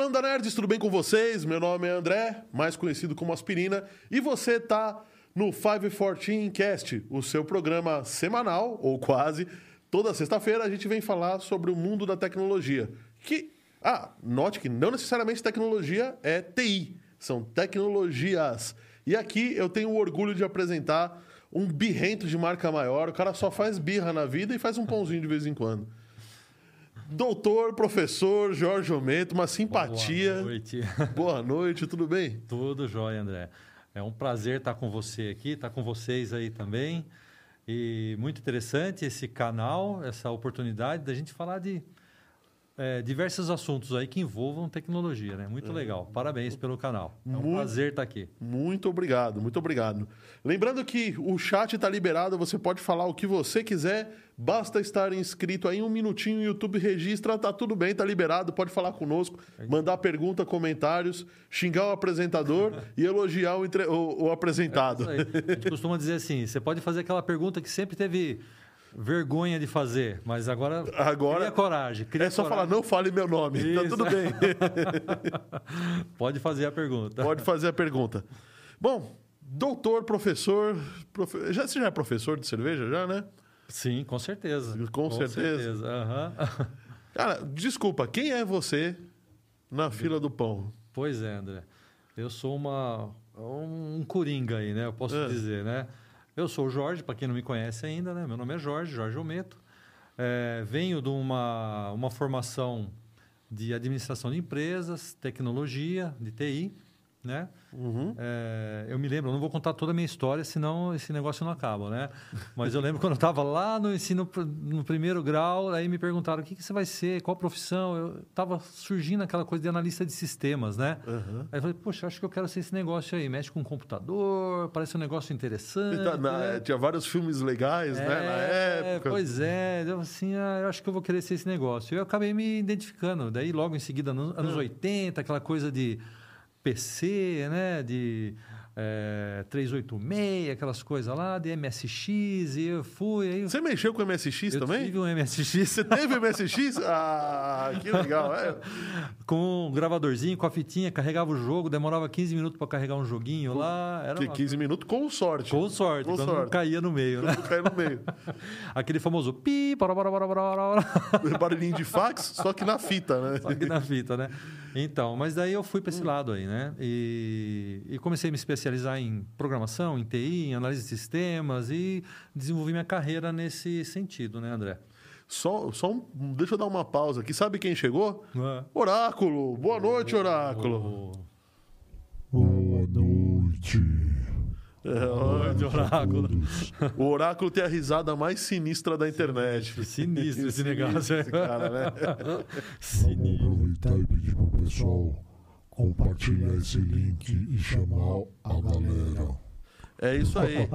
Lambda Nerds, tudo bem com vocês? Meu nome é André, mais conhecido como Aspirina, e você tá no 514 Cast, o seu programa semanal, ou quase. Toda sexta-feira a gente vem falar sobre o mundo da tecnologia. Note que não necessariamente tecnologia é TI, são tecnologias. E aqui eu tenho o orgulho de apresentar um birrento de marca maior. O cara só faz birra na vida e faz um pãozinho de vez em quando. Doutor, professor Jorge Ometo, uma simpatia. Boa noite. Boa noite, tudo bem? Tudo jóia, André. É um prazer estar com você aqui, estar com vocês aí também. E muito interessante esse canal, essa oportunidade da gente falar de diversos assuntos aí que envolvam tecnologia, né? Muito legal. Parabéns pelo canal. É um prazer estar aqui. Muito obrigado, muito obrigado. Lembrando que o chat está liberado, você pode falar o que você quiser, basta estar inscrito aí, um minutinho, o YouTube registra, tá tudo bem, tá liberado, pode falar conosco, mandar pergunta, comentários, xingar o apresentador e elogiar o apresentado. É isso aí. A gente costuma dizer assim, você pode fazer aquela pergunta que sempre teve vergonha de fazer, mas agora cria coragem. Falar, não fale meu nome, isso. Tá tudo bem. Pode fazer a pergunta. Pode fazer a pergunta. Bom, doutor, professor... Você já é professor de cerveja, já, né? Sim, com certeza. Com certeza. Uhum. Cara, desculpa, quem é você na fila do pão? Pois é, André. Eu sou um coringa aí, né? Eu posso dizer, né? Eu sou o Jorge, para quem não me conhece ainda, né? Meu nome é Jorge Ometo. Venho de uma formação de administração de empresas, tecnologia, de TI, né? Uhum. Eu me lembro, eu não vou contar toda a minha história, senão esse negócio não acaba, né? Mas eu lembro quando eu estava lá no ensino, no primeiro grau, aí me perguntaram o que você vai ser, qual profissão. Eu estava surgindo aquela coisa de analista de sistemas, né? Uhum. Aí eu falei, poxa, acho que eu quero ser esse negócio aí, mexe com computador, parece um negócio interessante. Né? Tinha vários filmes legais, né? Na época. Pois é, eu assim, eu acho que eu vou querer ser esse negócio. Eu acabei me identificando, daí logo em seguida, anos 80, aquela coisa de PC, né, de 386, aquelas coisas lá, de MSX, e eu fui... Aí Você mexeu com o MSX também? Eu tive um MSX. Você teve MSX? Ah, que legal. Com um gravadorzinho, com a fitinha, carregava o jogo, demorava 15 minutos para carregar um joguinho lá. Era 15 minutos com sorte. Com sorte, quando não caía no meio, né? Quando caía no meio. Aquele famoso pi, barulhinho de fax, só que na fita, né? Só que na fita, né? Então, mas daí eu fui para esse lado aí, né? E comecei a me especializar em programação, em TI, em análise de sistemas e desenvolvi minha carreira nesse sentido, né, André? Deixa eu dar uma pausa aqui. Sabe quem chegou? Oráculo. Boa noite, Oráculo. Boa noite. Oráculo. O Oráculo tem a risada mais sinistra da internet. Sinistro esse negócio. Esse cara, né? Vamos aproveitar e pedir pro pessoal compartilhar esse link e chamar a galera. É isso aí.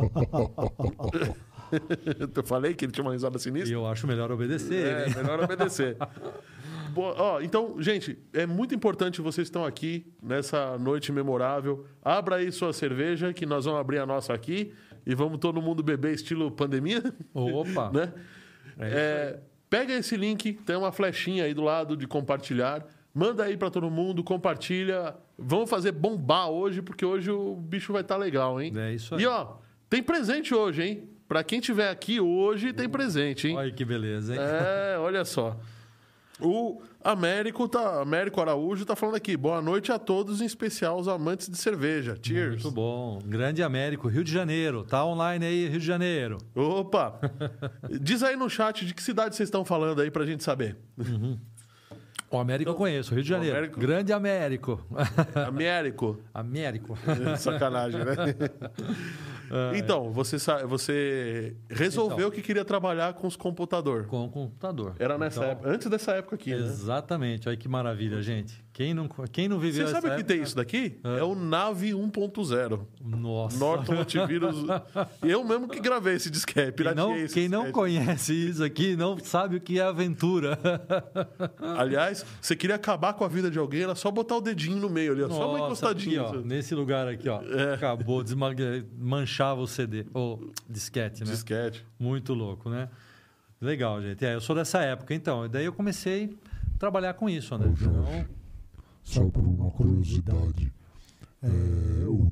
Eu falei que ele tinha uma risada sinistra? E eu acho melhor obedecer. Melhor obedecer. Então, gente, é muito importante vocês estão aqui nessa noite memorável. Abra aí sua cerveja, que nós vamos abrir a nossa aqui e vamos todo mundo beber estilo pandemia. Opa! Né? Pega esse link, tem uma flechinha aí do lado de compartilhar. Manda aí para todo mundo, compartilha. Vamos fazer bombar hoje, porque hoje o bicho vai estar legal, hein? É isso aí. E, tem presente hoje, hein? Para quem estiver aqui hoje, tem presente, hein? Olha que beleza, hein? Olha só. O Américo Araújo está falando aqui. Boa noite a todos, em especial os amantes de cerveja. Cheers. Muito bom. Grande Américo, Rio de Janeiro. Tá online aí, Rio de Janeiro. Opa! Diz aí no chat de que cidade vocês estão falando aí para a gente saber. Uhum. O Américo eu conheço, Rio de Janeiro. Grande Américo. Américo. Sacanagem, né? Então, você resolveu que queria trabalhar com os computadores. Com o computador. Era nessa época, antes dessa época aqui, né? Exatamente. Olha que maravilha, gente. Quem não viveu essa época... Você sabe que tem isso daqui? É o Nave 1.0. Nossa. Norton Antivírus. Eu mesmo que gravei esse disquete. Quem não conhece isso aqui não sabe o que é aventura. Aliás, você queria acabar com a vida de alguém, era só botar o dedinho no meio ali, só uma encostadinha. Aqui, nesse lugar aqui, acabou, manchava o CD, ou disquete, né? Disquete. Muito louco, né? Legal, gente. Eu sou dessa época, então. E daí eu comecei a trabalhar com isso, né? só por uma curiosidade, o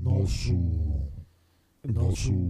nosso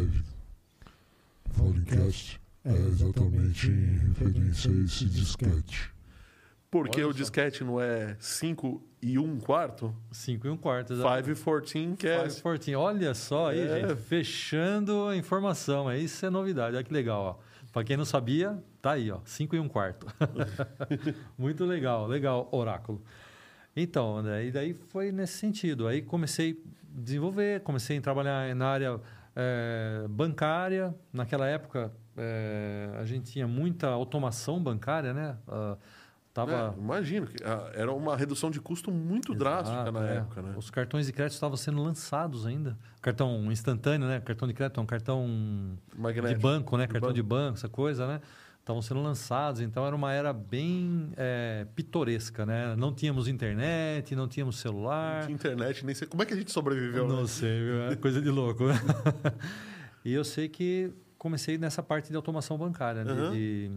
Filecast é exatamente em referência a esse disquete. Porque o disquete não é 5 e 1/4? 5 e 1/4, exatamente. 514 Cast. 514, olha só aí, gente, fechando a informação. Isso é novidade, olha que legal, ó. Para quem não sabia, tá aí, ó, 5 e 1/4. Muito legal, Oráculo. Então, André, e daí foi nesse sentido. Aí comecei a desenvolver, comecei a trabalhar na área bancária. Naquela época, a gente tinha muita automação bancária, né? Imagino, que era uma redução de custo muito drástica na época, né? Os cartões de crédito estavam sendo lançados ainda. Cartão instantâneo, né? Cartão de crédito é um cartão magnético, de banco, né? Cartão de banco, essa coisa, né? Estavam sendo lançados, então era uma era bem pitoresca, né? Não tínhamos internet, não tínhamos celular. Não tinha internet, nem sei. Como é que a gente sobreviveu? Não sei, é coisa de louco. E eu sei que comecei nessa parte de automação bancária, de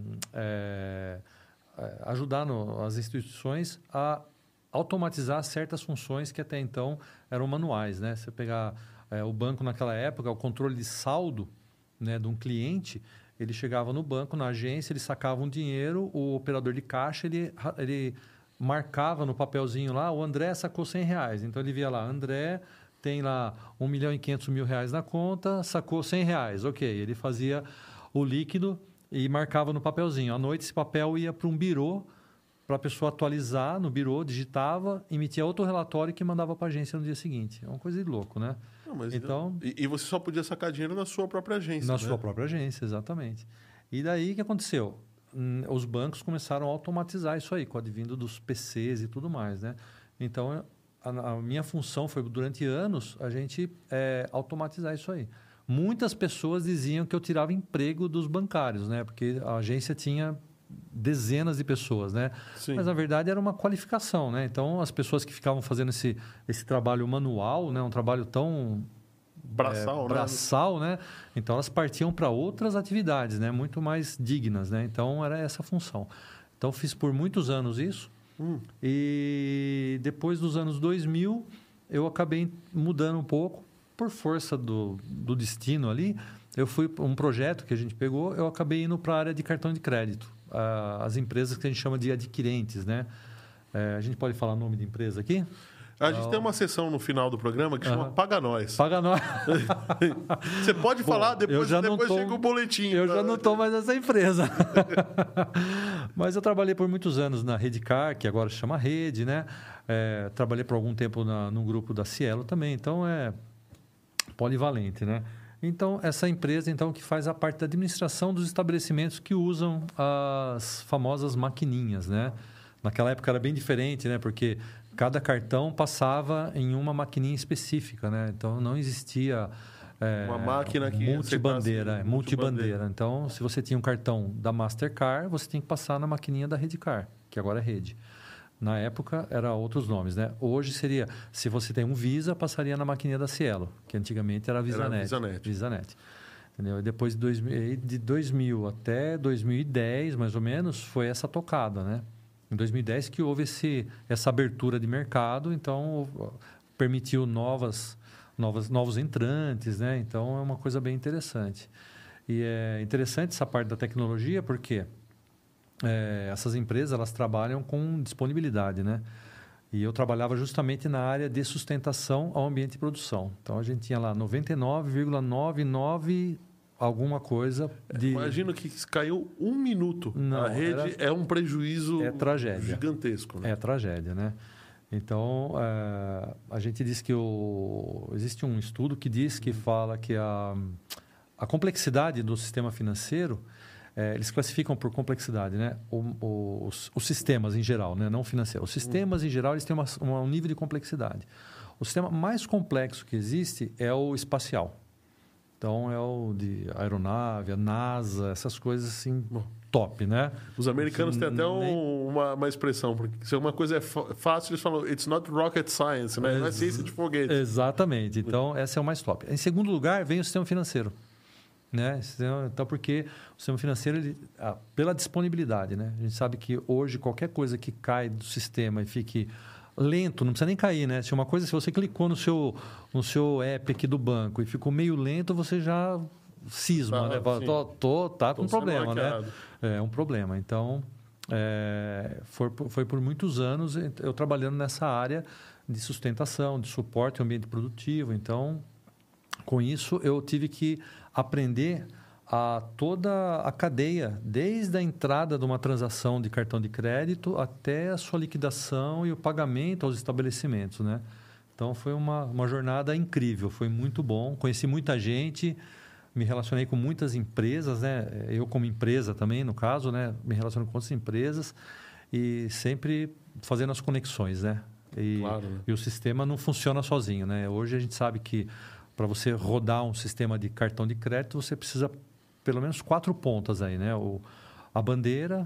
ajudar as instituições a automatizar certas funções que até então eram manuais, né? Você pegar o banco naquela época, o controle de saldo, né, de um cliente, ele chegava no banco, na agência, ele sacava um dinheiro, o operador de caixa, ele marcava no papelzinho lá, o André sacou R$100. Então, ele via lá, André tem lá R$1.500.000 na conta, sacou R$100. Ok, ele fazia o líquido e marcava no papelzinho. À noite, esse papel ia para um birô, para a pessoa atualizar no birô, digitava, emitia outro relatório que mandava para a agência no dia seguinte. É uma coisa de louco, né? Não, mas então, e você só podia sacar dinheiro na sua própria agência, na sua própria agência, exatamente. E daí, o que aconteceu? Os bancos começaram a automatizar isso aí, com o advindo dos PCs e tudo mais, né? Então, a minha função foi, durante anos, a gente automatizar isso aí. Muitas pessoas diziam que eu tirava emprego dos bancários, né? Porque a agência tinha dezenas de pessoas, né? Sim. Mas, na verdade, era uma qualificação, né? Então, as pessoas que ficavam fazendo esse trabalho manual, né? Um trabalho tão braçal, né? Então, elas partiam para outras atividades, né? Muito mais dignas, né? Então, era essa a função. Então, fiz por muitos anos isso. E depois dos anos 2000, eu acabei mudando um pouco. Por força do destino ali, eu fui para um projeto que a gente pegou, eu acabei indo para a área de cartão de crédito. As empresas que a gente chama de adquirentes, né? A gente pode falar o nome de empresa aqui? A gente tem uma sessão no final do programa que chama Paga Nós. Paga Nós. Você pode falar, depois chega o boletim. Eu já não estou mais nessa empresa. Mas eu trabalhei por muitos anos na Redcar, que agora se chama Rede, né? Trabalhei por algum tempo no grupo da Cielo também, então polivalente, né? Então, essa empresa que faz a parte da administração dos estabelecimentos que usam as famosas maquininhas, né? Naquela época era bem diferente, né? Porque cada cartão passava em uma maquininha específica, né? Então, não existia uma máquina que multibandeira. Então, se você tinha um cartão da Mastercard, você tinha que passar na maquininha da Redcar, que agora é Rede. Na época, era outros nomes, né? Hoje seria, se você tem um Visa, passaria na maquininha da Cielo, que antigamente era VisaNet. VisaNet. Entendeu? E depois de 2000 até 2010, mais ou menos, foi essa tocada, né? Em 2010 que houve essa abertura de mercado, então permitiu novos entrantes, né? Então, é uma coisa bem interessante. E é interessante essa parte da tecnologia, porque essas empresas elas trabalham com disponibilidade, né? E eu trabalhava justamente na área de sustentação ao ambiente de produção. Então, a gente tinha lá 99,99 alguma coisa de... Imagino que caiu um minuto. Não, a rede é um prejuízo gigantesco. Né? É tragédia, né? Então, a gente diz que existe um estudo que diz que fala que a complexidade do sistema financeiro, eles classificam por complexidade, né? Os sistemas em geral, né? Não financeiro. Os sistemas em geral eles têm um nível de complexidade. O sistema mais complexo que existe é o espacial. Então, é o de aeronave, a NASA, essas coisas assim, top, né? Os americanos têm até uma expressão, porque se uma coisa é fácil, eles falam, it's not rocket science, né? Não é ciência de foguete. Exatamente. Então, essa é o mais top. Em segundo lugar, vem o sistema financeiro. Né? Então, porque o sistema financeiro, pela disponibilidade, né? A gente sabe que hoje qualquer coisa que cai do sistema e fique lento, não precisa nem cair, né? Se uma coisa, se você clicou no seu app aqui do banco e ficou meio lento, você já cisma, né? Fala, tá com problema, né? É um problema. Então, foi por muitos anos eu trabalhando nessa área de sustentação, de suporte ao ambiente produtivo. Então, com isso, eu tive que aprender toda a cadeia, desde a entrada de uma transação de cartão de crédito até a sua liquidação e o pagamento aos estabelecimentos, né? Então, foi uma jornada incrível, foi muito bom. Conheci muita gente, me relacionei com muitas empresas, né? Eu como empresa também, no caso, né? Me relaciono com outras empresas e sempre fazendo as conexões, né? Claro, né? E o sistema não funciona sozinho, né? Hoje a gente sabe que para você rodar um sistema de cartão de crédito, você precisa pelo menos 4 pontas aí, né? A bandeira,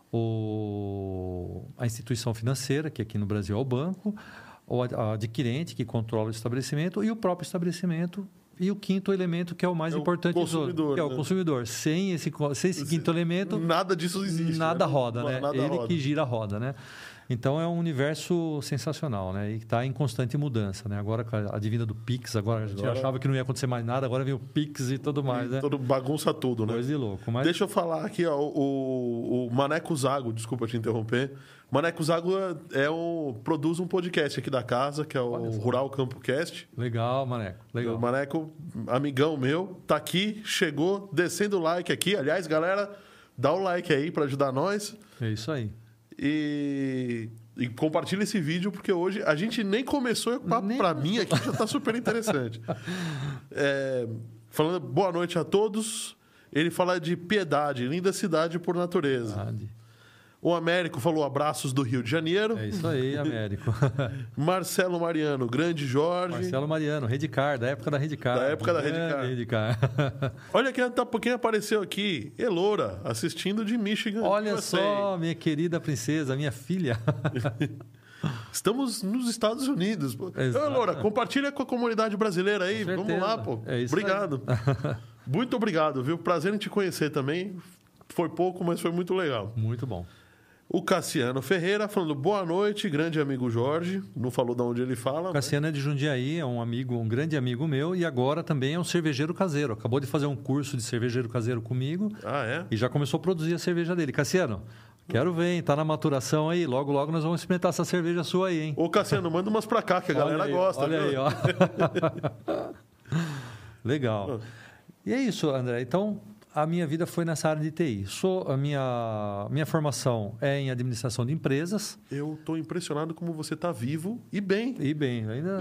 a instituição financeira, que aqui no Brasil é o banco, o adquirente, que controla o estabelecimento, e o próprio estabelecimento, e o quinto elemento, que é o mais importante de todos, que é o consumidor. Sem esse quinto elemento... Nada disso existe. Nada né? roda, né? Ele que gira a roda, né? Então, é um universo sensacional, né? E está em constante mudança, né? Agora, com a advinda do Pix, agora a gente achava que não ia acontecer mais nada, agora vem o Pix e tudo mais, né? Bagunça tudo, né? Coisa de louco. Mas... Deixa eu falar aqui, ó, o Maneco Zago, desculpa te interromper. Maneco Zago produz um podcast aqui da casa, que é o Rural Campo Cast. Legal, Maneco. Legal. O Maneco, amigão meu, tá aqui, chegou, descendo o like aqui. Aliás, galera, dá o like aí para ajudar nós. É isso aí. E compartilha esse vídeo, porque hoje a gente nem começou, para mim aqui já está super interessante. Falando boa noite a todos, ele fala de Piedade, linda cidade por natureza. Piedade. O Américo falou abraços do Rio de Janeiro. É isso aí, Américo. Marcelo Mariano, grande Jorge. Marcelo Mariano, Redcar, da época da Redcar. Da época da Redcar. Olha quem apareceu aqui, Elora, assistindo de Michigan. Olha só, minha querida princesa, minha filha. Estamos nos Estados Unidos. Elora, compartilha com a comunidade brasileira aí. Vamos lá, pô. É isso. Obrigado. Muito obrigado, viu? Prazer em te conhecer também. Foi pouco, mas foi muito legal. Muito bom. O Cassiano Ferreira falando boa noite, grande amigo Jorge. Não falou de onde ele fala. O Cassiano é de Jundiaí, é um grande amigo meu e agora também é um cervejeiro caseiro. Acabou de fazer um curso de cervejeiro caseiro comigo. Ah, é? E já começou a produzir a cerveja dele. Cassiano, quero ver, hein? Tá na maturação aí. Logo, logo nós vamos experimentar essa cerveja sua aí, hein? Ô, Cassiano, manda umas pra cá, que a galera gosta. Olha viu? aí, ó. Legal. E é isso, André. Então, a minha vida foi nessa área de TI. A minha formação é em administração de empresas. Eu estou impressionado como você está vivo e bem. E bem, ainda.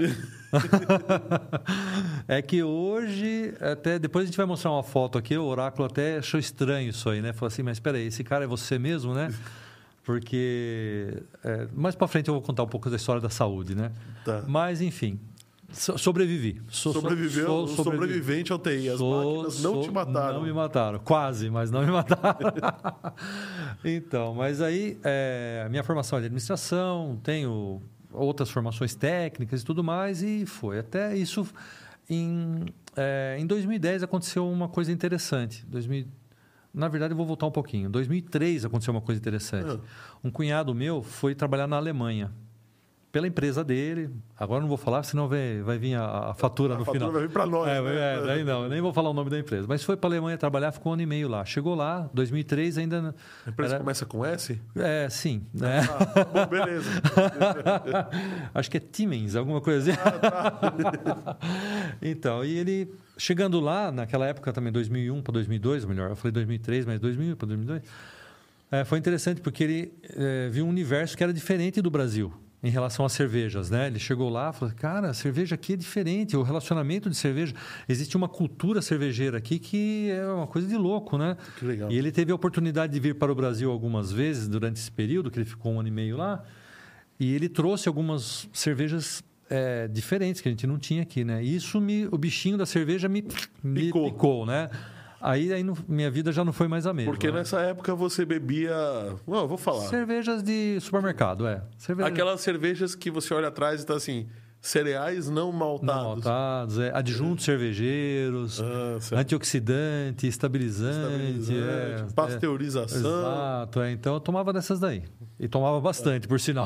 É que hoje, até depois a gente vai mostrar uma foto aqui, o Oráculo até achou estranho isso aí, né? Falou assim, mas espera aí, esse cara é você mesmo, né? Porque mais para frente eu vou contar um pouco da história da saúde, né? Tá. Mas, enfim. Sobrevivi. Sobrevivente ao TI. As máquinas não te mataram. Não me mataram. Quase, mas não me mataram. Então, mas aí, a minha formação é de administração, tenho outras formações técnicas e tudo mais, e foi. Até isso, em 2010 aconteceu uma coisa interessante. Na verdade, eu vou voltar um pouquinho. Em 2003 aconteceu uma coisa interessante. Um cunhado meu foi trabalhar na Alemanha. Pela empresa dele. Agora não vou falar, senão vai vir a fatura no final. A fatura vai vir para nós. Daí não, eu nem vou falar o nome da empresa. Mas foi para a Alemanha trabalhar, ficou 1 ano e meio lá. Chegou lá, 2003 ainda... A empresa começa com S? Sim. Né? Bom, beleza. Acho que é Siemens, alguma coisa assim. Tá. Então, e ele... Chegando lá, naquela época também, 2001 para 2002, melhor, eu falei 2003, mas 2001 para 2002, foi interessante porque ele viu um universo que era diferente do Brasil. Em relação às cervejas, né? Ele chegou lá e falou, cara, a cerveja aqui é diferente, o relacionamento de cerveja... Existe uma cultura cervejeira aqui que é uma coisa de louco, né? Que legal. E ele teve a oportunidade de vir para o Brasil algumas vezes durante esse período, que ele ficou 1 ano e meio lá, e ele trouxe algumas cervejas diferentes que a gente não tinha aqui, né? E isso, o bichinho da cerveja me picou, né? Aí minha vida já não foi mais a mesma. Porque nessa época você bebia... Não, eu vou falar. Cervejas de supermercado, Cerveja... Aquelas cervejas que você olha atrás e está assim... cereais não maltados. Adjuntos cervejeiros, antioxidante, estabilizante. Pasteurização. Exato. Então, eu tomava dessas daí. E tomava bastante, por sinal.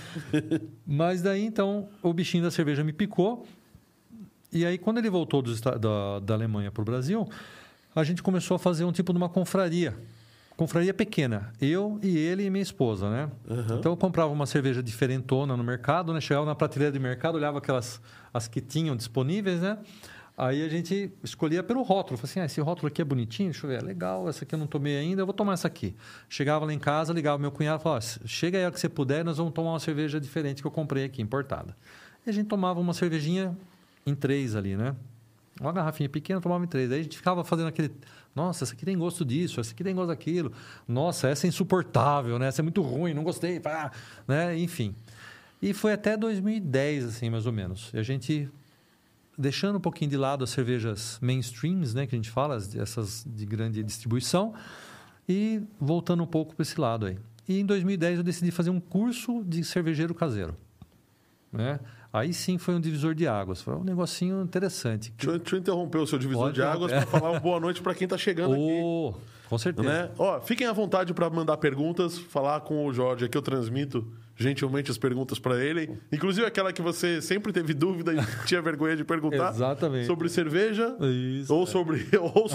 Mas daí, então, o bichinho da cerveja me picou. E aí, quando ele voltou da Alemanha para o Brasil, a gente começou a fazer um tipo de uma confraria. Confraria pequena. Eu e ele e minha esposa, né? Uhum. Então, eu comprava uma cerveja diferentona no mercado, né? Chegava na prateleira de mercado, olhava as que tinham disponíveis, né? Aí a gente escolhia pelo rótulo. Falei assim, esse rótulo aqui é bonitinho, deixa eu ver, legal, essa aqui eu não tomei ainda, eu vou tomar essa aqui. Chegava lá em casa, ligava meu cunhado e falava, chega aí a hora que você puder, nós vamos tomar uma cerveja diferente que eu comprei aqui, importada. E a gente tomava uma cervejinha em 3 ali, né? Uma garrafinha pequena, tomava em 3. Aí a gente ficava fazendo aquele... Nossa, essa aqui tem gosto disso, essa aqui tem gosto daquilo. Nossa, essa é insuportável, né? Essa é muito ruim, não gostei. Pá, né? Enfim. E foi até 2010, assim, mais ou menos. E a gente, deixando um pouquinho de lado as cervejas mainstreams, né? Que a gente fala, essas de grande distribuição, e voltando um pouco para esse lado aí. E em 2010 eu decidi fazer um curso de cervejeiro caseiro, né? Aí sim foi um divisor de águas. Foi um negocinho interessante. Deixa eu interromper o seu divisor de águas para falar uma boa noite para quem está chegando aqui. Com certeza. Né? Ó, fiquem à vontade para mandar perguntas, falar com o Jorge. Aqui eu transmito gentilmente as perguntas para ele. Inclusive aquela que você sempre teve dúvida e tinha vergonha de perguntar. Exatamente. Sobre cerveja. Isso. Ou sobre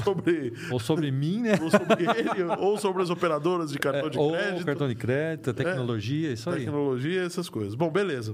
mim, né? Ou sobre ele. Ou sobre as operadoras de cartão de crédito. Ou cartão de crédito, tecnologia, isso aí. Tecnologia, essas coisas. Bom, beleza.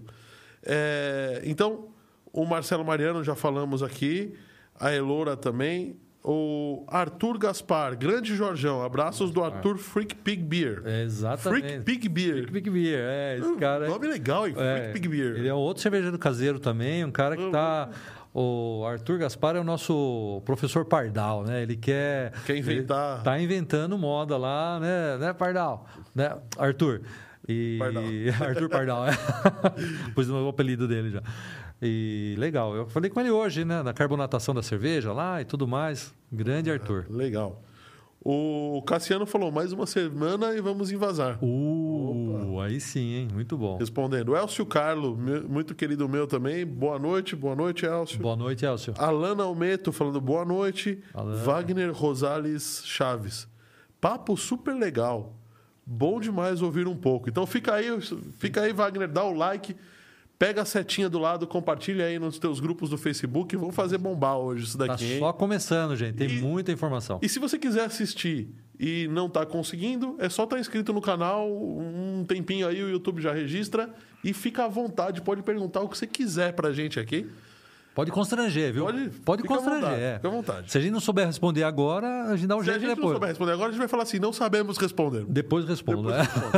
Então, o Marcelo Mariano já falamos aqui, a Elora também, o Arthur Gaspar, grande Jorjão, abraços do Arthur Freak Pig Beer. Exatamente. Freak Pig Beer. Freak Pig Beer, esse cara... Nome legal, hein? Freak Pig Beer. Ele é outro cervejeiro caseiro também, um cara que está... O Arthur Gaspar é o nosso professor Pardal, né? Ele quer inventar... Está inventando moda lá, né Pardal? Né, Arthur? Pardal. Arthur Pardal, Pus o apelido dele já. E legal, eu falei com ele hoje, né? Na carbonatação da cerveja lá e tudo mais. Grande Arthur. Legal. O Cassiano falou, mais uma semana e vamos invasar. Aí sim, hein? Muito bom. Respondendo. Elcio Carlo, muito querido meu também. Boa noite, Elcio. Boa noite, Elcio. Alana Almeto falando boa noite. Alana. Wagner Rosales Chaves. Papo super legal. Bom demais ouvir um pouco. Então fica aí, Wagner, dá o like, pega a setinha do lado, compartilha aí nos teus grupos do Facebook. Vamos fazer bombar hoje isso daqui. Tá só começando, gente. Tem muita informação. E se você quiser assistir e não está conseguindo, é só estar inscrito no canal, um tempinho aí o YouTube já registra e fica à vontade, pode perguntar o que você quiser pra gente aqui. Pode constranger, viu? Pode constranger. Fica à vontade. Se a gente não souber responder agora, a gente dá um jeito depois. Se a gente não souber responder agora, a gente vai falar assim, não sabemos responder. Depois respondo.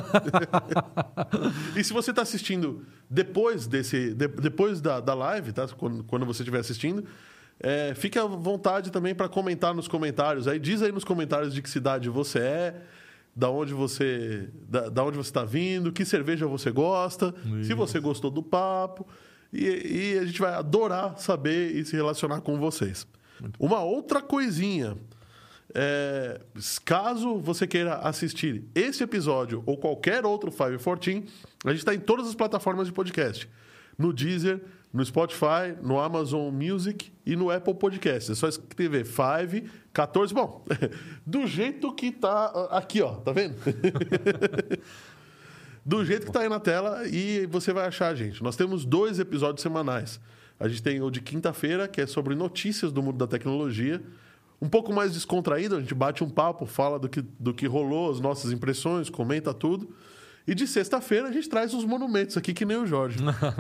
E se você está assistindo depois da live, tá? Quando você estiver assistindo, fique à vontade também para comentar nos comentários. Aí diz aí nos comentários de que cidade você é, da onde você está vindo, que cerveja você gosta, se você gostou do papo. E a gente vai adorar saber e se relacionar com vocês. Uma outra coisinha. Caso você queira assistir esse episódio ou qualquer outro 514, a gente está em todas as plataformas de podcast. No Deezer, no Spotify, no Amazon Music e no Apple Podcasts. É só escrever 514. Bom, do jeito que tá aqui, ó. Tá vendo? Do jeito que está aí na tela e você vai achar a gente. Nós temos 2 episódios semanais. A gente tem o de quinta-feira, que é sobre notícias do mundo da tecnologia. Um pouco mais descontraído, a gente bate um papo, fala do que rolou, as nossas impressões, comenta tudo. E de sexta-feira a gente traz uns monumentos aqui, que nem o Jorge.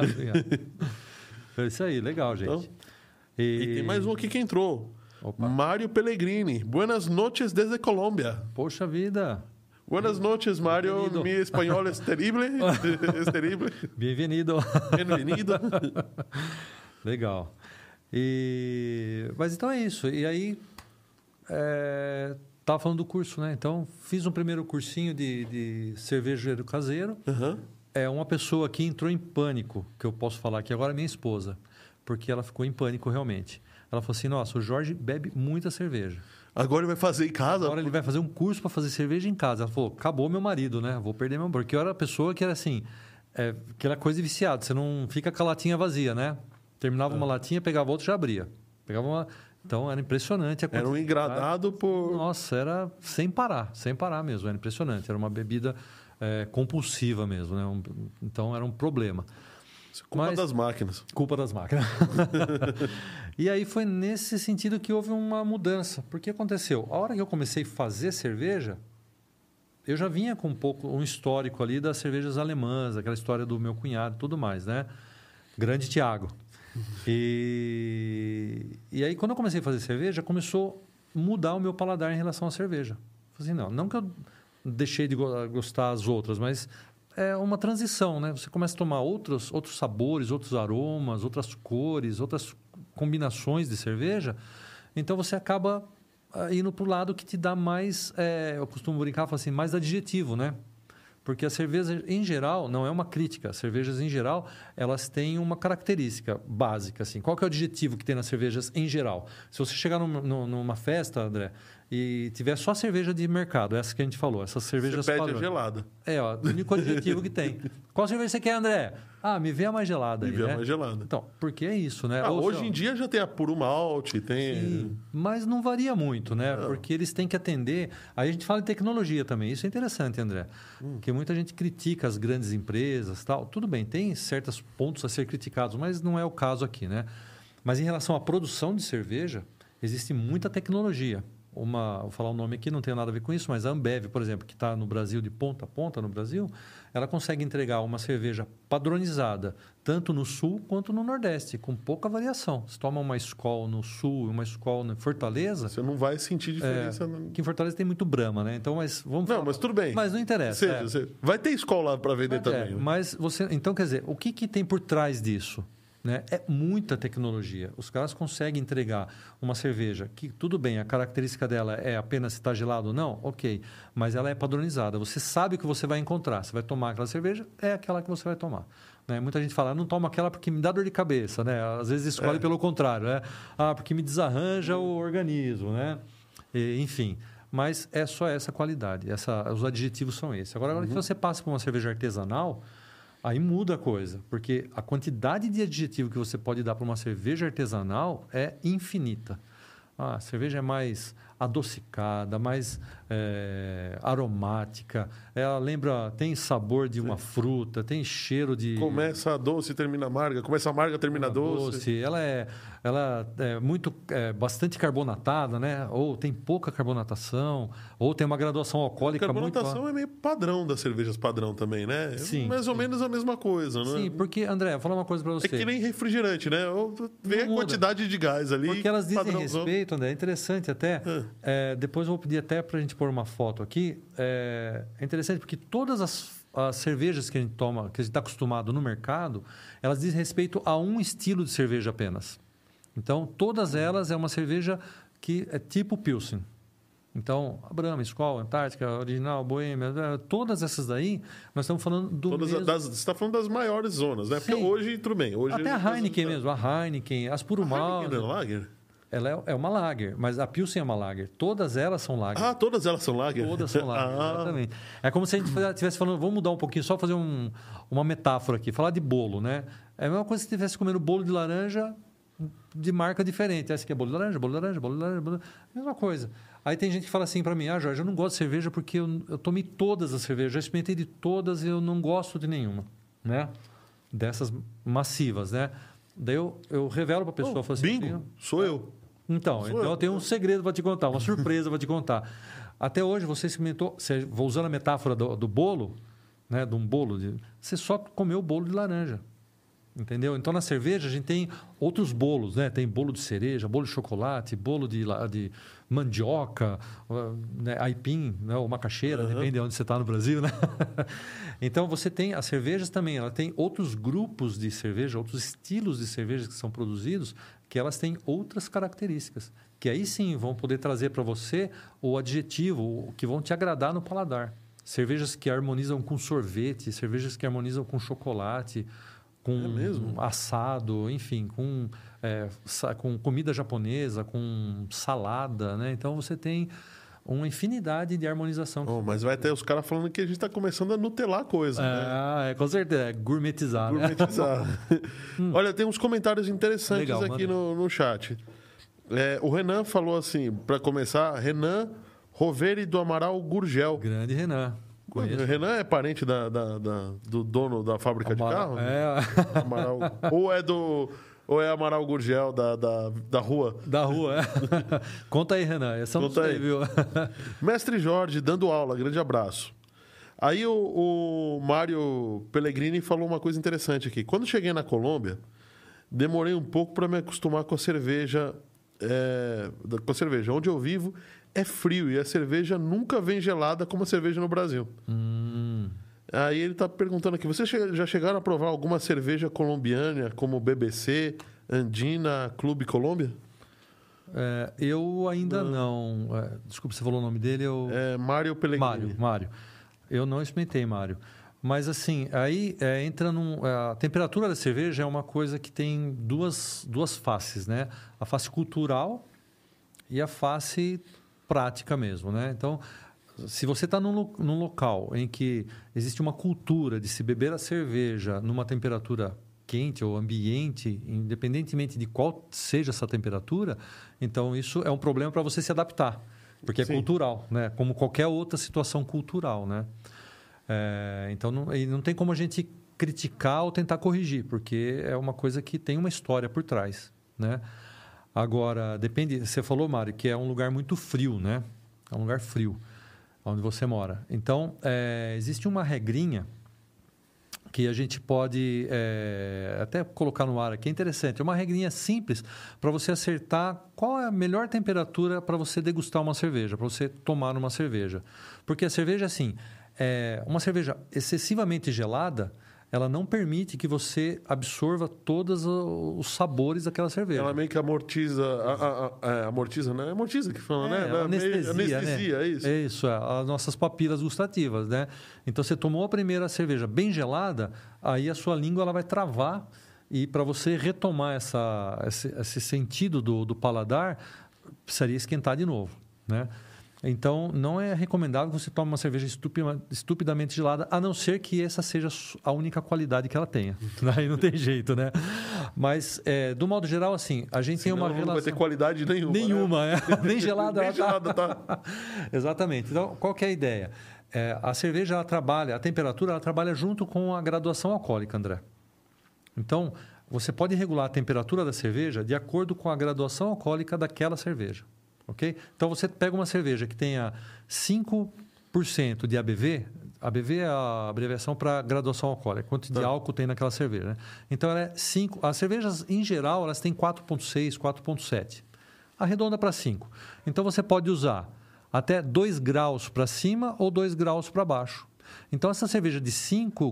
É isso aí, legal, gente. Então, e tem mais um aqui que entrou. Opa. Mário Pellegrini. Buenas noches desde Colômbia. Poxa vida. Buenas noches, Mário. Bienvenido. Mi espanhol es terrible. Bem-vindo. Bem-vindo. Legal. Mas então é isso. E aí, estava falando do curso, né? Então, fiz um primeiro cursinho de cervejeiro caseiro. Uhum. Uma pessoa que entrou em pânico, que eu posso falar aqui agora, é minha esposa. Porque ela ficou em pânico realmente. Ela falou assim, nossa, o Jorge bebe muita cerveja. Agora ele vai fazer em casa? Agora ele vai fazer um curso para fazer cerveja em casa. Ela falou, acabou meu marido, né? Vou perder meu... Porque eu era a pessoa que era assim... aquela coisa de viciado. Você não fica com a latinha vazia, né? Terminava uma latinha, pegava outra e já abria. Então, era impressionante. Era um engradado por... Nossa, era sem parar mesmo. Era impressionante. Era uma bebida compulsiva mesmo, né? Então, era um problema. Culpa das máquinas. Culpa das máquinas. E aí foi nesse sentido que houve uma mudança. Porque aconteceu? A hora que eu comecei a fazer cerveja, eu já vinha com um histórico ali das cervejas alemãs, aquela história do meu cunhado e tudo mais, né? Grande Thiago. E aí, quando eu comecei a fazer cerveja, começou a mudar o meu paladar em relação à cerveja. Falei assim, não que eu deixei de gostar das outras, mas é uma transição, né? Você começa a tomar outros sabores, outros aromas, outras cores, outras combinações de cerveja. Então, você acaba indo para o lado que te dá mais, eu costumo brincar, falar assim, mais adjetivo, né? Porque a cerveja, em geral, não é uma crítica. As cervejas, em geral, elas têm uma característica básica. Assim. Qual que é o adjetivo que tem nas cervejas, em geral? Se você chegar numa festa, André, e tiver só cerveja de mercado, essa que a gente falou, essas cervejas você pede padrão. a gelada. O único adjetivo que tem. Qual cerveja você quer, André? Me vê a mais gelada. Me vê a mais gelada. Então, porque é isso, né? Hoje em dia já tem a puro malte, tem... Sim, mas não varia muito, né? Não. Porque eles têm que atender... Aí a gente fala de tecnologia também. Isso é interessante, André. Porque muita gente critica as grandes empresas, tal. Tudo bem, tem certos pontos a ser criticados, mas não é o caso aqui, né? Mas em relação à produção de cerveja, existe muita tecnologia. Vou falar o nome aqui, não tem nada a ver com isso, mas a Ambev, por exemplo, que está no Brasil, de ponta a ponta no Brasil, ela consegue entregar uma cerveja padronizada, tanto no Sul quanto no Nordeste, com pouca variação. Você toma uma Skol no Sul e uma Skol em Fortaleza... Você não vai sentir diferença. Que em Fortaleza tem muito Brahma, né? Então, mas mas tudo bem. Mas não interessa. Vai ter Skol lá para vender também. Mas então, quer dizer, o que tem por trás disso? Né? É muita tecnologia. Os caras conseguem entregar uma cerveja que, tudo bem, a característica dela é apenas se está gelado ou não, ok, mas ela é padronizada. Você sabe o que você vai encontrar. Você vai tomar aquela cerveja, é aquela que você vai tomar. Né? Muita gente fala, não tomo aquela porque me dá dor de cabeça. Né? Às vezes escolhe pelo contrário. Né? Porque me desarranja o organismo. Né? Enfim, mas é só essa qualidade. Os adjetivos são esses. Agora que você passa por uma cerveja artesanal... Aí muda a coisa, porque a quantidade de adjetivo que você pode dar para uma cerveja artesanal é infinita. A cerveja é mais adocicada, mais aromática. Ela tem sabor de uma fruta, tem cheiro de... Começa doce e termina amarga. Começa amarga, termina doce. Ela é bastante carbonatada, né? Ou tem pouca carbonatação, ou tem uma graduação alcoólica muito... A carbonatação é meio padrão das cervejas padrão também, né? Sim. Mais ou menos a mesma coisa, né? Sim, porque, André, vou falar uma coisa para você. É que nem refrigerante, né? Vê a quantidade de gás ali. Porque elas dizem padrãozão. respeito, André. É interessante até. Depois eu vou pedir até para a gente pôr uma foto aqui. É interessante porque todas as cervejas que a gente toma, que a gente está acostumado no mercado, elas dizem respeito a um estilo de cerveja apenas. Então, todas elas é uma cerveja que é tipo Pilsen. Então, a Brahma, Skol, Antártica, Original, Boêmia, todas essas daí, nós estamos falando do mesmo... Você está falando das maiores zonas, né? Sim. Porque hoje, tudo bem. Hoje até a Heineken mesmo, a Heineken, as Puro Malte... Heineken é lager? Ela é uma lager, mas a Pilsen é uma lager. Todas elas são lager. Todas elas são lager? Todas são lager, exatamente. É como se a gente estivesse falando, vamos mudar um pouquinho, só fazer uma metáfora aqui, falar de bolo, né? É a mesma coisa se você estivesse comendo bolo de laranja de marca diferente. Essa aqui é bolo de laranja, bolo de laranja, bolo de laranja, bolo de... Mesma coisa. Aí tem gente que fala assim para mim, Jorge, eu não gosto de cerveja porque eu tomei todas as cervejas, já experimentei de todas e eu não gosto de nenhuma, né? Dessas massivas, né? Daí eu revelo para a pessoa, falo assim, bingo, sou eu. Então eu tenho um segredo para te contar, uma surpresa para te contar. Até hoje você experimentou, vou usando a metáfora do bolo, né? De um bolo, você só comeu bolo de laranja. Entendeu? Então, na cerveja, a gente tem outros bolos, né? Tem bolo de cereja, bolo de chocolate, bolo de mandioca, né? Aipim, né? Ou macaxeira, depende de onde você está no Brasil, né? Então, você tem as cervejas também, ela tem outros grupos de cerveja, outros estilos de cervejas que são produzidos, que elas têm outras características, que aí sim vão poder trazer para você o adjetivo, que vão te agradar no paladar. Cervejas que harmonizam com sorvete, cervejas que harmonizam com chocolate, com assado, enfim, com comida japonesa, com salada, né? Então você tem uma infinidade de harmonização. Mas vai ter os caras falando que a gente está começando a nutelar a coisa. Né? Com certeza. Gourmetizar. Gourmetizar. Olha, tem uns comentários interessantes aqui no chat. O Renan falou assim, para começar, Renan Roveri do Amaral Gurgel. Grande Renan. Conheço. Renan é parente do dono da fábrica de carro? Amaral. Ou é Amaral Gurgel da rua? Da rua, Conta aí, Renan. Essa não sei, viu? Mestre Jorge, dando aula. Grande abraço. Aí o Mário Pellegrini falou uma coisa interessante aqui. Quando cheguei na Colômbia, demorei um pouco para me acostumar com a cerveja. Onde eu vivo é frio e a cerveja nunca vem gelada como a cerveja no Brasil. Aí ele está perguntando aqui, vocês já chegaram a provar alguma cerveja colombiana como BBC, Andina, Clube Colômbia? Eu ainda não. Desculpa, você falou o nome dele? Mário Pellegrini. Mário. Eu não experimentei, Mário. Mas assim, aí entra a temperatura da cerveja é uma coisa que tem duas faces, né? A face cultural e a face prática mesmo, né? Então, se você está num local em que existe uma cultura de se beber a cerveja numa temperatura quente ou ambiente, independentemente de qual seja essa temperatura, então isso é um problema para você se adaptar, porque é cultural, né? Como qualquer outra situação cultural, né? Então não tem como a gente criticar ou tentar corrigir, porque é uma coisa que tem uma história por trás, né? Agora, depende... Você falou, Mário, que é um lugar muito frio, né? É um lugar frio, onde você mora. Então, existe uma regrinha que a gente pode até colocar no ar aqui. É interessante. É uma regrinha simples para você acertar qual é a melhor temperatura para você degustar uma cerveja, para você tomar uma cerveja. Porque a cerveja, assim, uma cerveja excessivamente gelada, ela não permite que você absorva todos os sabores daquela cerveja. Ela meio que amortiza... amortiza, né? Amortiza que fala, né? Anestesia, né? É isso. É isso, as nossas papilas gustativas, né? Então, você tomou a primeira cerveja bem gelada, aí a sua língua ela vai travar e para você retomar esse sentido do paladar, precisaria esquentar de novo, né? Então, não é recomendável que você tome uma cerveja estupidamente gelada, a não ser que essa seja a única qualidade que ela tenha. Aí não tem jeito, né? Mas, do modo geral, assim, a gente tem uma relação... Não vai ter qualidade nenhuma. Nenhuma, né? Nem gelada. Nem gelada, tá. Exatamente. Então, qual que é a ideia? A cerveja, ela trabalha, a temperatura, ela trabalha junto com a graduação alcoólica, André. Então, você pode regular a temperatura da cerveja de acordo com a graduação alcoólica daquela cerveja. Okay? Então, você pega uma cerveja que tenha 5% de ABV. ABV é a abreviação para graduação alcoólica. Quanto de álcool tem naquela cerveja. Né? Então, ela é 5. As cervejas, em geral, elas têm 4,6, 4,7. Arredonda para 5. Então, você pode usar até 2 graus para cima ou 2 graus para baixo. Então, essa cerveja de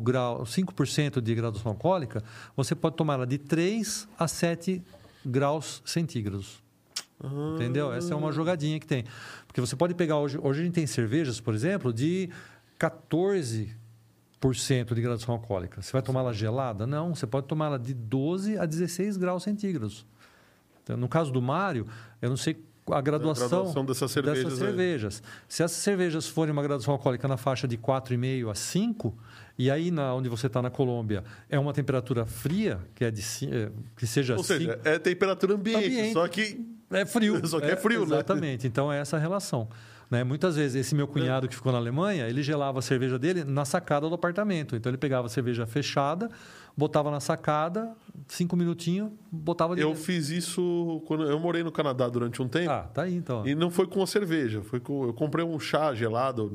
5% de graduação alcoólica, você pode tomar ela de 3 a 7 graus centígrados. Entendeu? Essa é uma jogadinha que tem. Porque você pode pegar... Hoje a gente tem cervejas, por exemplo, de 14% de graduação alcoólica. Você vai tomar ela gelada? Não. Você pode tomar ela de 12 a 16 graus centígrados. Então, no caso do Mário, eu não sei a graduação dessas cervejas. Se essas cervejas forem uma graduação alcoólica na faixa de 4,5 a 5, e aí onde você está na Colômbia é uma temperatura fria, que seja... Ou seja, é temperatura ambiente, só que... É frio. Só que é frio, exatamente. né? Exatamente. Então, é essa a relação. Né? Muitas vezes, esse meu cunhado que ficou na Alemanha, ele gelava a cerveja dele na sacada do apartamento. Então, ele pegava a cerveja fechada, botava na sacada, 5 minutinhos, botava de Eu dentro. fiz isso quando eu morei no Canadá durante um tempo. Tá aí então. E não foi com a cerveja. Eu comprei um chá gelado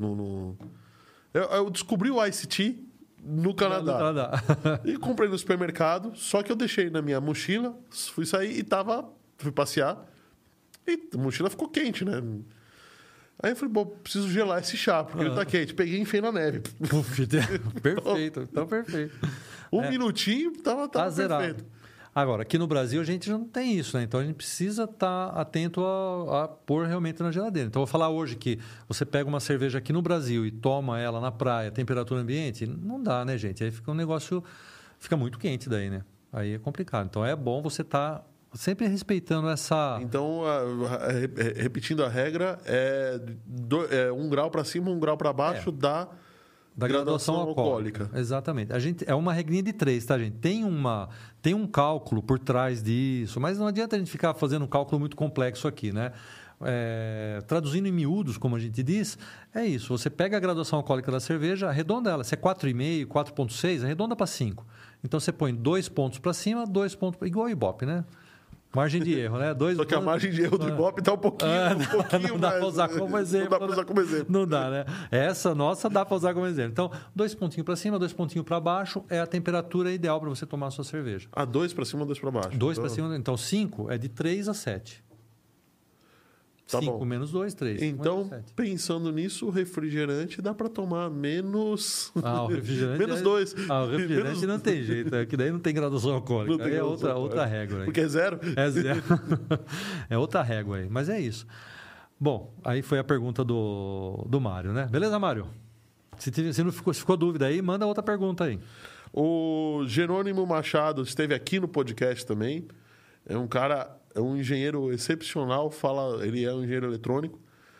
Eu descobri o Ice Tea no Canadá. E comprei no supermercado, só que eu deixei na minha mochila, fui sair e fui passear. E a mochila ficou quente, né? Aí eu falei, preciso gelar esse chá, porque ele tá quente. Peguei e enfiei na neve. Perfeito, então perfeito. Minutinho, tava perfeito. Agora, aqui no Brasil a gente não tem isso, né? Então a gente precisa estar atento a pôr realmente na geladeira. Então eu vou falar hoje que você pega uma cerveja aqui no Brasil e toma ela na praia, temperatura ambiente, não dá, né, gente? Aí fica um negócio, fica muito quente daí, né? Aí é complicado. Então é bom você estar sempre respeitando essa... Então, repetindo a regra, é 1 grau para cima, 1 grau para baixo da graduação alcoólica. Exatamente. É uma regrinha de 3, tá, gente? Tem um cálculo por trás disso, mas não adianta a gente ficar fazendo um cálculo muito complexo aqui, né? Traduzindo em miúdos, como a gente diz, é isso. Você pega a graduação alcoólica da cerveja, arredonda ela. Se é 4,5, 4,6, arredonda para 5. Então, você põe 2 pontos para cima, 2 pontos... Igual o Ibope, né? Margem de erro, né? Só que a margem de erro do Ibope está um pouquinho não dá para usar como exemplo. Não dá para usar como exemplo. Não dá, né? Essa nossa dá para usar como exemplo. Então, 2 pontinhos para cima, 2 pontinhos para baixo é a temperatura ideal para você tomar a sua cerveja. 2 para cima, 2 para baixo. 2 para cima. Então, 5 é de 3 a 7. Tá 5 bom. menos 2, 3. Então, pensando nisso, o refrigerante dá para tomar menos... o refrigerante... menos 2. O refrigerante não tem jeito, que daí não tem graduação alcoólica. Aí é outra régua. Aí. Porque é 0? É 0. É outra régua aí, mas é isso. Bom, aí foi a pergunta do Mário, né? Beleza, Mário? Se não ficou dúvida aí, manda outra pergunta aí. O Jerônimo Machado esteve aqui no podcast também. É um cara... É um engenheiro excepcional, ele é um engenheiro eletrônico.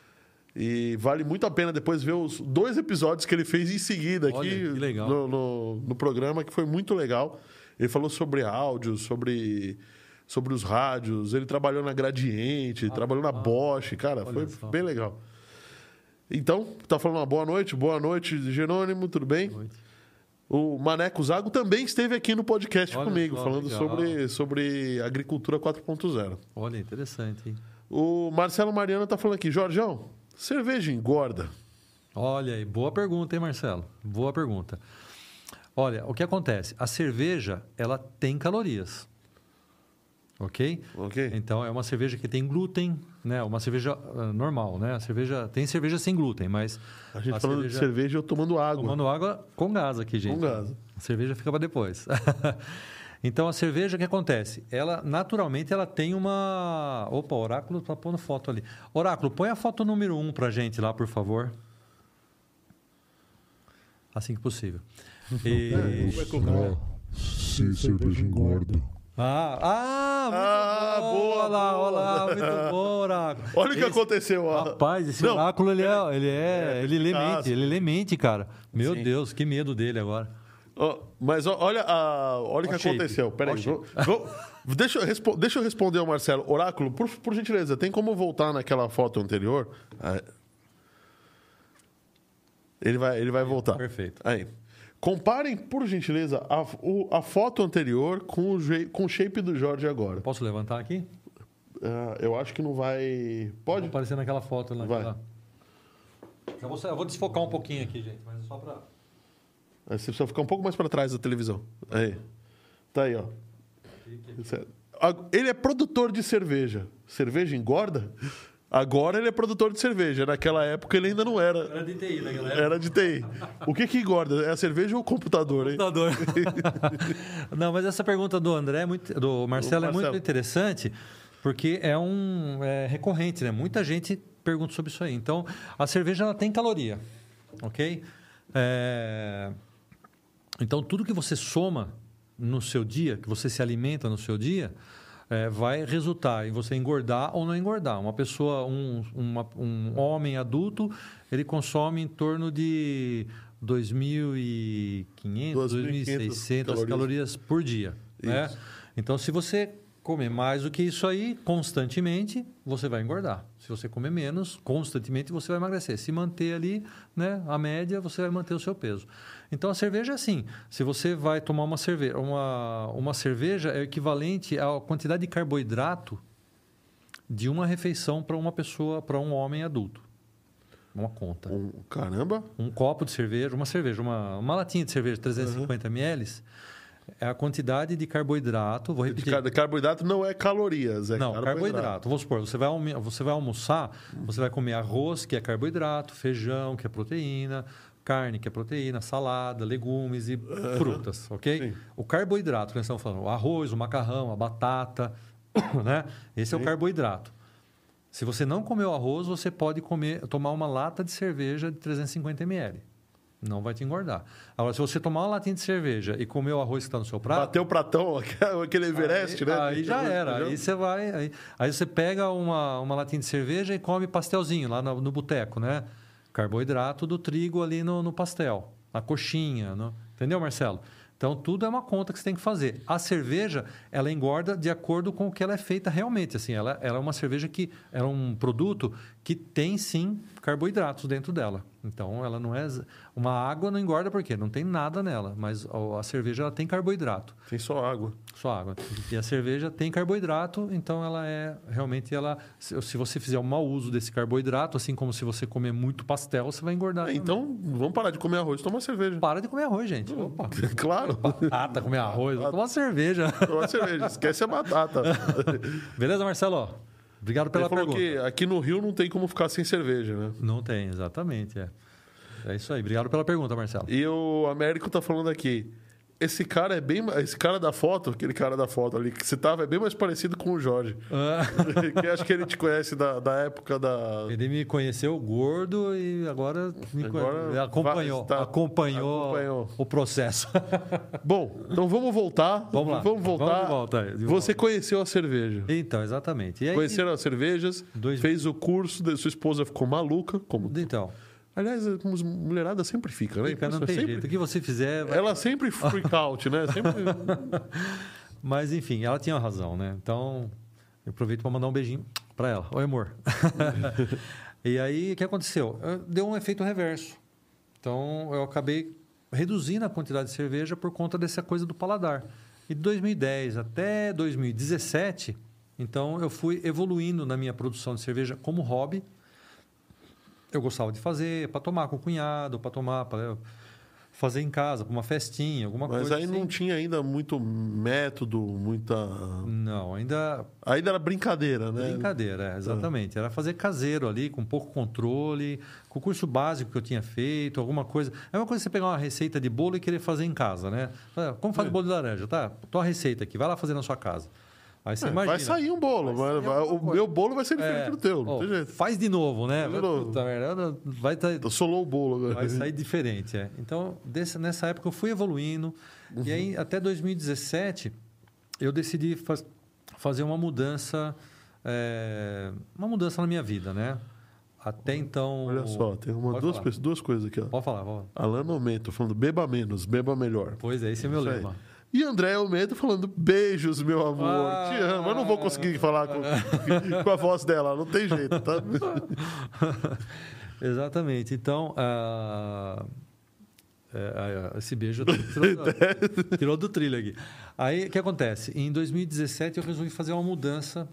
E vale muito a pena depois ver os 2 episódios que ele fez em seguida aqui no programa, que foi muito legal. Ele falou sobre áudio, sobre os rádios. Ele trabalhou na Gradiente, trabalhou na Bosch. Cara, foi bem legal. Então, tá falando uma boa noite. Boa noite, Jerônimo, tudo bem? Boa noite. O Maneco Zago também esteve aqui no podcast comigo, falando sobre agricultura 4.0. Olha, interessante, hein? O Marcelo Mariano está falando aqui, Jorjão, cerveja engorda? Olha aí, boa pergunta, hein, Marcelo? Boa pergunta. Olha, o que acontece? A cerveja, ela tem calorias. Ok? Então, é uma cerveja que tem glúten, né? Uma cerveja normal, né? Tem cerveja sem glúten, mas... A gente falando de cerveja, eu tomando água. Tomando água com gás aqui, gente. Com gás. A cerveja fica para depois. Então, a cerveja, o que acontece? Ela, naturalmente, ela tem uma... Opa, o Oráculo está pondo foto ali. Oráculo, põe a foto número 1 para a gente lá, por favor. Assim que possível. Se cerveja engorda. Boa, olá, muito bom, Oráculo. Olha o que aconteceu. Rapaz, esse Oráculo, ele lê mente, cara. Meu Deus, que medo dele agora. Mas olha o que aconteceu. Peraí, deixa eu responder ao Marcelo. Oráculo, por gentileza, tem como voltar naquela foto anterior? Ele vai voltar. Perfeito. Aí. Comparem, por gentileza, a foto anterior com o shape do Jorge agora. Posso levantar aqui? Eu acho que não vai... Pode? Vai aparecer naquela foto. Vai. Eu vou desfocar um pouquinho aqui, gente, mas é só para... Você precisa ficar um pouco mais para trás da televisão. Aí. Tá aí, ó. Ele é produtor de cerveja. Cerveja engorda? Agora ele é produtor de cerveja. Naquela época ele ainda não era. Era de TI naquela época. Era de TI. O que engorda? É a cerveja ou o computador, hein? Computador. Não, mas essa pergunta do Marcelo é muito interessante, porque é recorrente, né? Muita gente pergunta sobre isso aí. Então, a cerveja ela tem caloria, ok? Então, tudo que você soma no seu dia, que você se alimenta no seu dia... vai resultar em você engordar ou não engordar. Uma pessoa, um homem adulto, ele consome em torno de 2.500, 2.600 calorias por dia. Né? Então, se você comer mais do que isso aí, constantemente, você vai engordar. Se você comer menos, constantemente, você vai emagrecer. Se manter ali, né, a média, você vai manter o seu peso. Então, a cerveja é assim. Se você vai tomar uma cerveja é equivalente à quantidade de carboidrato de uma refeição para uma pessoa, para um homem adulto. Uma conta. Caramba! Um copo de cerveja, uma latinha de cerveja de 350 ml... é a quantidade de carboidrato. Vou repetir. Carboidrato não é calorias, não, carboidrato. Vamos supor, você vai almoçar, você vai comer arroz, que é carboidrato, feijão, que é proteína, carne, que é proteína, salada, legumes e frutas, ok? Sim. O carboidrato que nós estamos falando, o arroz, o macarrão, a batata, né? Esse é o carboidrato. Se você não comeu arroz, você pode tomar uma lata de cerveja de 350 ml. Não vai te engordar. Agora, se você tomar uma latinha de cerveja e comer o arroz que está no seu prato... Bateu o pratão, aquele Everest, né? Aí já era. Aí você vai... Aí você pega uma latinha de cerveja e come pastelzinho lá no boteco, né? Carboidrato do trigo ali no pastel, na coxinha. Entendeu, Marcelo? Então, tudo é uma conta que você tem que fazer. A cerveja, ela engorda de acordo com o que ela é feita realmente. Assim, ela é uma cerveja que é um produto que tem, sim, carboidratos dentro dela. Então, ela não é... Uma água não engorda por quê? Não tem nada nela. Mas a cerveja, ela tem carboidrato. Tem só água. Só água. E a cerveja tem carboidrato, então ela é... Realmente, se você fizer um mau uso desse carboidrato, assim como se você comer muito pastel, você vai engordar. Então, vamos parar de comer arroz e tomar cerveja. Para de comer arroz, gente. Opa. Claro. Batata, comer arroz. Vamos tomar cerveja. Tomar cerveja. Esquece a batata. Beleza, Marcelo? Obrigado pela pergunta. Ele falou que aqui no Rio não tem como ficar sem cerveja, né? Não tem, exatamente. É isso aí. Obrigado pela pergunta, Marcelo. E o Américo tá falando aqui. Esse cara da foto, aquele cara da foto ali que você tava, é bem mais parecido com o Jorge. Que acho que ele te conhece da época da... Ele me conheceu gordo e agora acompanhou o processo. Bom, então vamos voltar. Vamos lá. Vamos voltar. Vamos de volta. Você conheceu a cerveja. Então, exatamente. E aí, conheceram as cervejas, fez o curso, sua esposa ficou maluca. Então... Aliás, a mulherada sempre fica, né? Não tem jeito. O que você fizer... Ela sempre freak out, né? Sempre... Mas, enfim, ela tinha razão, né? Então, eu aproveito para mandar um beijinho para ela. Oi, amor. E aí, o que aconteceu? Deu um efeito reverso. Então, eu acabei reduzindo a quantidade de cerveja por conta dessa coisa do paladar. E de 2010 até 2017, então, eu fui evoluindo na minha produção de cerveja como hobby. Eu gostava de fazer para tomar com o cunhado, para fazer em casa, para uma festinha, alguma coisa. Mas aí assim. Não tinha ainda muito método, muita... Não, ainda... Ainda era brincadeira, né? Brincadeira, exatamente. Era fazer caseiro ali, com pouco controle, com o curso básico que eu tinha feito, alguma coisa. É uma coisa você pegar uma receita de bolo e querer fazer em casa, né? Como faz bolo de laranja, tá? Tua receita aqui, vai lá fazer na sua casa. Aí você imagina. Vai sair um bolo, o meu bolo vai ser diferente do teu, não tem jeito. Faz de novo, né? Puta merda, solou o bolo agora. Vai sair diferente, Então, nessa época eu fui evoluindo. E aí, até 2017, eu decidi fazer uma mudança na minha vida, né? Até então... Olha só, tem duas coisas aqui. Ó. Pode falar. Alain Almeida falando beba menos, beba melhor. Pois é, esse é meu lema. E André Almeida falando beijos, meu amor, te amo. Eu não vou conseguir falar com a voz dela, não tem jeito, tá? Exatamente. Então, esse beijo tirou do trilho aqui. Aí, o que acontece? Em 2017, eu resolvi fazer uma mudança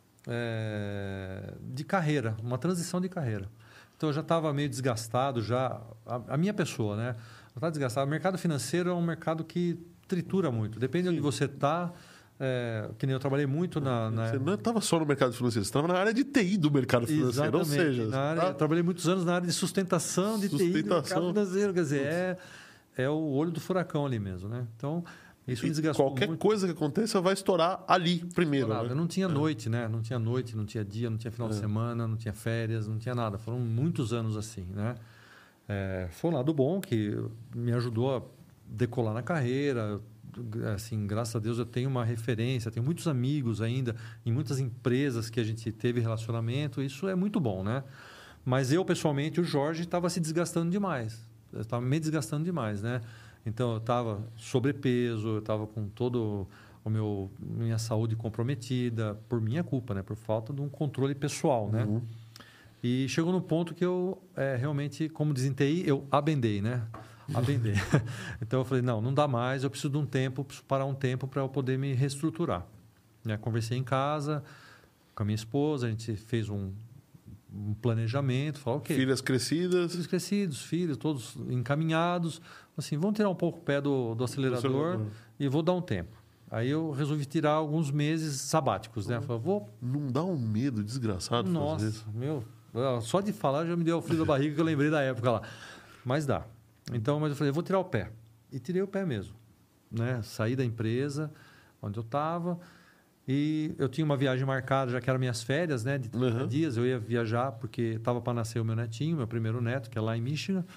de carreira, uma transição de carreira. Então, eu já estava meio desgastado, a minha pessoa, né? Eu estava desgastado. O mercado financeiro é um mercado que tritura muito. Depende de onde você está. Que nem eu trabalhei muito Você não estava só no mercado financeiro, você estava na área de TI do mercado financeiro. Exatamente. Ou seja, eu trabalhei muitos anos na área de sustentação de TI do mercado financeiro. Quer dizer, é o olho do furacão ali mesmo, né? Então, isso me desgastou qualquer muito. coisa que aconteça vai estourar ali primeiro. Né? Eu não tinha noite, né? Não tinha noite, não tinha dia, não tinha final de semana, não tinha férias, não tinha nada. Foram muitos anos assim, né? Foi um lado bom que me ajudou a decolar na carreira. Assim, graças a Deus eu tenho uma referência, tenho muitos amigos ainda em muitas empresas que a gente teve relacionamento. Isso é muito bom, né? Mas eu, pessoalmente, o Jorge estava se desgastando demais. Eu estava me desgastando demais, né? Então, eu estava sobrepeso, eu estava com todo minha saúde comprometida por minha culpa, né? Por falta de um controle pessoal, né? E chegou no ponto que eu realmente, como dizem TI, eu abendei, né? Abendei. Então eu falei, não dá mais, eu preciso de um tempo, preciso parar um tempo para eu poder me reestruturar. Conversei em casa com a minha esposa, a gente fez um planejamento, falou, ok. Filhos crescidos, filhos todos encaminhados. Assim, vamos tirar um pouco o pé do acelerador e vou dar um tempo. Aí eu resolvi tirar alguns meses sabáticos, né? Falei, Não dá um medo desgraçado fazer isso? Só de falar já me deu o frio da barriga que eu lembrei da época lá. Mas dá. Então, mas eu falei, vou tirar o pé. E tirei o pé mesmo. Né? Saí da empresa onde eu estava e eu tinha uma viagem marcada, já que eram minhas férias, né? De 30 dias. Eu ia viajar porque estava para nascer o meu netinho, meu primeiro neto, que é lá em Michigan.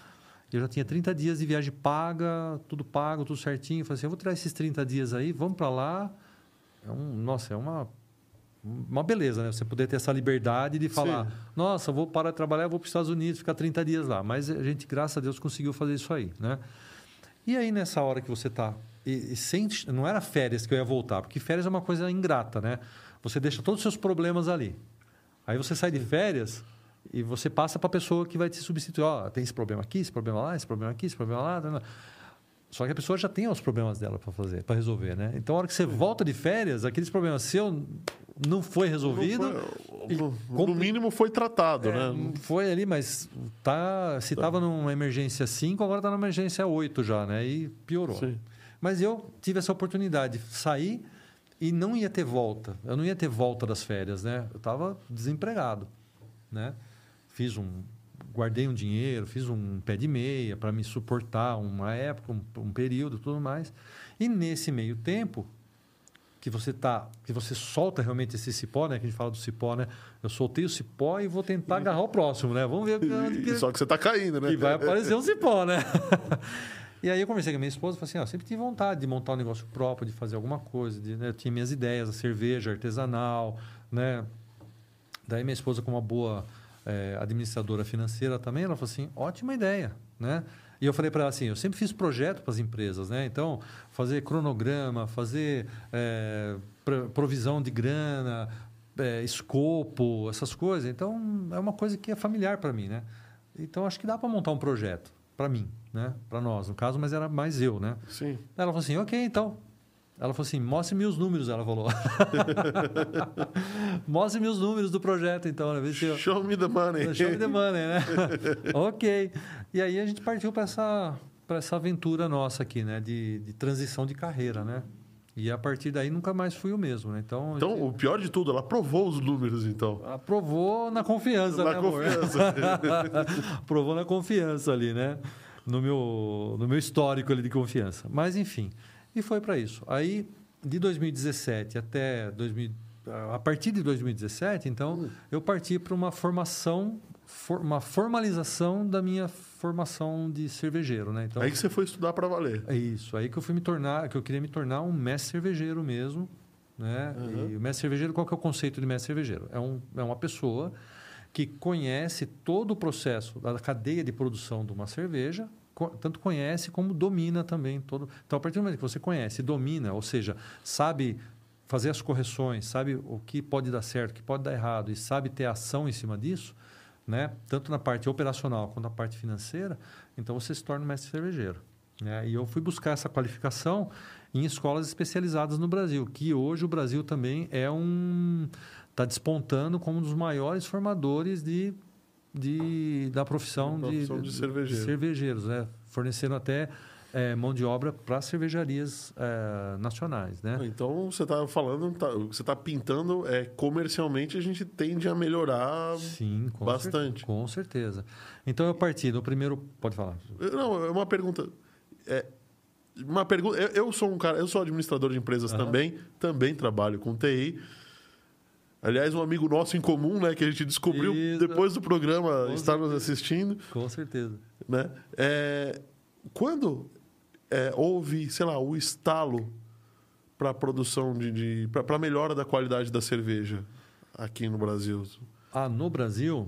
Eu já tinha 30 dias de viagem paga, tudo pago, tudo certinho. Eu falei assim, eu vou tirar esses 30 dias aí, vamos para lá. Nossa, é uma beleza, né? Você poder ter essa liberdade de falar, nossa, eu vou parar de trabalhar, eu vou para os Estados Unidos, ficar 30 dias lá. Mas a gente, graças a Deus, conseguiu fazer isso aí, né? E aí, nessa hora que você está... não era férias que eu ia voltar, porque férias é uma coisa ingrata, né? Você deixa todos os seus problemas ali. Aí você sai de férias e você passa para a pessoa que vai te substituir. Ó, tem esse problema aqui, esse problema lá, esse problema aqui, esse problema lá. Só que a pessoa já tem os problemas dela para resolver, né? Então, a hora que você volta de férias, aqueles problemas seus não foi resolvido. No mínimo foi tratado, né? Foi ali, mas se estava numa emergência 5, agora está numa emergência 8 já, né? E piorou. Sim. Mas eu tive essa oportunidade de sair e não ia ter volta. Eu não ia ter volta das férias, né? Eu estava desempregado, né? Guardei um dinheiro, fiz um pé de meia para me suportar uma época, um período, tudo mais. E nesse meio tempo que você solta realmente esse cipó, né? Que a gente fala do cipó, né? Eu soltei o cipó e vou tentar agarrar o próximo, né? Vamos ver. Só que você está caindo, né? E vai aparecer um cipó, né? E aí eu conversei com a minha esposa e falei assim, eu sempre tive vontade de montar um negócio próprio, de fazer alguma coisa. Né? Eu tinha minhas ideias, a cerveja artesanal, né? Daí minha esposa, com uma boa administradora financeira também, ela falou assim, ótima ideia, né? E eu falei para ela assim, eu sempre fiz projeto para as empresas, né? Então, fazer cronograma, fazer provisão de grana, escopo, essas coisas. Então, é uma coisa que é familiar para mim, né? Então, acho que dá para montar um projeto para mim, né? Para nós, no caso, mas era mais eu, né? Sim. Ela falou assim, ok, então. Ela falou assim, mostre-me os números, ela falou. Mostre-me os números do projeto, então. Né? Show me the money. Show me the money, né? Ok. E aí a gente partiu para essa aventura nossa aqui, né? De transição de carreira, né? E a partir daí nunca mais fui o mesmo, né? Então o pior de tudo, ela aprovou os números, então. Aprovou na confiança, né, amor? Aprovou na confiança ali, né? No meu histórico ali de confiança. Mas, enfim... E foi para isso. Aí, de 2017 até a partir de 2017, então, eu parti para uma formalização da minha formação de cervejeiro, né? Então, aí que você foi estudar para valer. É isso. Aí que eu queria me tornar um mestre cervejeiro mesmo, né? E o mestre cervejeiro, qual que é o conceito de mestre cervejeiro? É uma pessoa que conhece todo o processo da cadeia de produção de uma cerveja, tanto conhece como domina também todo. Então, a partir do momento que você conhece, domina, ou seja, sabe fazer as correções, sabe o que pode dar certo, o que pode dar errado e sabe ter ação em cima disso, né? Tanto na parte operacional quanto na parte financeira, então você se torna um mestre cervejeiro, né? E eu fui buscar essa qualificação em escolas especializadas no Brasil, que hoje o Brasil também está despontando como um dos maiores formadores da profissão de cervejeiros, né? Fornecendo até mão de obra para cervejarias nacionais, né? Então, você está falando, você está pintando, comercialmente a gente tende a melhorar. Sim, bastante. Com certeza. Então, eu parti do primeiro... Pode falar. Não, é uma pergunta... Eu sou um cara, eu sou administrador de empresas também trabalho com TI. Aliás, um amigo nosso em comum, né, que a gente descobriu depois do programa estar nos assistindo. Com certeza. Né? Quando houve, sei lá, o estalo para a produção para a melhora da qualidade da cerveja aqui no Brasil? No Brasil?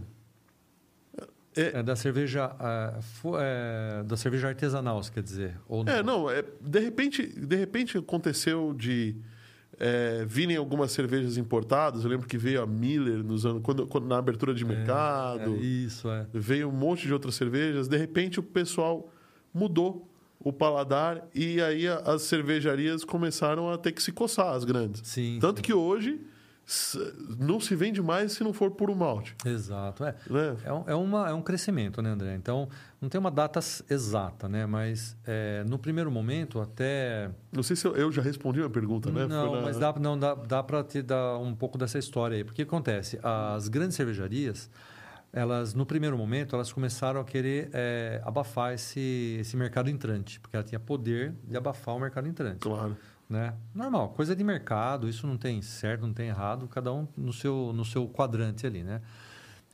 Da cerveja artesanal, você quer dizer? Ou não? De repente aconteceu de virem algumas cervejas importadas. Eu lembro que veio a Miller quando na abertura de mercado. Veio um monte de outras cervejas. De repente, o pessoal mudou o paladar e aí as cervejarias começaram a ter que se coçar, as grandes. Sim, Tanto que hoje não se vende mais se não for puro malte. Exato. É um crescimento, né, André? Então, não tem uma data exata, né? Mas no primeiro momento até... Não sei se eu já respondi a pergunta, né? Não, mas dá para te dar um pouco dessa história aí. Porque o que acontece? As grandes cervejarias, elas, no primeiro momento, elas começaram a querer abafar esse mercado entrante. Porque ela tinha poder de abafar o mercado entrante. Claro. Né? Normal, coisa de mercado, isso não tem certo, não tem errado, cada um no seu quadrante ali, né?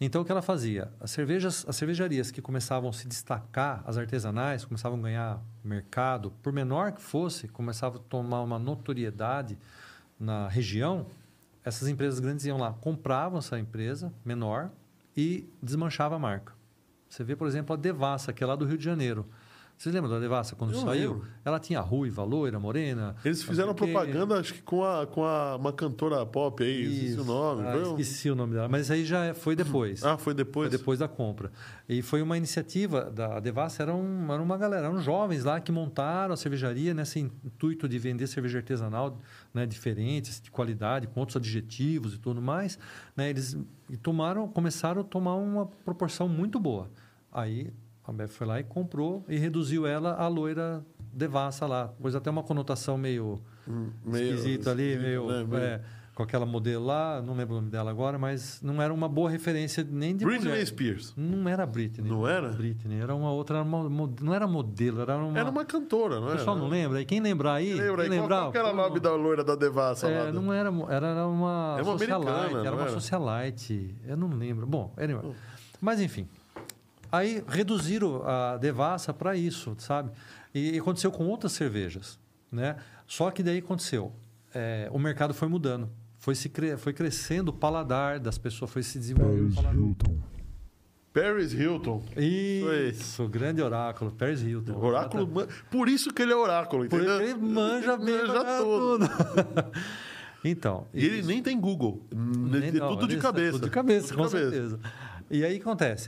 Então, o que ela fazia? As cervejarias que começavam a se destacar, as artesanais, começavam a ganhar mercado, por menor que fosse, começavam a tomar uma notoriedade na região, essas empresas grandes iam lá, compravam essa empresa menor e desmanchavam a marca. Você vê, por exemplo, a Devassa, que é lá do Rio de Janeiro. Vocês lembram da Devassa quando saiu? Lembro. Ela tinha ruiva, loira, morena. Eles fizeram propaganda, acho que com uma cantora pop aí, esqueci o nome. Esqueci o nome dela, mas isso aí já foi depois. Foi depois? Foi depois da compra. E foi uma iniciativa da Devassa, era uma galera, eram jovens lá que montaram a cervejaria nesse intuito de vender cerveja artesanal, né, diferentes, de qualidade, com outros adjetivos e tudo mais. Né, eles começaram a tomar uma proporção muito boa. Aí a Ambev foi lá e comprou e reduziu ela a loira Devassa lá. Pôs até uma conotação meio esquisita ali, com aquela modelo lá, não lembro o nome dela agora, mas não era uma boa referência nem de Britney mulher. Spears. Não era Britney. Não era? Britney, era uma outra, não era modelo, era uma cantora, não o era? pessoal não lembra? E quem lembrar aí... Qual que era o nome da loira da Devassa lá? Não era uma socialite, americana, era uma socialite, eu não lembro. Bom, anyway. Mas enfim... Aí reduziram a Devassa para isso, sabe? E aconteceu com outras cervejas, né? Só que daí aconteceu, o mercado foi mudando, foi crescendo o paladar das pessoas, foi se desenvolvendo. Paris Hilton. Isso, grande oráculo, Paris Hilton. Oráculo, por isso que ele é oráculo, entendeu? Porque ele manja tudo. Então. E ele nem tem Google, tudo de cabeça. Tudo de cabeça, com certeza. E aí acontece,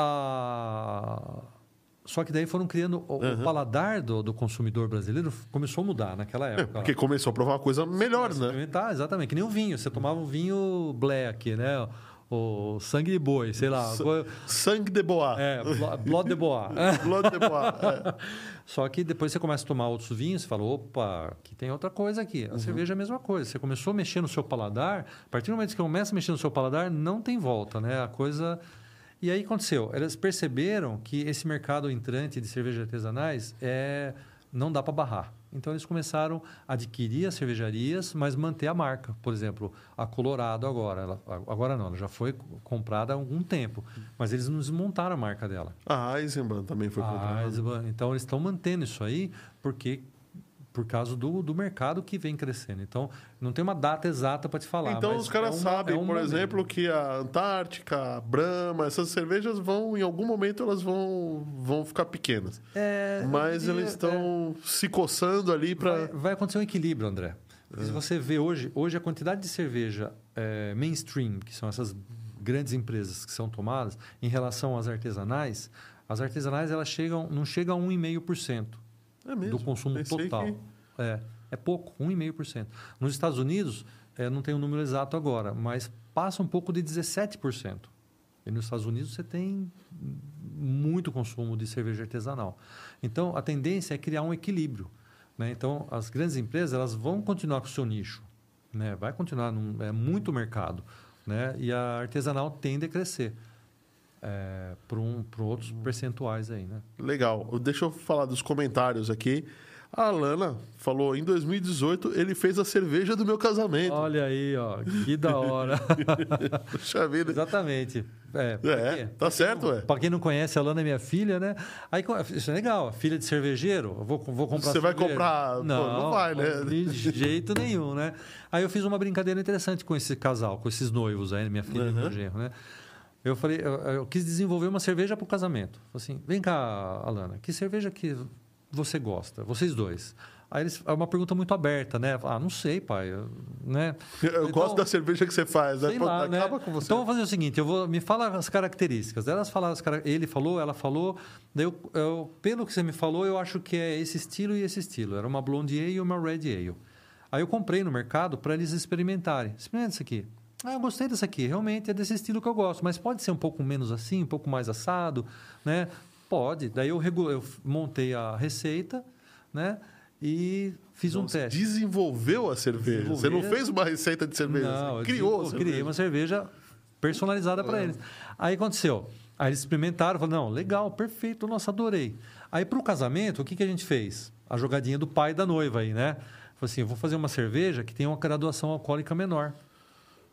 só que daí foram criando o paladar do consumidor brasileiro começou a mudar naquela época. Porque começou a provar uma coisa melhor, né? Exatamente, que nem o vinho. Você tomava um vinho black, né? O sangue de boi, sei lá. Sangue de boa. Blood de boa. Blood de boa. Só que depois você começa a tomar outros vinhos, você fala, opa, que tem outra coisa aqui. A cerveja é a mesma coisa. Você começou a mexer no seu paladar, a partir do momento que você começa a mexer no seu paladar, não tem volta, né? A coisa... E aí aconteceu, eles perceberam que esse mercado entrante de cervejas artesanais não dá para barrar. Então, eles começaram a adquirir as cervejarias, mas manter a marca. Por exemplo, a Colorado agora. Ela já foi comprada há algum tempo. Mas eles não desmontaram a marca dela. A Eisenbahn também foi comprada. Então, eles estão mantendo isso aí por causa do mercado que vem crescendo. Então, não tem uma data exata para te falar. Então, os caras sabem, por exemplo, que a Antártica, a Brahma, essas cervejas em algum momento, elas vão ficar pequenas. Mas eles estão se coçando ali para... Vai acontecer um equilíbrio, André. Se você vê hoje a quantidade de cerveja mainstream, que são essas grandes empresas que são tomadas, em relação às artesanais elas não chegam a 1,5%. Do consumo total. É pouco, 1,5%. Nos Estados Unidos, não tem o número exato agora, mas passa um pouco de 17%. E nos Estados Unidos você tem muito consumo de cerveja artesanal. Então, a tendência é criar um equilíbrio. Né? Então, as grandes empresas elas vão continuar com o seu nicho. Né? Vai continuar, muito mercado. Né? E a artesanal tende a crescer. Por outros percentuais aí, né? Legal. Deixa eu falar dos comentários aqui. A Alana falou, em 2018, ele fez a cerveja do meu casamento. Olha aí, ó, que da hora. Puxa vida. Exatamente. Tá certo, Para quem não conhece, a Alana é minha filha, né? Aí, isso é legal, filha de cervejeiro, eu vou comprar Você vai comprar... Não vai, né? De jeito nenhum, né? Aí eu fiz uma brincadeira interessante com esse casal, com esses noivos aí, minha filha e meu genro, né? Eu falei, eu quis desenvolver uma cerveja para o casamento. Falei assim, vem cá, Alana, que cerveja que você gosta? Vocês dois. Aí é uma pergunta muito aberta, né? Não sei, pai. Né? Eu gosto da cerveja que você faz, né? Acaba com você. Então, eu vou fazer o seguinte, me fala as características. Ele falou, ela falou. Daí pelo que você me falou, eu acho que é esse estilo e esse estilo. Era uma Blonde Ale e uma Red Ale. Aí eu comprei no mercado para eles experimentarem. Experimenta isso aqui. Eu gostei dessa aqui, realmente é desse estilo que eu gosto, mas pode ser um pouco menos assim, um pouco mais assado, né? Pode. Daí eu montei a receita, né? E fiz um teste. Desenvolveu a cerveja. Você não fez uma receita de cerveja, você criou a cerveja. Criei uma cerveja personalizada para eles. Aí aconteceu. Aí eles experimentaram, falaram, não, legal, perfeito, nossa, adorei. Aí para o casamento, o que a gente fez? A jogadinha do pai e da noiva aí, né? Falei assim, eu vou fazer uma cerveja que tem uma graduação alcoólica menor.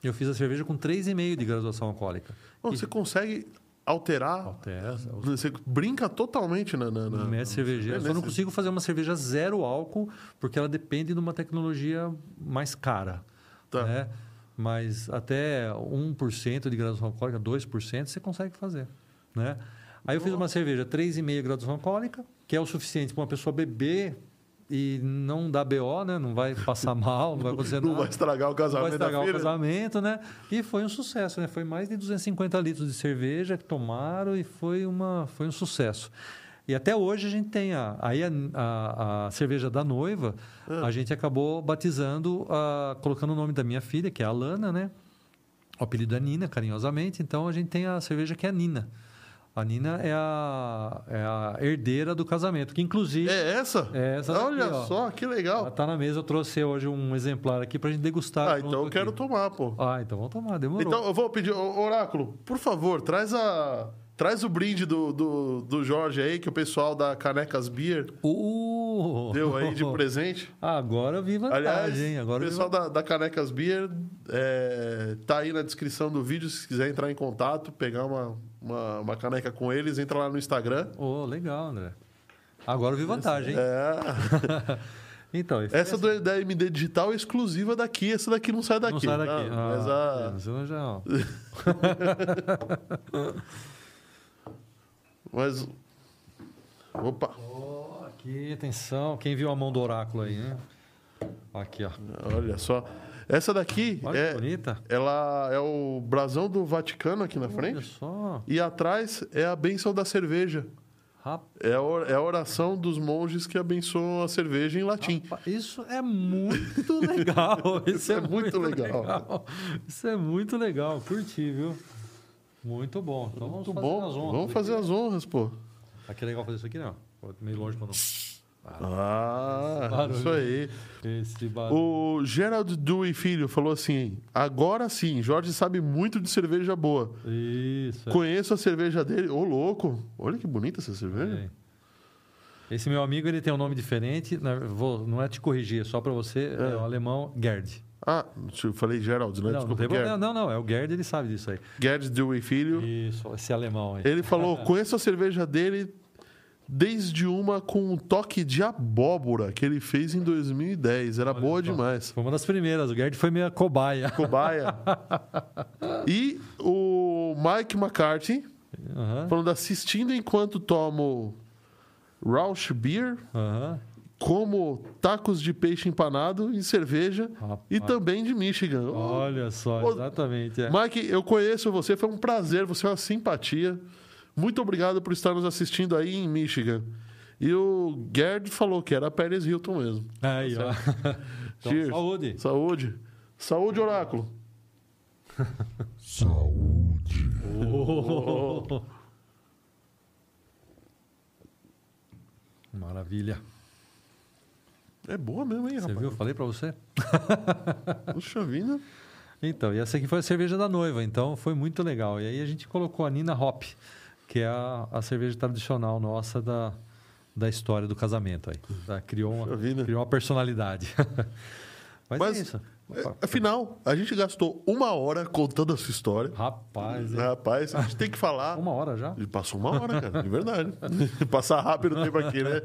eu fiz a cerveja com 3,5 de graduação alcoólica. Bom, você consegue alterar, Altera. você brinca totalmente na Método cervejeiro. Só não consigo fazer uma cerveja zero álcool, porque ela depende de uma tecnologia mais cara. Tá. Né? Mas até 1% de graduação alcoólica, 2%, você consegue fazer. Né? Aí eu fiz uma cerveja 3,5 graduação alcoólica, que é o suficiente para uma pessoa beber e não dar BO, né? Não vai passar mal, não vai acontecer nada. Não vai estragar o casamento. Não vai estragar da o filha. casamento, né? E foi um sucesso, né? Foi mais de 250 litros de cerveja que tomaram e foi um sucesso. E até hoje a gente tem a cerveja da noiva, a gente acabou batizando, colocando o nome da minha filha, que é a Alana, né? O apelido é Nina, carinhosamente. Então a gente tem a cerveja que é a Nina. A Nina é a herdeira do casamento, que inclusive... É essa? É essa daqui, Olha ó. só, que legal. Ela está na mesa, eu trouxe hoje um exemplar aqui para a gente degustar. Então eu quero tomar, pô. Então vamos tomar, demorou. Então eu vou pedir, Oráculo, por favor, traz o brinde do Jorge aí, que o pessoal da Canecas Beer deu aí de presente. Agora eu vi vantagem, Aliás, hein? Agora o pessoal da Canecas Beer tá aí na descrição do vídeo, se quiser entrar em contato, pegar uma caneca com eles, entra lá no Instagram. Legal, André. Agora eu vi vantagem, hein? Então, essa da MD Digital é exclusiva daqui, essa daqui não sai daqui. Não sai daqui. Mas já... Mas... Opa! Aqui, atenção. Quem viu a mão do oráculo aí, né? Aqui, ó. Olha só. Essa daqui Olha que bonita. Ela é o brasão do Vaticano aqui na frente. Olha só. E atrás é a bênção da cerveja. É a oração dos monges que abençoam a cerveja em latim. Isso é muito legal. Isso é muito legal. Isso é muito legal. Curti, viu? Muito bom. Então muito bom. Vamos fazer as honras, pô. Aqui é legal fazer isso aqui, não. Meio longe para não. Isso aí. Esse barulho. O Gerald Dewey Filho falou assim: agora sim, Jorge sabe muito de cerveja boa. Isso. Conheço a cerveja dele. Ô, louco! Olha que bonita essa cerveja. Esse meu amigo, ele tem um nome diferente. Não é te corrigir, é só para você. É o alemão Gerd. Eu falei Gerald, né? Desculpa. Não, é o Gerd, ele sabe disso aí. Gerd Dewey Filho. Isso, esse alemão aí. Ele falou: conheço a cerveja dele desde uma com um toque de abóbora que ele fez em 2010. Era boa demais. Foi uma das primeiras. O Gerd foi minha cobaia. E o Mike McCarthy falando: assistindo enquanto tomo Rausch Beer, como tacos de peixe empanado e cerveja, e também de Michigan. Olha só, exatamente. Mike, eu conheço você, foi um prazer, você é uma simpatia. Muito obrigado por estar nos assistindo aí em Michigan. E o Gerd falou que era Pérez Hilton mesmo. Aí, ó. Então, cheers. Saúde, Oráculo. Saúde. Maravilha. É boa mesmo, hein, rapaz? Você viu? Falei pra você. Puxa vida. Então, e essa aqui foi a cerveja da noiva. Então, foi muito legal. E aí a gente colocou a Nina Hop, que é a cerveja tradicional nossa da história do casamento. Aí. Criou uma personalidade. Mas é isso. Afinal, a gente gastou 1 hora contando essa história. Rapaz, a gente tem que falar. 1 hora já? Passou 1 hora, cara, de verdade. Passar rápido o tempo aqui, né?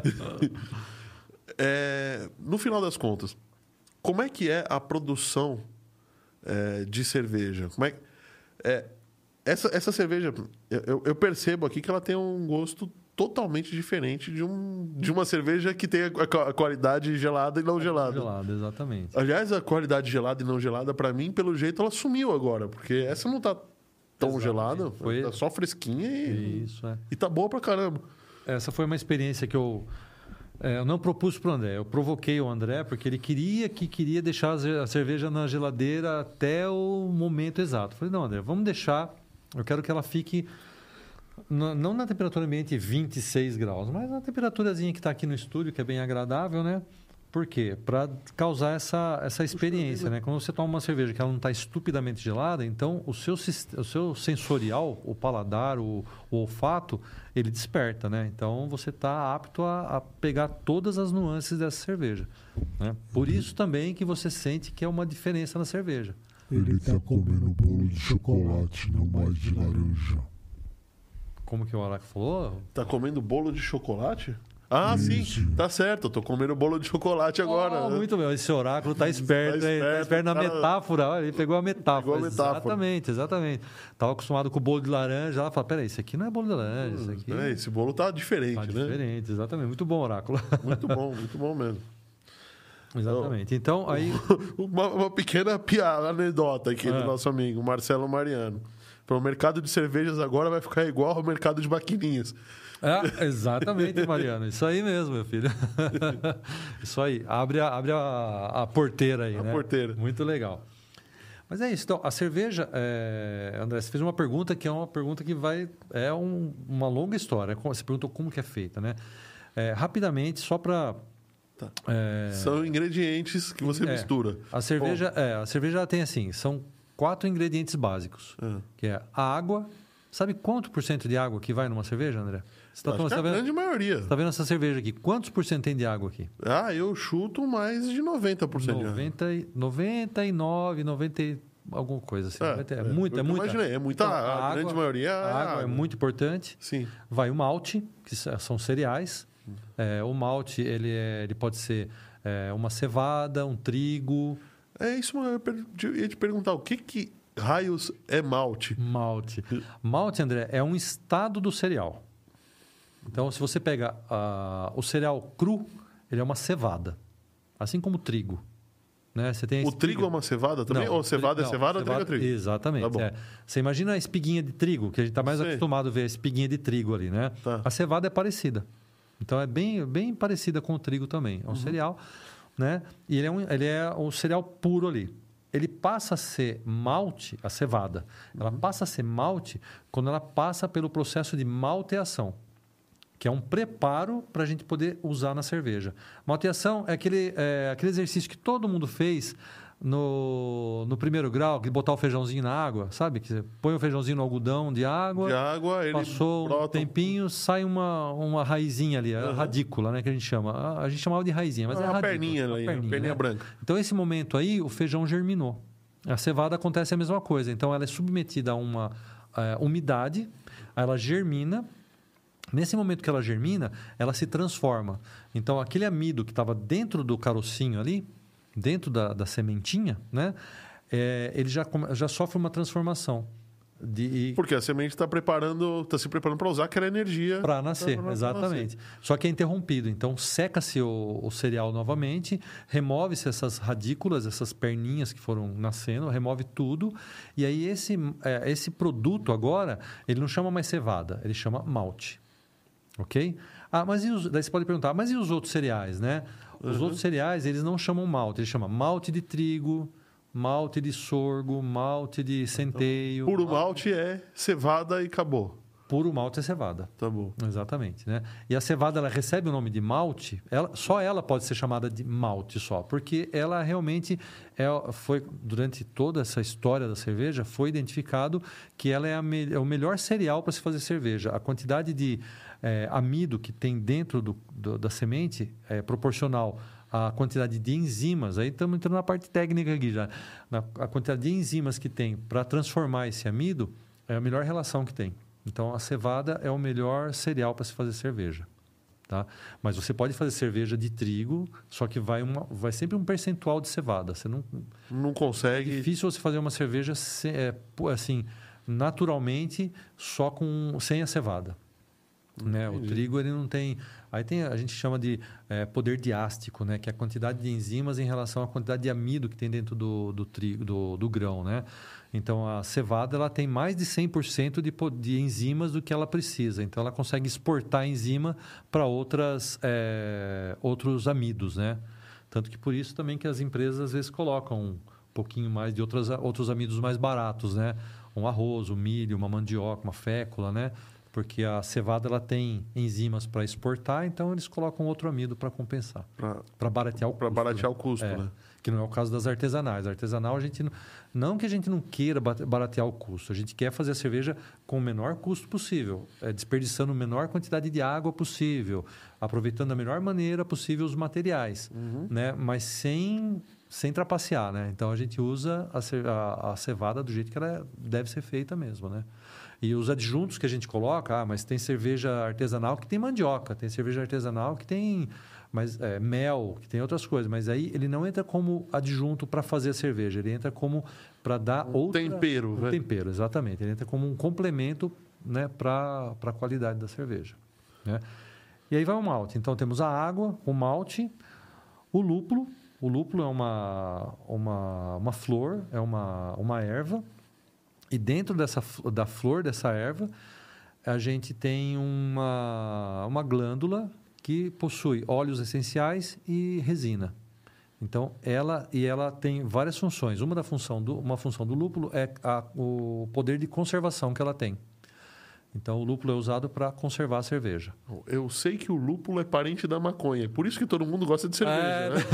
No final das contas, como é que é a produção de cerveja? Como é essa cerveja? Eu percebo aqui que ela tem um gosto totalmente diferente de uma cerveja que tem a qualidade gelada e não gelada. Gelada, exatamente. Aliás, a qualidade gelada e não gelada, para mim, pelo jeito, ela sumiu agora, porque essa não tá tão gelada, tá só fresquinha e tá boa pra caramba. Essa foi uma experiência que eu não propus para o André, eu provoquei o André porque ele queria deixar a cerveja na geladeira até o momento exato. Falei, não, André, vamos deixar, eu quero que ela fique não na temperatura ambiente 26 graus, mas na temperaturazinha que está aqui no estúdio, que é bem agradável, né? Por quê? Para causar essa experiência, né? Quando você toma uma cerveja que ela não está estupidamente gelada, então o seu sensorial, o paladar, o olfato, ele desperta, né? Então você está apto a pegar todas as nuances dessa cerveja, né? Por isso também que você sente que é uma diferença na cerveja. Ele tá comendo bolo de chocolate, não mais de laranja. Como que o Araque falou? Tá comendo bolo de chocolate? Ah, Isso. sim, tá certo. Eu tô comendo bolo de chocolate agora. né? Muito bem, esse oráculo tá esperto, Tá hein? Tá esperto na cara. metáfora. Olha, ele pegou a metáfora. Pegou a metáfora. Exatamente. Tava acostumado com o bolo de laranja. Ela fala, peraí, isso aqui não é bolo de laranja, isso aqui Esse bolo tá diferente, tá né? diferente. Exatamente. Muito bom, oráculo. Muito bom mesmo. Exatamente. Então, aí... Uma pequena piada, anedota aqui do nosso amigo Marcelo Mariano. O mercado de cervejas agora vai ficar igual ao mercado de maquininhas. Exatamente, Mariano. Isso aí mesmo, meu filho. Isso aí. Abre a porteira aí, né? Porteira. Muito legal. Mas é isso. Então, a cerveja... André, você fez uma pergunta que é uma pergunta que vai... uma longa história. Você perguntou como que é feita, né? Rapidamente, só para... Tá. São ingredientes que você mistura. A cerveja ela tem assim, são 4 ingredientes básicos, que é a água. Sabe quanto por cento de água que vai numa cerveja, André? Você Acho que é a grande maioria. Você está vendo essa cerveja aqui? Quantos por cento tem de água aqui? Eu chuto mais de 90% de água. 99, 90 alguma coisa assim. É muita. Imaginei, é muita Então, água. A grande maioria é a água é muito importante. Sim. Vai o malte, que são cereais. O malte ele pode ser uma cevada, um trigo. É isso, eu ia te perguntar, o que raios é malte? Malte, André, é um estado do cereal. Então, se você pega o cereal cru, ele é uma cevada. Assim como o trigo. Né? Você tem o trigo é uma cevada também? Não, ou cevada é cevada, trigo é trigo? Exatamente. Tá bom. Você imagina a espiguinha de trigo, que a gente está mais acostumado a ver a espiguinha de trigo ali, né? Tá. A cevada é parecida. Então, é bem parecida com o trigo também. É um cereal, né? E ele é um cereal puro ali. Ele passa a ser malte, a cevada. Ela passa a ser malte quando ela passa pelo processo de malteação, que é um preparo para a gente poder usar na cerveja. Malteação é aquele exercício que todo mundo fez no primeiro grau, de botar o feijãozinho na água, sabe? Que você põe o feijãozinho no algodão de água, ele passou brota um tempinho, sai uma raizinha ali, a radícula, né? Que a gente chama. A gente chamava de raizinha, mas é uma radícula. perninha Né? branca. Então, esse momento aí, o feijão germinou. A cevada acontece a mesma coisa. Então, ela é submetida a uma umidade, ela germina. Nesse momento que ela germina, ela se transforma. Então, aquele amido que estava dentro do carocinho ali, dentro da sementinha, né? Ele já sofre uma transformação. Porque a semente está se preparando para usar aquela energia. Para nascer, exatamente. Só que é interrompido. Então, seca-se o cereal novamente, remove-se essas radículas, essas perninhas que foram nascendo, remove tudo. E aí, esse produto agora, ele não chama mais cevada, ele chama malte. Ok? Daí você pode perguntar, mas e os outros cereais, né? Os outros cereais, eles não chamam malte, eles chamam malte de trigo, malte de sorgo, malte de centeio. Puro malte é cevada e acabou. Puro malte é cevada. Tá bom. Exatamente, né? E a cevada, ela recebe o nome de malte, só ela pode ser chamada de malte só, porque ela realmente foi, durante toda essa história da cerveja, foi identificado que ela é o melhor cereal para se fazer cerveja. A quantidade de amido que tem dentro da semente é proporcional à quantidade de enzimas. Aí estamos entrando na parte técnica aqui já. A quantidade de enzimas que tem para transformar esse amido é a melhor relação que tem. Então, a cevada é o melhor cereal para se fazer cerveja. Tá? Mas você pode fazer cerveja de trigo, só que vai sempre um percentual de cevada. Você não consegue... É difícil você fazer uma cerveja assim, naturalmente, sem a cevada. Né? O trigo, ele não tem... Aí a gente chama de poder diástico, né? Que é a quantidade de enzimas em relação à quantidade de amido que tem dentro do trigo, do grão, né? Então, a cevada, ela tem mais de 100% de enzimas do que ela precisa. Então, ela consegue exportar a enzima para outros amidos, né? Tanto que por isso também que as empresas, às vezes, colocam um pouquinho mais de outros amidos mais baratos, né? Um arroz, um milho, uma mandioca, uma fécula, né? Porque a cevada, ela tem enzimas para exportar, então eles colocam outro amido para compensar. Para baratear o custo. Para baratear o custo, né? Que não é o caso das artesanais. A artesanal, não que a gente não queira baratear o custo, a gente quer fazer a cerveja com o menor custo possível, desperdiçando a menor quantidade de água possível, aproveitando da melhor maneira possível os materiais, né? Mas sem sem trapacear, né? Então a gente usa a cevada do jeito que ela deve ser feita mesmo, né? E os adjuntos que a gente coloca, mas tem cerveja artesanal que tem mandioca, tem cerveja artesanal que tem mel, que tem outras coisas, mas aí ele não entra como adjunto para fazer a cerveja, ele entra como para dar tempero, né? Tempero, exatamente. Ele entra como um complemento, né, para a qualidade da cerveja, né? E aí vai o malte. Então temos a água, o malte, o lúpulo. O lúpulo é uma flor, é uma erva. E dentro da flor dessa erva, a gente tem uma glândula que possui óleos essenciais e resina. Então, ela tem várias funções. Uma função do lúpulo é o poder de conservação que ela tem. Então, o lúpulo é usado para conservar a cerveja. Eu sei que o lúpulo é parente da maconha. Por isso que todo mundo gosta de cerveja, né?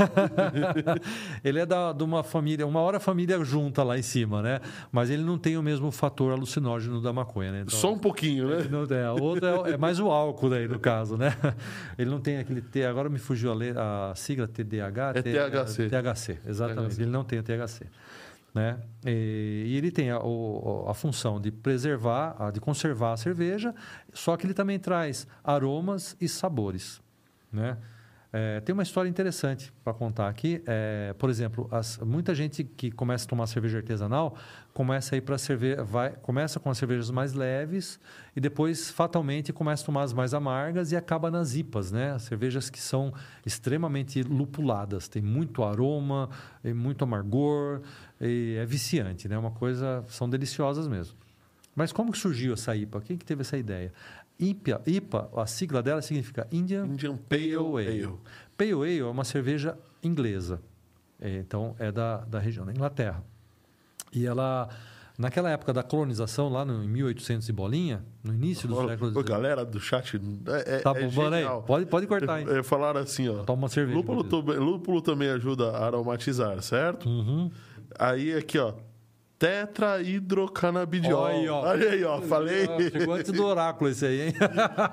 Ele é de uma família, uma hora a família junta lá em cima, né? Mas ele não tem o mesmo fator alucinógeno da maconha, né? Então, só um pouquinho, né? A outra é mais o álcool daí, no caso, né? Ele não tem aquele agora me fugiu a sigla TDAH. É THC. THC, exatamente. THC. Ele não tem o THC. Né? E ele tem a função de preservar, de conservar a cerveja, só que ele também traz aromas e sabores, né? Tem uma história interessante para contar aqui. Por exemplo, muita gente que começa a tomar cerveja artesanal começa com as cervejas mais leves e depois fatalmente começa a tomar as mais amargas e acaba nas IPAs, né? As cervejas que são extremamente lupuladas, tem muito aroma, muito amargor, e é viciante, né? São deliciosas mesmo. Mas como que surgiu essa IPA? Quem que teve essa ideia? IPA, a sigla dela significa Indian Pale Ale. Pale Ale é uma cerveja inglesa. Então, é da região da Inglaterra. E ela, naquela época da colonização, lá em 1800 e bolinha, no início do século XIX... Galera do chat, tá bombando aí? Pode cortar, hein? Falaram assim, ó... Toma uma cerveja. Lúpulo também ajuda a aromatizar, certo? Uhum. Aí, aqui, ó... Tetrahidrocanabidiol. Olha aí, ó. Falei. Chegou antes do oráculo esse aí, hein?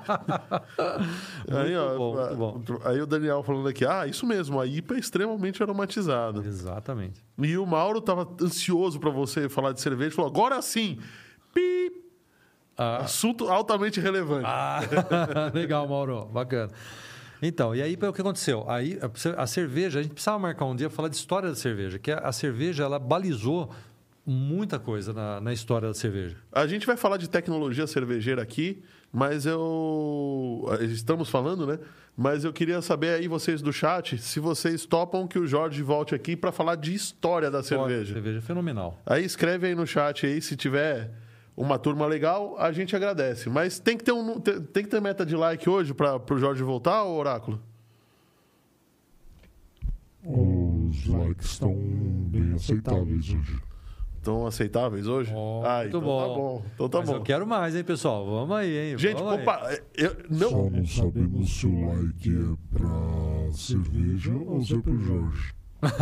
Aí, muito bom. Aí o Daniel falando aqui, isso mesmo, a IPA é extremamente aromatizada. Exatamente. E o Mauro estava ansioso para você falar de cerveja, falou, agora sim, assunto altamente relevante. Legal, Mauro, bacana. Então, e aí o que aconteceu? Aí a cerveja, a gente precisava marcar um dia para falar de história da cerveja, que a cerveja, ela balizou muita coisa na história da cerveja. A gente vai falar de tecnologia cervejeira aqui, mas estamos falando, né? Mas eu queria saber aí, vocês do chat, se vocês topam que o Jorge volte aqui para falar de história da cerveja. Cerveja é fenomenal. Aí escreve aí no chat aí, se tiver uma turma legal, a gente agradece. Mas tem que ter meta de like hoje para o Jorge voltar, ou Oráculo? Os likes estão bem aceitáveis hoje. Estão aceitáveis hoje? Muito então bom. Tá bom. Então tá bom. Eu quero mais, hein, pessoal? Vamos aí, hein? Gente, Só não sabemos se o like é pra cerveja ou se é pro Jorge.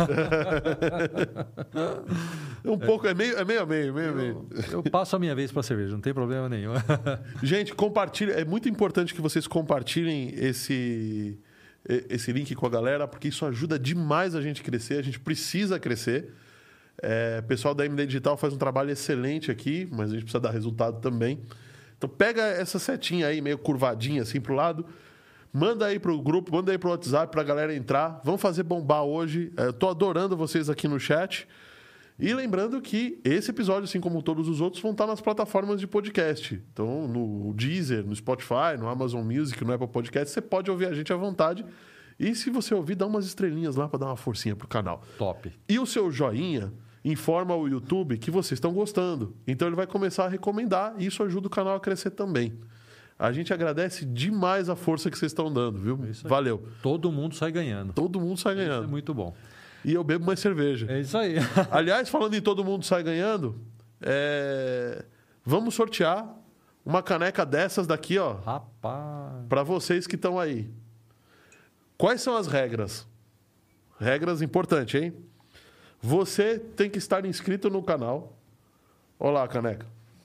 Um pouco, é meio a meio. Eu passo a minha vez para cerveja, não tem problema nenhum. Gente, compartilha. É muito importante que vocês compartilhem esse link com a galera, porque isso ajuda demais a gente crescer. A gente precisa crescer. O pessoal da MD Digital faz um trabalho excelente aqui, mas a gente precisa dar resultado também. Então pega essa setinha aí, meio curvadinha assim pro lado, manda aí pro grupo, manda aí pro WhatsApp pra galera entrar. Vamos fazer bombar hoje. Eu tô adorando vocês aqui no chat. E lembrando que esse episódio, assim como todos os outros, vão estar nas plataformas de podcast. Então, no Deezer, no Spotify, no Amazon Music, no Apple Podcast, você pode ouvir a gente à vontade. E se você ouvir, dá umas estrelinhas lá para dar uma forcinha pro canal. Top. E o seu joinha informa o YouTube que vocês estão gostando. Então ele vai começar a recomendar e isso ajuda o canal a crescer também. A gente agradece demais a força que vocês estão dando, viu? Valeu. Todo mundo sai ganhando. Todo mundo sai ganhando. Isso é muito bom. E eu bebo mais cerveja. É isso aí. Aliás, falando em todo mundo sai ganhando, vamos sortear uma caneca dessas daqui, ó. Rapaz. Para vocês que estão aí. Quais são as regras? Regras importantes, hein? Você tem que estar inscrito no canal. Olha lá a caneca.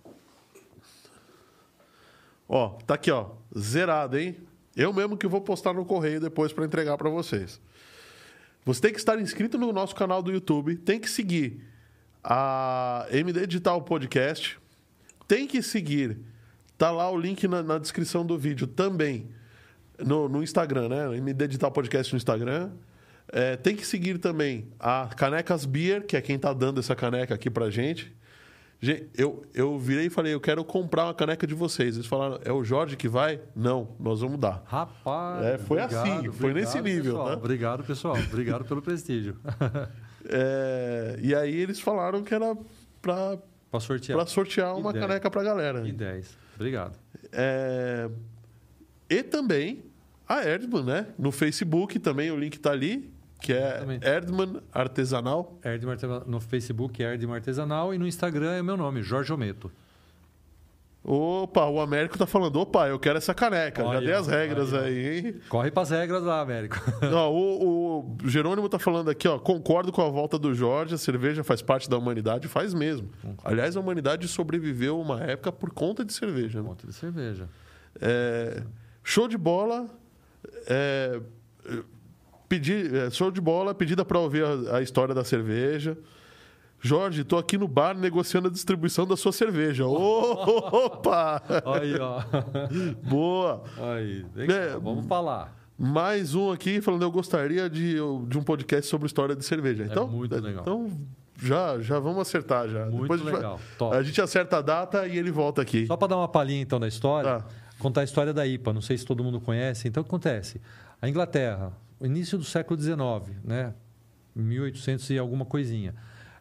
Ó, tá aqui, ó. Zerado, hein? Eu mesmo que vou postar no correio depois para entregar para vocês. Você tem que estar inscrito no nosso canal do YouTube, tem que seguir a MD Digital Podcast, tem que seguir, tá lá o link na descrição do vídeo também, no Instagram, né? MD Digital Podcast no Instagram. Tem que seguir também a Canecas Beer, que é quem tá dando essa caneca aqui pra gente. Gente, eu virei e falei, eu quero comprar uma caneca de vocês. Eles falaram, é o Jorge que vai? Não, nós vamos dar. Rapaz, foi assim, foi nesse nível. Pessoal. Né? Obrigado, pessoal. Obrigado pelo prestígio. E aí eles falaram que era para sortear uma caneca para a galera. E 10. Obrigado. E também a Erdman, né? No Facebook também, o link está ali. Que é Erdman Artesanal. Erdman no Facebook é Erdman Artesanal e no Instagram é o meu nome, Jorge Ometo. Opa, o Américo tá falando, eu quero essa caneca. Já dei as regras aí, hein? Corre para as regras lá, Américo. O Jerônimo tá falando aqui, concordo com a volta do Jorge, a cerveja faz parte da humanidade, faz mesmo. Aliás, a humanidade sobreviveu uma época por conta de cerveja. Por conta de cerveja. Show de bola. Show de bola, pedida para ouvir a história da cerveja. Jorge, estou aqui no bar negociando a distribuição da sua cerveja. Opa! Aí, ó. Boa! Aí, vamos falar. Mais um aqui falando, eu gostaria de um podcast sobre história de cerveja. Então, muito legal. Então, já vamos acertar já. Muito Depois legal. A gente acerta a data e ele volta aqui. Só para dar uma palhinha, então, da história, contar a história da IPA. Não sei se todo mundo conhece. Então, o que acontece? A Inglaterra, o início do século XIX, né? 1800 e alguma coisinha.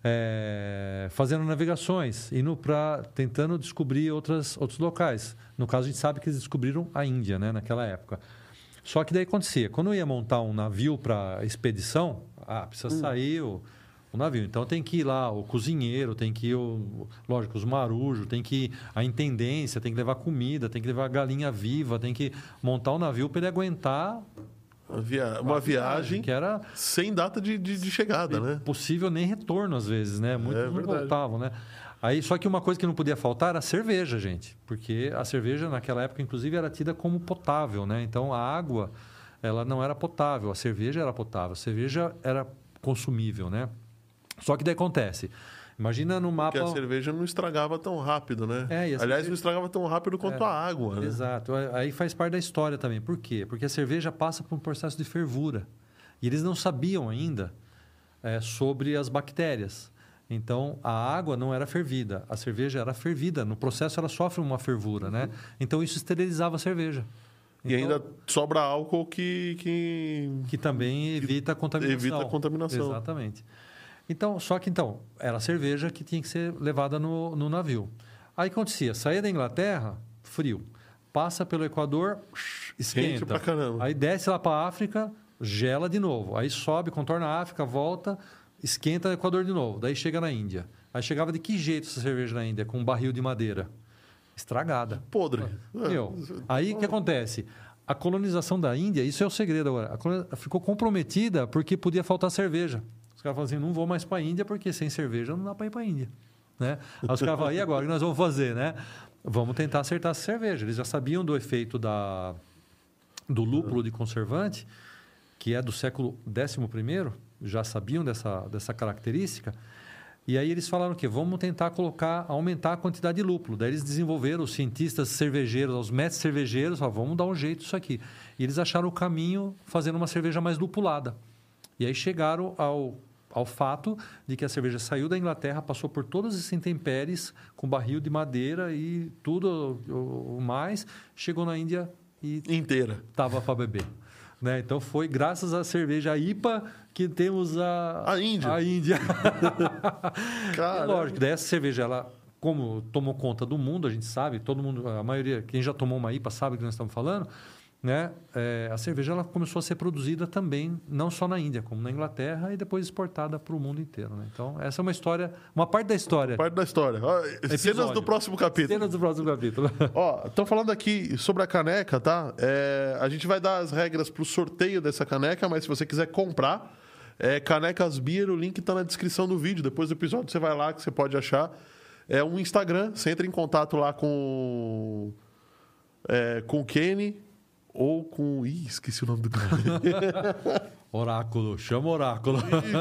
Fazendo navegações, tentando descobrir outros locais. No caso, a gente sabe que eles descobriram a Índia, né, naquela época. Só que daí acontecia, quando ia montar um navio para expedição, precisa sair o navio. Então tem que ir lá o cozinheiro, tem que ir, lógico, os marujos, tem que ir a intendência, tem que levar comida, tem que levar galinha viva, tem que montar o navio para ele aguentar... Uma viagem que era sem data de chegada, né? Possível nem retorno, às vezes, né? Muitos não voltavam, né? Aí, só que uma coisa que não podia faltar era a cerveja, gente. Porque a cerveja, naquela época, inclusive, era tida como potável, né? Então, a água, ela não era potável. A cerveja era potável. A cerveja era consumível, né? Só que daí acontece... Imagina no mapa... Porque a cerveja não estragava tão rápido, né? Aliás, não estragava tão rápido quanto a água, né? Exato. Aí faz parte da história também. Por quê? Porque a cerveja passa por um processo de fervura. E eles não sabiam ainda sobre as bactérias. Então, a água não era fervida. A cerveja era fervida. No processo, ela sofre uma fervura, né? Então, isso esterilizava a cerveja. E ainda sobra álcool que também evita a contaminação. Evita a contaminação. Exatamente. Então, era a cerveja que tinha que ser levada no navio. Aí acontecia, saía da Inglaterra, frio. Passa pelo Equador, esquenta. Quente pra caramba. Aí desce lá para a África, gela de novo. Aí sobe, contorna a África, volta, esquenta no Equador de novo. Daí chega na Índia. Aí chegava de que jeito essa cerveja na Índia? Com um barril de madeira. Estragada. Podre. Aí o que acontece? A colonização da Índia, isso é o segredo agora, ficou comprometida porque podia faltar cerveja. Os caras falam assim, não vou mais para a Índia porque sem cerveja não dá para ir para a Índia. Né? Aí os caras falam, e agora o que nós vamos fazer? Né? Vamos tentar acertar essa cerveja. Eles já sabiam do efeito do lúpulo de conservante, que é do século XI, já sabiam dessa característica. E aí eles falaram que vamos tentar aumentar a quantidade de lúpulo. Daí eles desenvolveram, os cientistas cervejeiros, os mestres cervejeiros, falaram, vamos dar um jeito nisso aqui. E eles acharam o caminho fazendo uma cerveja mais lupulada. E aí chegaram ao fato de que a cerveja saiu da Inglaterra, passou por todas as intempéries, com barril de madeira e tudo o mais, chegou na Índia e inteira estava para beber. Né? Então foi graças à cerveja IPA que temos a Índia. Cara. Lógico, daí essa cerveja, ela, como tomou conta do mundo, a gente sabe, todo mundo, a maioria, quem já tomou uma IPA sabe do que nós estamos falando, né? A cerveja ela começou a ser produzida também, não só na Índia, como na Inglaterra e depois exportada para o mundo inteiro. Né? Então, essa é uma história, uma parte da história. Parte da história. Cenas do próximo capítulo. Cenas do próximo capítulo. Estão falando aqui sobre a caneca, tá? A gente vai dar as regras para o sorteio dessa caneca, mas se você quiser comprar, Canecas Beer, o link está na descrição do vídeo. Depois do episódio você vai lá que você pode achar. É um Instagram, você entra em contato lá com o Kenny. Ou com... esqueci o nome do cara. Oráculo, chama o oráculo.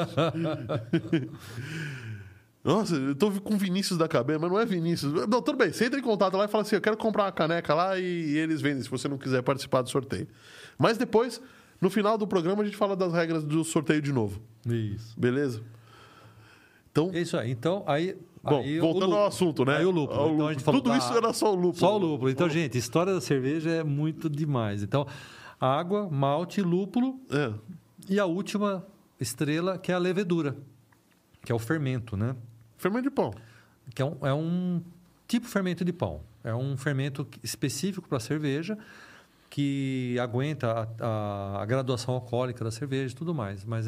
Nossa, eu tô com Vinícius da cabeça, mas não é Vinícius. Não, tudo bem, você entra em contato lá e fala assim, eu quero comprar uma caneca lá e eles vendem, se você não quiser participar do sorteio. Mas depois, no final do programa, a gente fala das regras do sorteio de novo. Isso. Beleza? Então, É isso aí. Então, aí... bom, aí voltando ao assunto, né? Aí o lúpulo. Então, a gente falou Tudo isso era só o lúpulo. Só o lúpulo. Então, gente, a história da cerveja é muito demais. Então, água, malte, lúpulo É. e a última estrela, que é a levedura, que é o fermento, né? Fermento de pão. Que é um tipo de fermento de pão. É um fermento específico para a cerveja que aguenta a graduação alcoólica da cerveja e tudo mais. Mas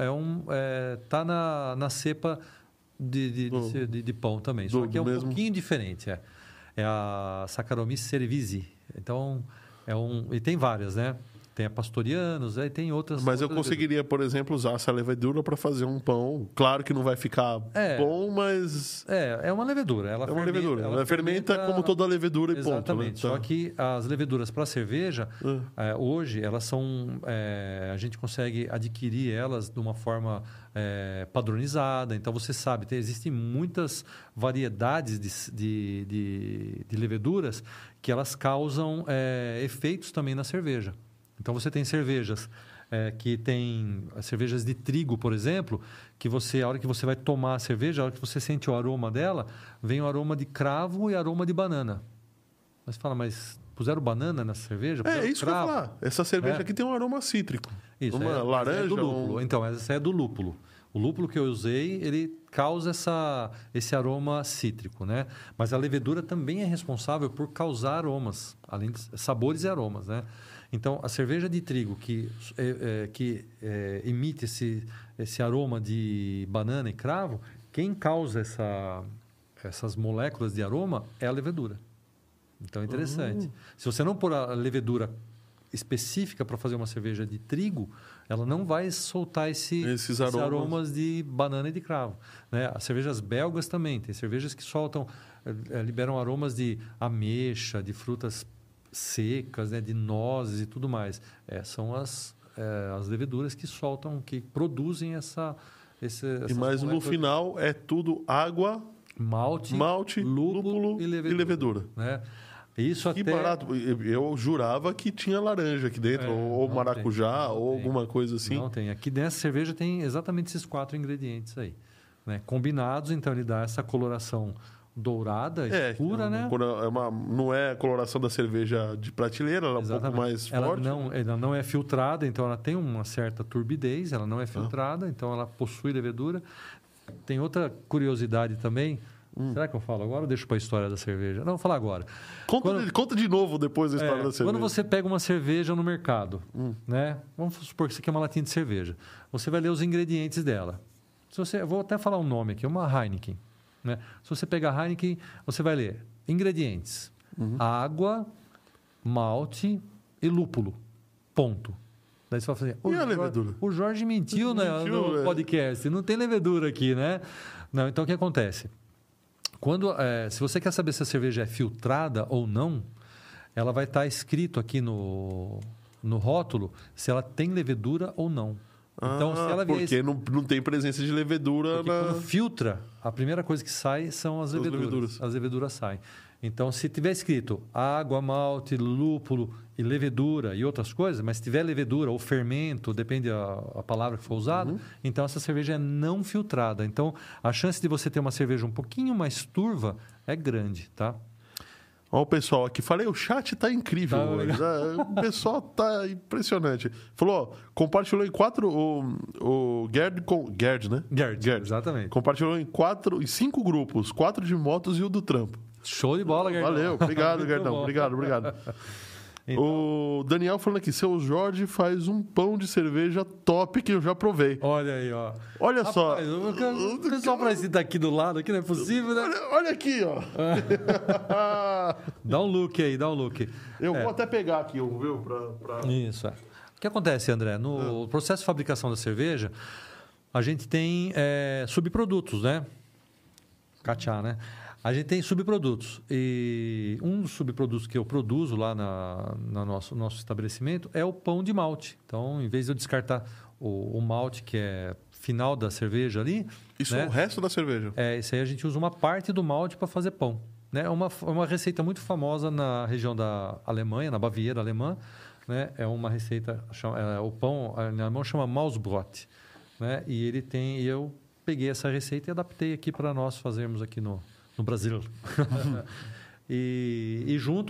tá na cepa de pão também. Só que é um pouquinho diferente. É a Saccharomyces cerevisiae. Então, e tem várias, né? Tem a Pastorianos, aí tem outras. Mas eu outras conseguiria, por exemplo, usar essa levedura para fazer um pão. Claro que não vai ficar bom, mas... É uma levedura. Ela uma levedura. Ela fermenta como toda levedura e ponto. Exatamente. Né? Só que as leveduras para cerveja, hoje, elas são... a gente consegue adquirir elas de uma forma padronizada. Então, você sabe, existem muitas variedades de leveduras que elas causam efeitos também na cerveja. Então, você tem cervejas que tem cervejas de trigo, por exemplo, que a hora que você vai tomar a cerveja, a hora que você sente o aroma dela, vem o aroma de cravo e aroma de banana. Mas você fala, mas puseram banana na cerveja? Isso que eu ia falar. Essa cerveja aqui tem um aroma cítrico. Isso, uma laranja. É do lúpulo. Então, essa é do lúpulo. O lúpulo que eu usei, ele causa esse aroma cítrico, né? Mas a levedura também é responsável por causar aromas, além de sabores e aromas, né? Então, a cerveja de trigo que emite esse aroma de banana e cravo, quem causa essas moléculas de aroma é a levedura. Então, é interessante. Se você não pôr a levedura específica para fazer uma cerveja de trigo, ela não vai soltar esses aromas de banana e de cravo, né? As cervejas belgas também. Tem cervejas que liberam aromas de ameixa, de frutas secas, né, de nozes e tudo mais. São as leveduras que soltam, que produzem essas mas no final é tudo água, malte, lúpulo e levedura. Né? Isso que até... barato. Eu jurava que tinha laranja aqui dentro, ou maracujá, ou alguma coisa assim. Não tem. Aqui nessa cerveja tem exatamente esses 4 ingredientes aí, né? Combinados, então ele dá essa coloração dourada, escura, né? Não é a coloração da cerveja de prateleira, ela é um pouco mais forte. Ela não é filtrada, então ela tem uma certa turbidez, ela não é filtrada, então ela possui levedura. Tem outra curiosidade também. Será que eu falo agora ou deixo para a história da cerveja? Não, vou falar agora. Conta de novo depois da história da cerveja. Quando você pega uma cerveja no mercado, né? Vamos supor que você quer uma latinha de cerveja. Você vai ler os ingredientes dela. Eu vou até falar um nome aqui, uma Heineken. Né? Se você pegar a Heineken, você vai ler ingredientes: água, malte e lúpulo. Ponto. Daí você vai fazer... O Jorge mentiu, né, no podcast. Não tem levedura aqui, né? Não, então o que acontece? Se você quer saber se a cerveja é filtrada ou não, ela vai estar escrito aqui no rótulo se ela tem levedura ou não. Então, se ela porque não tem presença de levedura quando filtra, a primeira coisa que sai são as leveduras. As leveduras saem. Então, se tiver escrito água, malte, lúpulo e levedura e outras coisas, mas se tiver levedura ou fermento, depende a palavra que for usada, então essa cerveja é não filtrada. Então, a chance de você ter uma cerveja um pouquinho mais turva é grande, tá? Olha o pessoal aqui. Falei, o chat tá incrível hoje. O pessoal tá impressionante. Falou, compartilhou em 4... O Gerd, né? Gerd, exatamente. Compartilhou em 5 grupos. 4 de motos e o do trampo. Show de bola, Gerdão. Valeu, obrigado, Gerdão. Obrigado. Então... O Daniel falando aqui, seu Jorge faz um pão de cerveja top que eu já provei. Olha aí, ó. Olha só. O pessoal parece estar aqui do lado, aqui não é possível, né? Olha aqui, ó. Dá um look aí, dá um look. Eu vou até pegar aqui, viu? Isso, O que acontece, André? No processo de fabricação da cerveja, a gente tem subprodutos, né? Cachá, né? A gente tem subprodutos. E um dos subprodutos que eu produzo lá no nosso estabelecimento é o pão de malte. Então, em vez de eu descartar o malte que é final da cerveja ali. Isso né? é o resto da cerveja? Isso aí a gente usa uma parte do malte para fazer pão. Né? É uma receita muito famosa na região da Alemanha, na Baviera alemã. Né? É uma receita, o pão em alemão chama Mausbrot. Né? E eu peguei essa receita e adaptei aqui para nós fazermos aqui no Brasil. e junto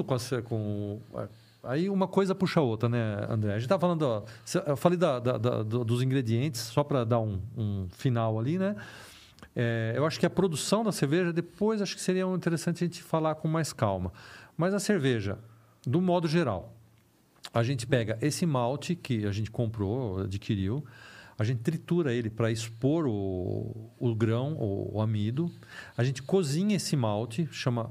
aí uma coisa puxa a outra, né, André? A gente está falando, eu falei dos ingredientes, só para dar um final ali, né? Eu acho que a produção da cerveja, depois acho que seria interessante a gente falar com mais calma. Mas a cerveja, do modo geral, a gente pega esse malte que a gente comprou, adquiriu, a gente tritura ele para expor o grão, o amido. A gente cozinha esse malte, chama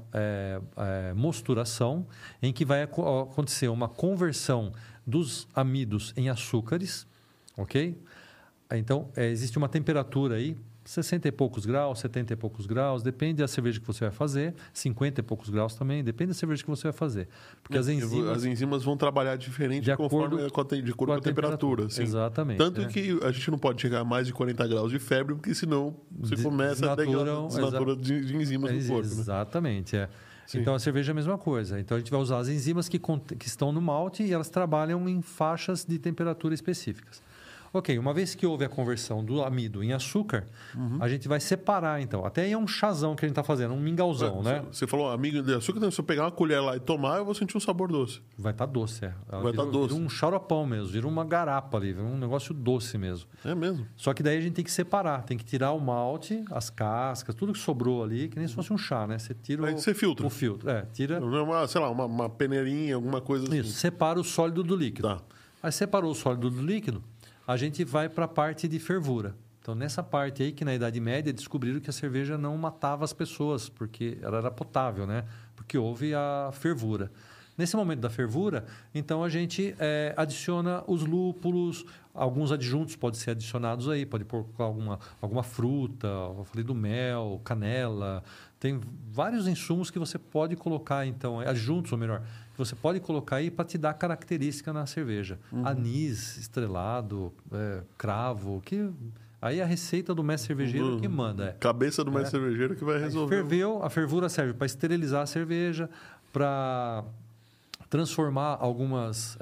mosturação, em que vai acontecer uma conversão dos amidos em açúcares, ok? Então, existe uma temperatura aí, 60 e poucos graus, 70 e poucos graus, depende da cerveja que você vai fazer, 50 e poucos graus também, depende da cerveja que você vai fazer. Porque as enzimas vão trabalhar diferente de acordo com a temperatura. Sim. Exatamente. Tanto que a gente não pode chegar a mais de 40 graus de febre, porque senão você começa a desnatura de enzimas no corpo. Exatamente, Então, a cerveja é a mesma coisa. Então, a gente vai usar as enzimas que estão no malte e elas trabalham em faixas de temperatura específicas. Ok, uma vez que houve a conversão do amido em açúcar, a gente vai separar, então. Até aí é um chazão que a gente está fazendo, um mingauzão, né? Você falou amido de açúcar, então se eu pegar uma colher lá e tomar, eu vou sentir um sabor doce. Vai estar doce, Vai estar doce. Vira um xaropão mesmo, vira uma garapa ali, vira um negócio doce mesmo. É mesmo? Só que daí a gente tem que separar, tem que tirar o malte, as cascas, tudo que sobrou ali, que nem se fosse um chá, né? Você tira aí você filtra. O filtro. Tira... Uma peneirinha, alguma coisa assim. Isso, separa o sólido do líquido. Tá. Aí separou o sólido do líquido, a gente vai para a parte de fervura. Então, nessa parte aí, que na Idade Média descobriram que a cerveja não matava as pessoas, porque ela era potável, né? Porque houve a fervura. Nesse momento da fervura, então a gente adiciona os lúpulos, alguns adjuntos podem ser adicionados aí, pode pôr alguma fruta, eu falei do mel, canela. Tem vários insumos que você pode colocar, então, adjuntos, ou melhor, que você pode colocar aí para te dar característica na cerveja. Anis, estrelado, cravo, que aí a receita do mestre cervejeiro que manda. Cabeça do mestre cervejeiro que vai resolver. Ferveu, a fervura serve para esterilizar a cerveja, para transformar algumas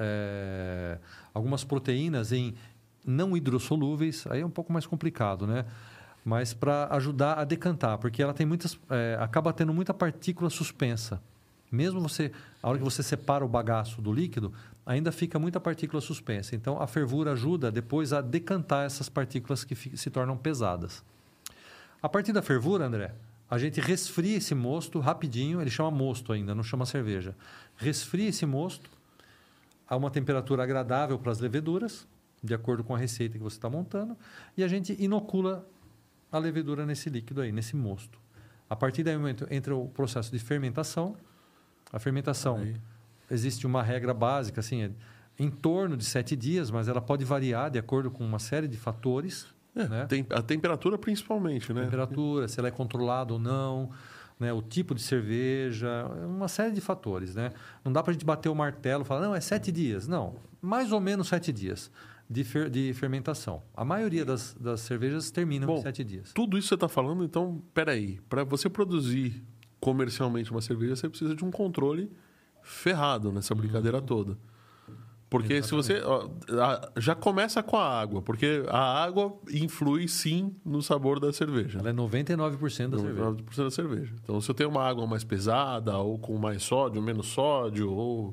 proteínas em não hidrossolúveis. Aí é um pouco mais complicado, né? Mas para ajudar a decantar, porque ela tem acaba tendo muita partícula suspensa. Mesmo a hora que você separa o bagaço do líquido, ainda fica muita partícula suspensa. Então, a fervura ajuda depois a decantar essas partículas que se tornam pesadas. A partir da fervura, André, a gente resfria esse mosto rapidinho, ele chama mosto ainda, não chama cerveja. Resfria esse mosto a uma temperatura agradável para as leveduras, de acordo com a receita que você está montando, e a gente inocula a levedura nesse líquido aí, nesse mosto. A partir daí entra o processo de fermentação. A fermentação, existe uma regra básica, assim, em torno de 7 dias, mas ela pode variar de acordo com uma série de fatores. Né? A temperatura principalmente, né? Temperatura, se ela é controlada ou não, né? O tipo de cerveja, uma série de fatores, né? Não dá para a gente bater o martelo e falar, não, é 7 dias. Não, mais ou menos 7 dias de fermentação. A maioria das cervejas terminam em 7 dias. Tudo isso que você está falando, então, peraí, para você produzir comercialmente uma cerveja, você precisa de um controle ferrado nessa brincadeira toda. Porque Exatamente. se você... já começa com a água, porque a água influi, sim, no sabor da cerveja. Ela é 99% da cerveja. 99% da cerveja. Então, se eu tenho uma água mais pesada, ou com mais sódio, menos sódio, ou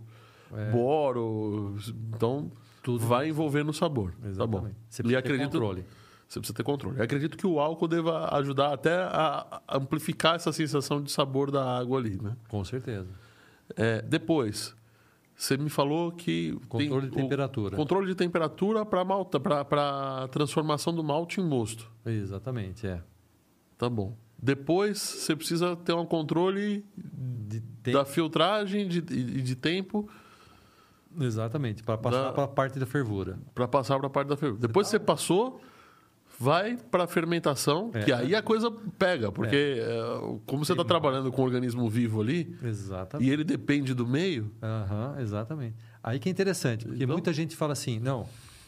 boro, então tudo vai envolver no sabor. Exatamente. Tá bom. Você precisa ter controle. Você precisa ter controle. Eu acredito que o álcool deva ajudar até a amplificar essa sensação de sabor da água ali, né? Com certeza. Depois, você me falou que... Controle de temperatura. Controle de temperatura para transformação do malte em mosto. Exatamente, Tá bom. Depois, você precisa ter um controle da filtragem e de tempo... Exatamente, para passar para a parte da fervura. Para passar para a parte da fervura. Depois você passou, vai para a fermentação, que aí a coisa pega, porque como você está trabalhando com um organismo vivo ali, exatamente, e ele depende do meio... Exatamente. Aí que é interessante, porque muita gente fala assim, não,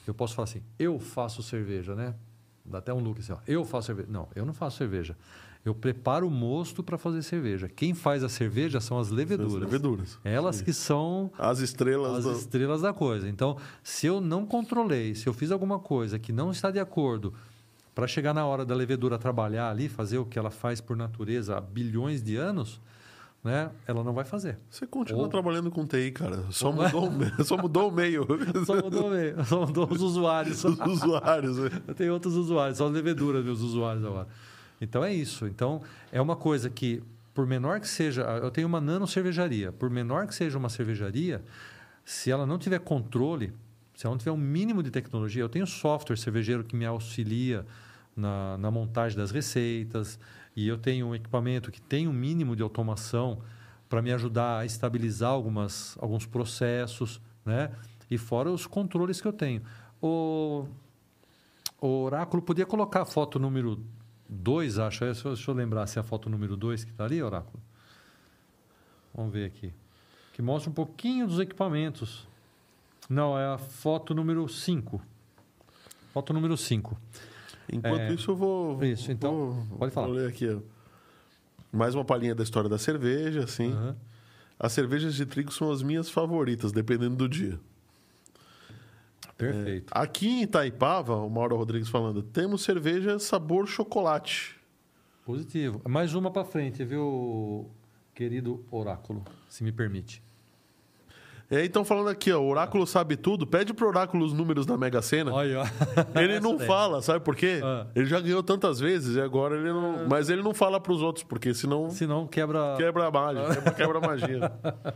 Eu posso falar assim, eu faço cerveja, né? Dá até um look assim, ó, eu faço cerveja. Não, eu não faço cerveja. Eu preparo o mosto para fazer cerveja. Quem faz a cerveja são as leveduras. As leveduras. Elas que são as estrelas da coisa. Então, se eu não controlei, se eu fiz alguma coisa que não está de acordo para chegar na hora da levedura trabalhar ali, fazer o que ela faz por natureza há bilhões de anos, né? Ela não vai fazer. Você continua trabalhando com TI, cara. Só mudou o meio. Só mudou o meio. Só mudou os usuários. Os usuários. Eu tenho outros usuários, só leveduras meus usuários agora. Então é isso. Então é uma coisa que, por menor que seja, eu tenho uma nano cervejaria. Por menor que seja uma cervejaria, se ela não tiver controle, se ela não tiver um mínimo de tecnologia, eu tenho software cervejeiro que me auxilia na montagem das receitas, e eu tenho um equipamento que tem um mínimo de automação para me ajudar a estabilizar alguns processos, né? E fora os controles que eu tenho. O Oráculo podia colocar a foto número 2, acho. Deixa eu lembrar se é a foto número 2 que está ali, Oráculo. Vamos ver aqui. Que mostra um pouquinho dos equipamentos. Não, é a foto número 5. Foto número 5. Enquanto isso, eu vou... Isso, então, pode falar. Vou ler aqui, ó. Mais uma palhinha da história da cerveja, assim. Uhum. As cervejas de trigo são as minhas favoritas, dependendo do dia. Perfeito. Aqui em Itaipava, o Mauro Rodrigues falando, temos cerveja sabor chocolate. Positivo. Mais uma para frente, viu, querido Oráculo, se me permite. Então, falando aqui, ó, o Oráculo sabe tudo. Pede pro Oráculo os números da Mega Sena. Olha, ele não fala, sabe por quê? Ele já ganhou tantas vezes e agora ele não... Mas ele não fala pros outros, porque senão quebra... Quebra a mágica, quebra a magia.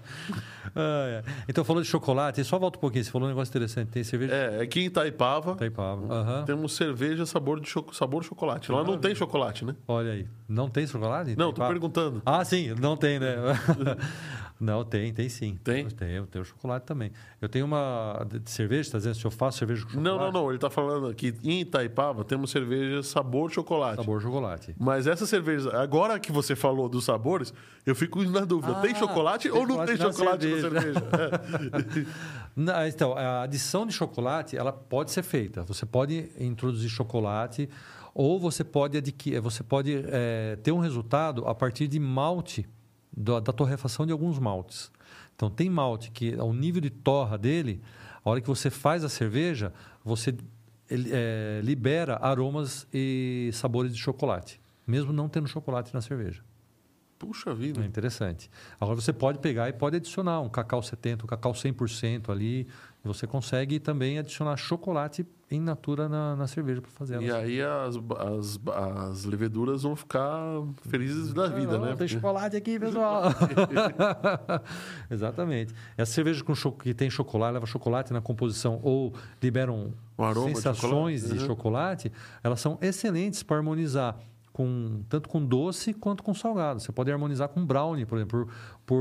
Então, falou de chocolate, só volta um pouquinho, você falou um negócio interessante. Tem cerveja... Aqui em Itaipava, Temos cerveja sabor chocolate. Lá não tem chocolate, né? Olha aí. Não tem chocolate? Não, tô perguntando. Ah, sim, não tem, né? Não, tem sim. Tem? Tem o chocolate também. Eu tenho uma de cerveja, tá dizendo se eu faço cerveja com chocolate? Não. Ele tá falando que em Itaipava temos cerveja sabor chocolate. Sabor chocolate. Mas essa cerveja, agora que você falou dos sabores, eu fico na dúvida. Tem chocolate ou não tem chocolate na cerveja? Então, a adição de chocolate, ela pode ser feita. Você pode introduzir chocolate ou você pode ter um resultado a partir de malte, da torrefação de alguns maltes. Então, tem malte que, ao nível de torra dele, a hora que você faz a cerveja, você libera aromas e sabores de chocolate, mesmo não tendo chocolate na cerveja. Puxa vida. É interessante. Agora, você pode pegar e pode adicionar um cacau 70%, um cacau 100% ali. Você consegue também adicionar chocolate in natura na cerveja para fazer ela. E aí as leveduras vão ficar felizes da vida, né? Tem chocolate aqui, pessoal. Exatamente. Essa cerveja que tem chocolate, leva chocolate na composição ou liberam sensações de chocolate, elas são excelentes para harmonizar tanto com doce quanto com salgado. Você pode harmonizar com brownie, por exemplo,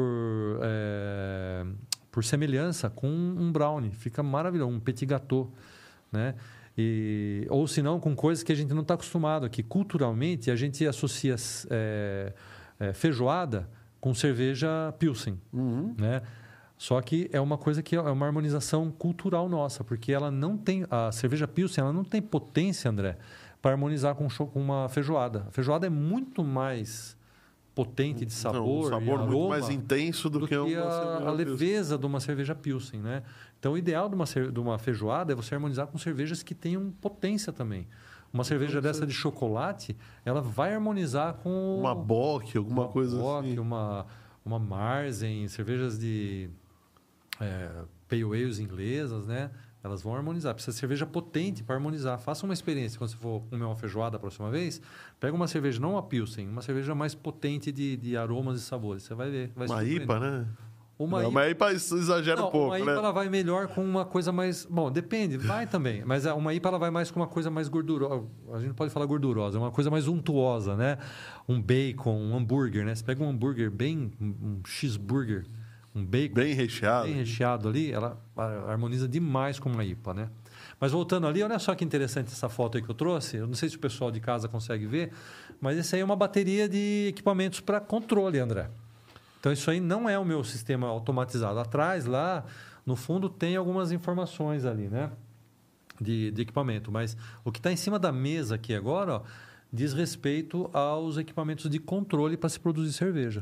por semelhança com um brownie. Fica maravilhoso, um petit gâteau, né? Ou se não, com coisas que a gente não está acostumado aqui. Culturalmente, a gente associa feijoada com cerveja Pilsen, né? Só que é uma coisa que é uma harmonização cultural nossa, porque ela não tem... A cerveja Pilsen, ela não tem potência, André, para harmonizar com uma feijoada. A feijoada é muito mais potente de sabor, um sabor muito mais intenso do que a leveza de uma cerveja Pilsen, né? Então, o ideal de uma feijoada é você harmonizar com cervejas que tenham potência também. Uma cerveja dessa de chocolate, ela vai harmonizar com... Uma Bock, alguma coisa assim. Uma Marzen, cervejas de pale ales inglesas, né? Elas vão harmonizar. Precisa de cerveja potente para harmonizar. Faça uma experiência quando você for comer uma feijoada a próxima vez. Pega uma cerveja, não a Pilsen, uma cerveja mais potente de aromas e sabores. Você vai ver. Uma IPA, né? Uma IPA exagera um pouco, uma IPA ela vai melhor com uma coisa mais... Bom, depende, vai também. Mas uma IPA ela vai mais com uma coisa mais gordurosa. A gente não pode falar gordurosa, é uma coisa mais untuosa, né? Um bacon, um hambúrguer, né? Você pega um hambúrguer um cheeseburger, um bacon... Bem recheado ali, ela harmoniza demais com uma IPA, né? Mas voltando ali, olha só que interessante essa foto aí que eu trouxe. Eu não sei se o pessoal de casa consegue ver, mas essa aí é uma bateria de equipamentos para controle, André. Então, isso aí não é o meu sistema automatizado. Atrás, lá, no fundo, tem algumas informações ali, né? de equipamento. Mas o que está em cima da mesa aqui agora, ó, diz respeito aos equipamentos de controle para se produzir cerveja.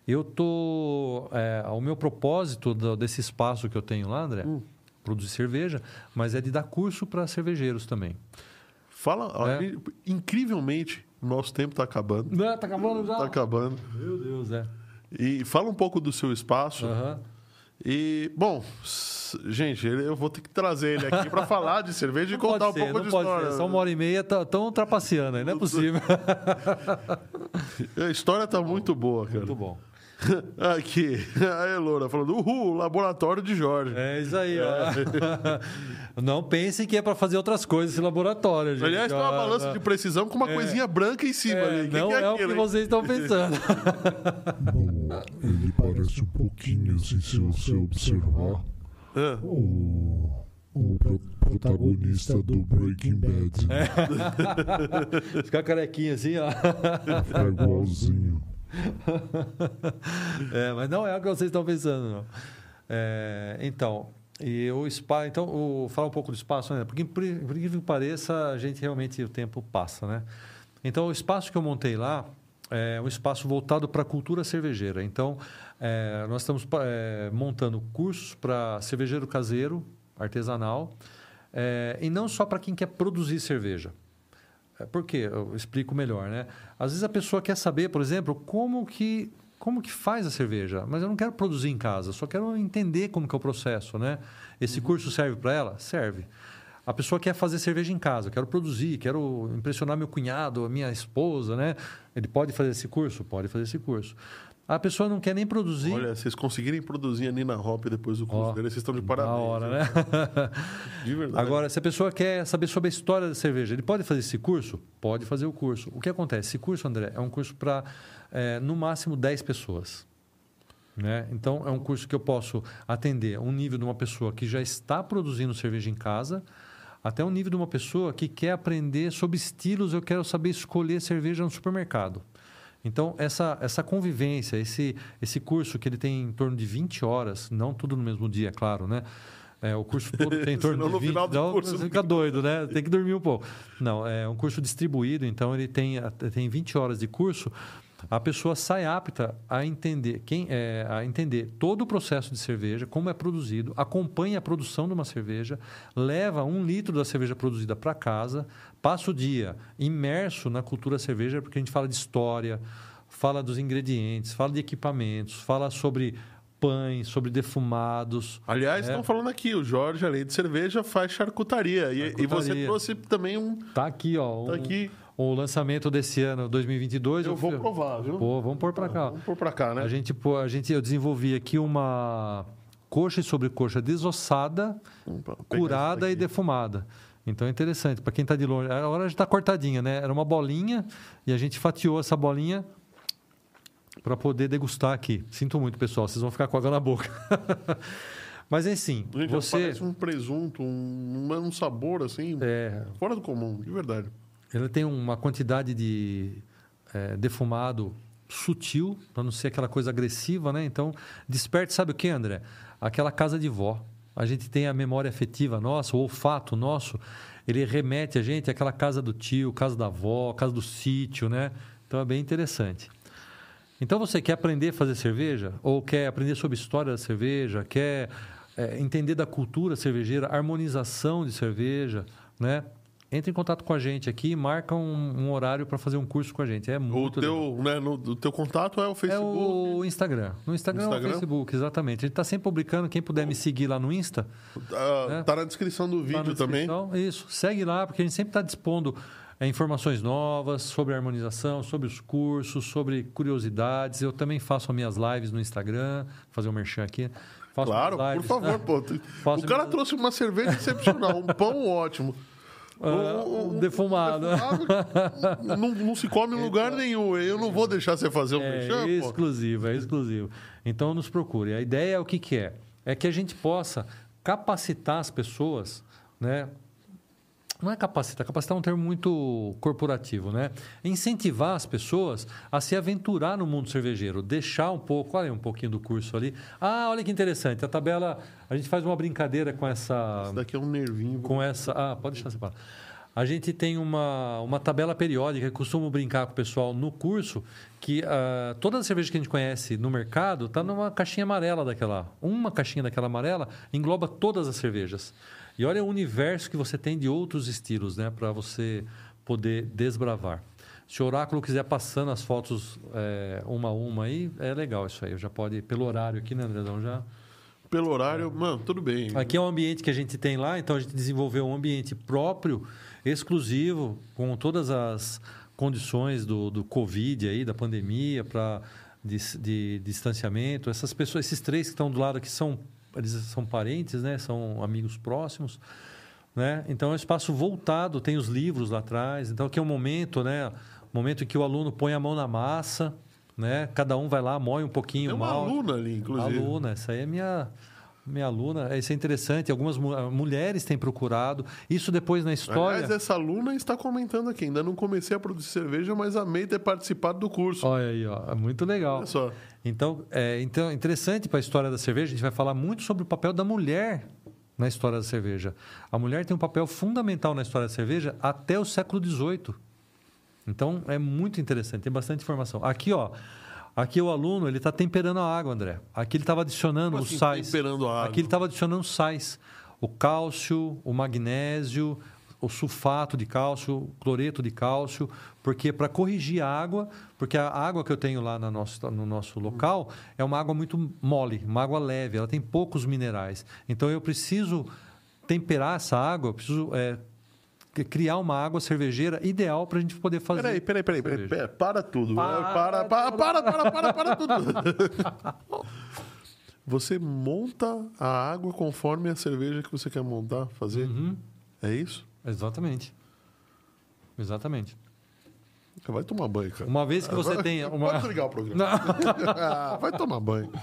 O meu propósito desse espaço que eu tenho lá, André, produzir cerveja, mas é de dar curso para cervejeiros também. Incrivelmente, o nosso tempo está acabando. Não, está acabando já? Está acabando. Meu Deus, E fala um pouco do seu espaço. E, bom, gente, eu vou ter que trazer ele aqui para falar de cerveja e contar um pouco de história. Só 1h30, tão trapaceando aí, não é possível. A história está muito boa, cara. Muito bom. Aqui, a Elora falando, laboratório de Jorge. É isso aí, ó. Não pensem que é para fazer outras coisas esse laboratório, gente. Aliás, tem uma balança de precisão com uma coisinha branca em cima ali. Não é o que vocês estão pensando. Bom, ele parece um pouquinho, assim, se você observar, o protagonista do Breaking Bad. Ficar carequinho assim, ó. Fica igualzinho. Mas não é o que vocês estão pensando, não. Falar um pouco do espaço, né? Porque, por incrível que pareça, a gente realmente, o tempo passa, né? Então, o espaço que eu montei lá é um espaço voltado para a cultura cervejeira. Então, nós estamos montando cursos para cervejeiro caseiro, artesanal, e não só para quem quer produzir cerveja. Por quê? Eu explico melhor, né? Às vezes a pessoa quer saber, por exemplo, como que faz a cerveja, mas eu não quero produzir em casa, só quero entender como que é o processo, né? Esse curso serve para ela? Serve. A pessoa quer fazer cerveja em casa, quero produzir, quero impressionar meu cunhado, a minha esposa, né? Ele pode fazer esse curso? Pode fazer esse curso. A pessoa não quer nem produzir. Olha, vocês conseguirem produzir a Nina Hop depois do curso dele, vocês estão de parabéns. Da hora, né? De verdade. Agora, se a pessoa quer saber sobre a história da cerveja, ele pode fazer esse curso? Pode fazer o curso. O que acontece? Esse curso, André, é um curso para, no máximo, 10 pessoas. Né? Então, é um curso que eu posso atender um nível de uma pessoa que já está produzindo cerveja em casa, até um nível de uma pessoa que quer aprender sobre estilos, eu quero saber escolher cerveja no supermercado. Então, essa convivência, esse curso que ele tem em torno de 20 horas, não tudo no mesmo dia, é claro, né? O curso todo tem em torno de 20 final do horas. curso... Você fica doido, né? Tem que dormir um pouco. Não, é um curso distribuído, então ele tem 20 horas de curso. A pessoa sai apta a entender, todo o processo de cerveja, como é produzido, acompanha a produção de uma cerveja, leva 1 litro da cerveja produzida para casa, passa o dia imerso na cultura cerveja, porque a gente fala de história, fala dos ingredientes, fala de equipamentos, fala sobre pães, sobre defumados. Aliás, estão falando aqui, o Jorge, além de cerveja, faz charcutaria. E você trouxe também um... Tá aqui, ó. Tá aqui. O lançamento desse ano, 2022... Eu vou provar, viu? Pô, vamos pôr para cá. Vamos pôr para cá, né? Eu desenvolvi aqui uma coxa e sobrecoxa desossada, curada e defumada. Então é interessante, para quem está de longe. Agora já está cortadinha, né? Era uma bolinha e a gente fatiou essa bolinha para poder degustar aqui. Sinto muito, pessoal, vocês vão ficar com água na boca. Mas, assim, gente, parece um presunto, um sabor, assim, fora do comum, de verdade. Ele tem uma quantidade de defumado sutil, para não ser aquela coisa agressiva, né? Então, desperte, sabe o que, André? Aquela casa de vó. A gente tem a memória afetiva nossa, o olfato nosso, ele remete a gente àquela casa do tio, casa da avó, casa do sítio, né? Então, é bem interessante. Então, você quer aprender a fazer cerveja? Ou quer aprender sobre a história da cerveja? Quer entender da cultura cervejeira, harmonização de cerveja, né? Entre em contato com a gente aqui e marca um horário para fazer um curso com a gente. É muito legal. O teu contato é o Facebook? É o Instagram. No Instagram ou no Facebook, exatamente. A gente está sempre publicando. Quem puder me seguir lá no Insta... Tá na descrição do vídeo também. Isso. Segue lá, porque a gente sempre está dispondo informações novas sobre a harmonização, sobre os cursos, sobre curiosidades. Eu também faço as minhas lives no Instagram. Vou fazer um merchan aqui. Claro, por favor. O cara trouxe uma cerveja excepcional, um pão ótimo. Defumado. Não se come em lugar nenhum. Eu não vou deixar você fazer um merchan, exclusivo, é exclusivo. Então, nos procure. A ideia é o que é? É que a gente possa capacitar as pessoas, né, Não é capacitar. Capacitar é um termo muito corporativo, né? Incentivar as pessoas a se aventurar no mundo cervejeiro. Deixar um pouco... Olha um pouquinho do curso ali. Ah, olha que interessante. A tabela... A gente faz uma brincadeira com essa... Isso daqui é um nervinho. Com essa... Ah, pode deixar separado. A gente tem uma tabela periódica que costumo brincar com o pessoal no curso, que toda a cerveja que a gente conhece no mercado está numa caixinha amarela daquela. Uma caixinha daquela amarela engloba todas as cervejas. E olha o universo que você tem de outros estilos, né, para você poder desbravar. Se o Oráculo quiser passando as fotos uma a uma aí, é legal isso aí. Já pode, pelo horário aqui, né, Andrezão? Já... Pelo horário, mano, tudo bem. Aqui é o ambiente que a gente tem lá, então a gente desenvolveu um ambiente próprio, exclusivo, com todas as condições do Covid aí, da pandemia, de distanciamento. Essas pessoas, esses três que estão do lado aqui eles são parentes, né? São amigos próximos, né? Então é um espaço voltado, tem os livros lá atrás. Então aqui é um momento, né? Momento em que o aluno põe a mão na massa, né? Cada um vai lá, moe um pouquinho. Tem uma aluna ali, inclusive. Aluna, essa aí é minha aluna. Isso é interessante. Algumas mulheres têm procurado. Isso depois na história... Aliás, essa aluna está comentando aqui. Ainda não comecei a produzir cerveja, mas amei ter participado do curso. Olha aí, ó. É muito legal. Olha só. Então, interessante para a história da cerveja. A gente vai falar muito sobre o papel da mulher na história da cerveja. A mulher tem um papel fundamental na história da cerveja até o século XVIII. Então, é muito interessante. Tem bastante informação. Aqui, ó. Aqui o aluno ele está temperando a água, André. Aqui ele estava adicionando os sais. Temperando a água? Aqui ele estava adicionando sais. O cálcio, o magnésio, o sulfato de cálcio, o cloreto de cálcio, porque para corrigir a água, porque a água que eu tenho lá no nosso local é uma água muito mole, uma água leve, ela tem poucos minerais. Então eu preciso temperar essa água, eu preciso criar uma água cervejeira ideal para a gente poder fazer. Peraí. Para tudo. Para tudo. Você monta a água conforme a cerveja que você quer montar, fazer? Uhum. É isso? Exatamente. Vai tomar banho, cara. Uma vez que você tenha... Pode ligar o programa. Vai tomar banho.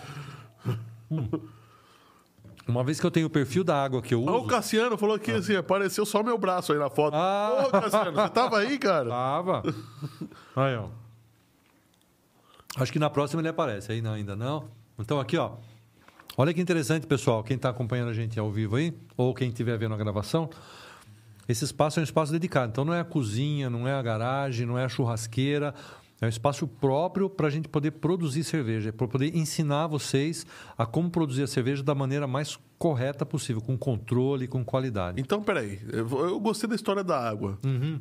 Uma vez que eu tenho o perfil da água que eu uso... O Cassiano falou que assim, apareceu só meu braço aí na foto. Ô, Cassiano, você tava aí, cara? Tava. Aí, ó. Acho que na próxima ele aparece. Aí não, ainda não. Então, aqui, ó. Olha que interessante, pessoal. Quem está acompanhando a gente ao vivo aí, ou quem estiver vendo a gravação, esse espaço é um espaço dedicado. Então, não é a cozinha, não é a garagem, não é a churrasqueira. É um espaço próprio para a gente poder produzir cerveja, para poder ensinar vocês a como produzir a cerveja da maneira mais correta possível, com controle, com qualidade. Então, peraí. Eu gostei da história da água. Uhum.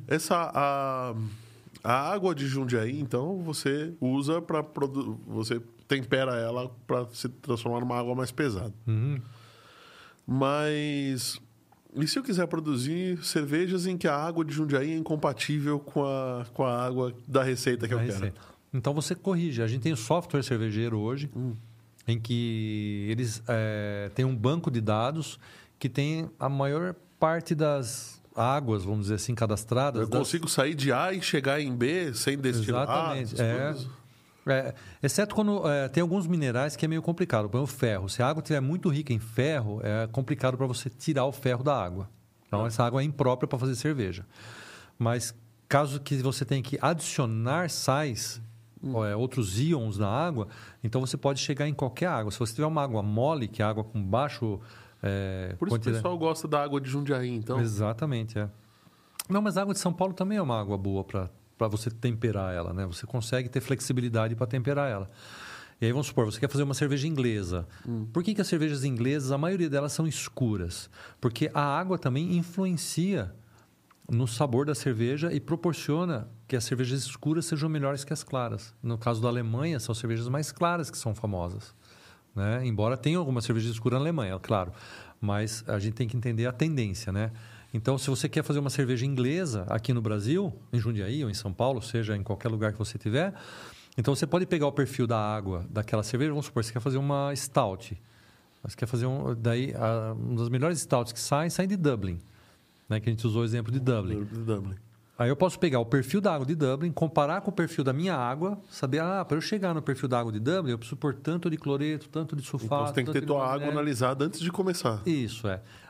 A água de Jundiaí, então, você usa para você tempera ela para se transformar numa água mais pesada. Uhum. Mas... E se eu quiser produzir cervejas em que a água de Jundiaí é incompatível com a água da receita que eu quero? Então você corrige. A gente tem o software cervejeiro hoje, em que eles têm um banco de dados que tem a maior parte das águas, vamos dizer assim, cadastradas. Eu consigo sair de A e chegar em B sem destilar? Exatamente. Exceto quando tem alguns minerais que é meio complicado. Por exemplo, o ferro. Se a água estiver muito rica em ferro, é complicado para você tirar o ferro da água. Então, essa água é imprópria para fazer cerveja. Mas, caso que você tenha que adicionar sais, outros íons na água, então você pode chegar em qualquer água. Se você tiver uma água mole, que é água com baixo... Por isso o pessoal gosta da água de Jundiaí, então? Exatamente, Não, mas a água de São Paulo também é uma água boa para você temperar ela, né? Você consegue ter flexibilidade para temperar ela. E aí, vamos supor, você quer fazer uma cerveja inglesa. Por que as cervejas inglesas, a maioria delas são escuras? Porque a água também influencia no sabor da cerveja e proporciona que as cervejas escuras sejam melhores que as claras. No caso da Alemanha, são cervejas mais claras que são famosas, né? Embora tenha algumas cervejas escuras na Alemanha, claro. Mas a gente tem que entender a tendência, né? Então, se você quer fazer uma cerveja inglesa aqui no Brasil, em Jundiaí ou em São Paulo, seja em qualquer lugar que você tiver, então você pode pegar o perfil da água daquela cerveja. Vamos supor, você quer fazer uma stout. Você quer fazer uma das melhores stouts que saem de Dublin, né? Que a gente usou o exemplo de Dublin. Aí eu posso pegar o perfil da água de Dublin, comparar com o perfil da minha água, saber, para eu chegar no perfil da água de Dublin, eu preciso pôr tanto de cloreto, tanto de sulfato... Então você tem que ter tua água analisada antes de começar. Isso,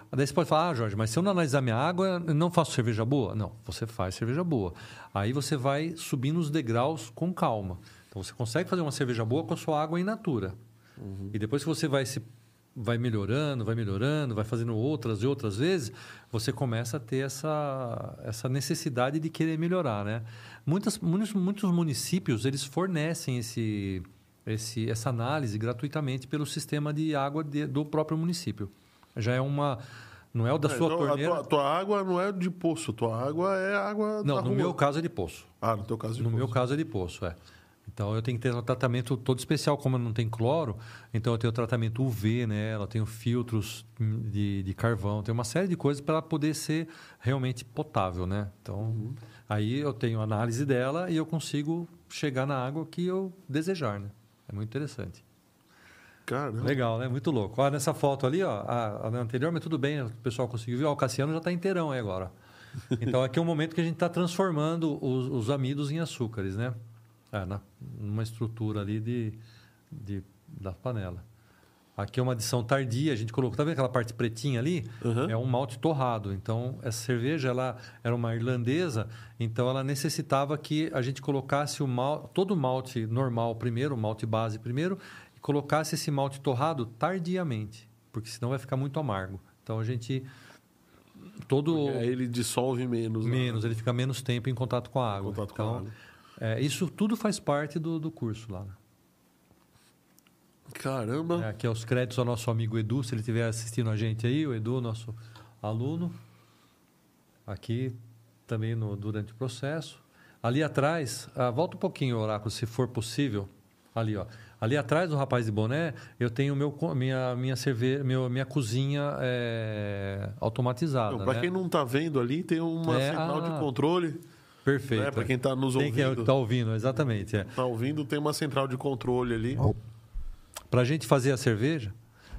Daí você pode falar, Jorge, mas se eu não analisar minha água, eu não faço cerveja boa? Não, você faz cerveja boa. Aí você vai subindo os degraus com calma. Então, você consegue fazer uma cerveja boa com a sua água in natura. E depois que você vai melhorando, vai fazendo outras e outras vezes, você começa a ter essa necessidade de querer melhorar, né? Muitos municípios, eles fornecem essa análise gratuitamente pelo sistema de água do próprio município. Já é uma... Não é o da sua torneira. Tua água não é de poço, tua água é água Não, da no rua. meu caso é de poço. No teu caso é de poço. No meu caso é de poço, é. Então, eu tenho que ter um tratamento todo especial, como não tem cloro, então eu tenho o tratamento UV nela, eu tenho filtros de carvão, tem uma série de coisas para ela poder ser realmente potável, né? Então, aí eu tenho a análise dela e eu consigo chegar na água que eu desejar, né? É muito interessante. Caramba. Legal, né? Muito louco. Olha, nessa foto ali, ó, a anterior, mas tudo bem, o pessoal conseguiu ver. Ó, o Cassiano já está inteirão aí agora. Então, aqui é um momento que a gente está transformando os amidos em açúcares, né? Numa estrutura ali da panela. Aqui é uma adição tardia, a gente colocou, tá vendo aquela parte pretinha ali? É um malte torrado. Então, essa cerveja, ela era uma irlandesa, então ela necessitava que a gente colocasse todo o malte normal primeiro, o malte base primeiro, e colocasse esse malte torrado tardiamente, porque senão vai ficar muito amargo. Então, a gente... Porque aí ele dissolve menos. Menos, ele fica menos tempo em contato com a água. Isso tudo faz parte do curso lá. Né? Caramba! Aqui é os créditos ao nosso amigo Edu, se ele estiver assistindo a gente aí, o Edu, nosso aluno. Aqui também durante o processo. Ali atrás, volta um pouquinho, Oráculo, se for possível. Ali, ó. Ali atrás do rapaz de boné, eu tenho minha cozinha automatizada. Para quem não está vendo ali, tem uma central de controle. Perfeito. Para quem está nos ouvindo. Quem está ouvindo, exatamente. Está ouvindo, tem uma central de controle ali. Para a gente fazer a cerveja,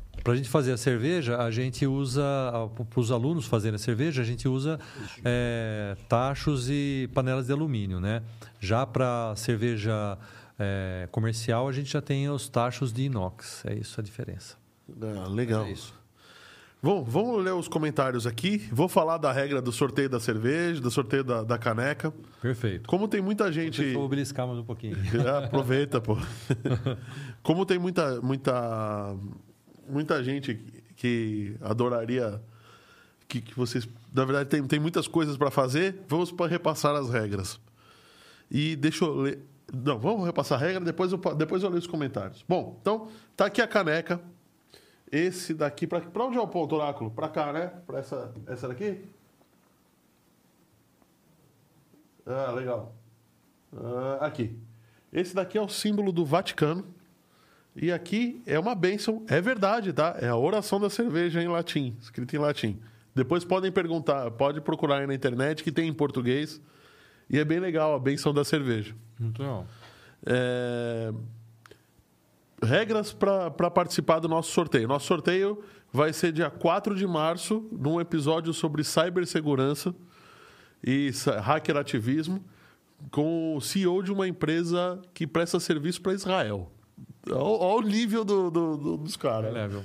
a gente usa, para os alunos fazerem a cerveja, a gente usa tachos e panelas de alumínio, né? Já para cerveja comercial, a gente já tem os tachos de inox. É isso a diferença. Legal. É isso. Bom, vamos ler os comentários aqui. Vou falar da regra do sorteio da cerveja, do sorteio da caneca. Perfeito. Como tem muita gente... Eu vou beliscar mais um pouquinho. Aproveita, pô. Como tem muita gente que adoraria que vocês... Na verdade, tem muitas coisas para fazer. Vamos repassar as regras. E deixa eu ler... Não, vamos repassar a regra, depois eu leio os comentários. Bom, então, tá aqui a caneca. Esse daqui, para onde é o ponto, Oráculo? Para cá, né? Para essa daqui? Legal. Aqui. Esse daqui é o símbolo do Vaticano. E aqui é uma bênção. É verdade, tá? É a oração da cerveja em latim, escrita em latim. Depois podem perguntar, pode procurar aí na internet, que tem em português. E é bem legal a bênção da cerveja. Muito legal. Regras para participar do nosso sorteio. Nosso sorteio vai ser dia 4 de março, num episódio sobre cibersegurança e hackerativismo, com o CEO de uma empresa que presta serviço para Israel. Olha o nível dos caras. Level.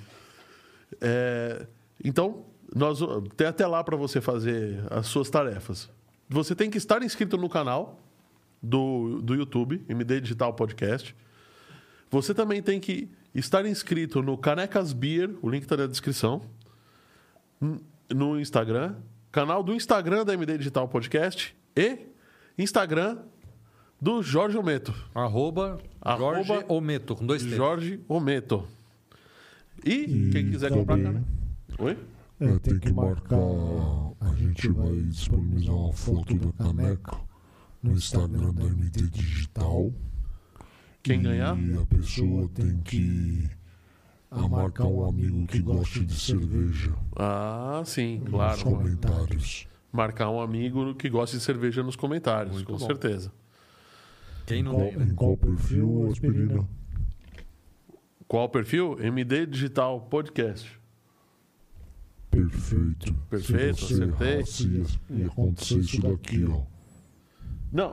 Então, tem até lá para você fazer as suas tarefas. Você tem que estar inscrito no canal do YouTube, MD Digital Podcast. Você também tem que estar inscrito no Canecas Beer, o link está na descrição, no Instagram, canal do Instagram da MD Digital Podcast e Instagram do Jorge Ometo. Jorge Ometo, com 2 T's. Jorge Ometo. E quem quiser comprar caneca. Oi? Tem que marcar. A gente vai disponibilizar uma foto da caneca no Instagram da MD Digital. Quem ganhar? E a pessoa tem que marcar um amigo que goste de cerveja. Sim, claro. Nos comentários. Marcar um amigo que gosta de cerveja nos comentários, Muito com bom. certeza. Quem não tem, né? Em qual perfil, Aspirina? Qual perfil? MD Digital Podcast. Perfeito. Perfeito, Se você acertei. errasse, ia acontecer isso daqui, ó. Não.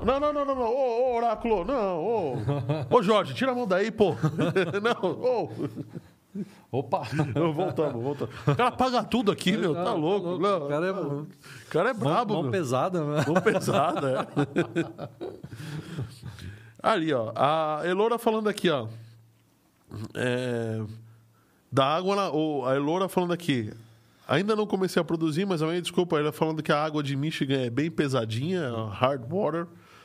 Ô, Oráculo, não. Ô, Jorge, tira a mão daí, pô. Não, Opa! Voltamos. O cara paga tudo aqui, meu. Tá louco. Não, O cara é brabo, mão meu. pesada, né? Mão pesada, é. Ali, ó. A Elora falando aqui, ó. Da água a Elora falando aqui. Ainda não comecei a produzir, mas amanhã, desculpa, ela falando que a água de Michigan é bem pesadinha, hard water.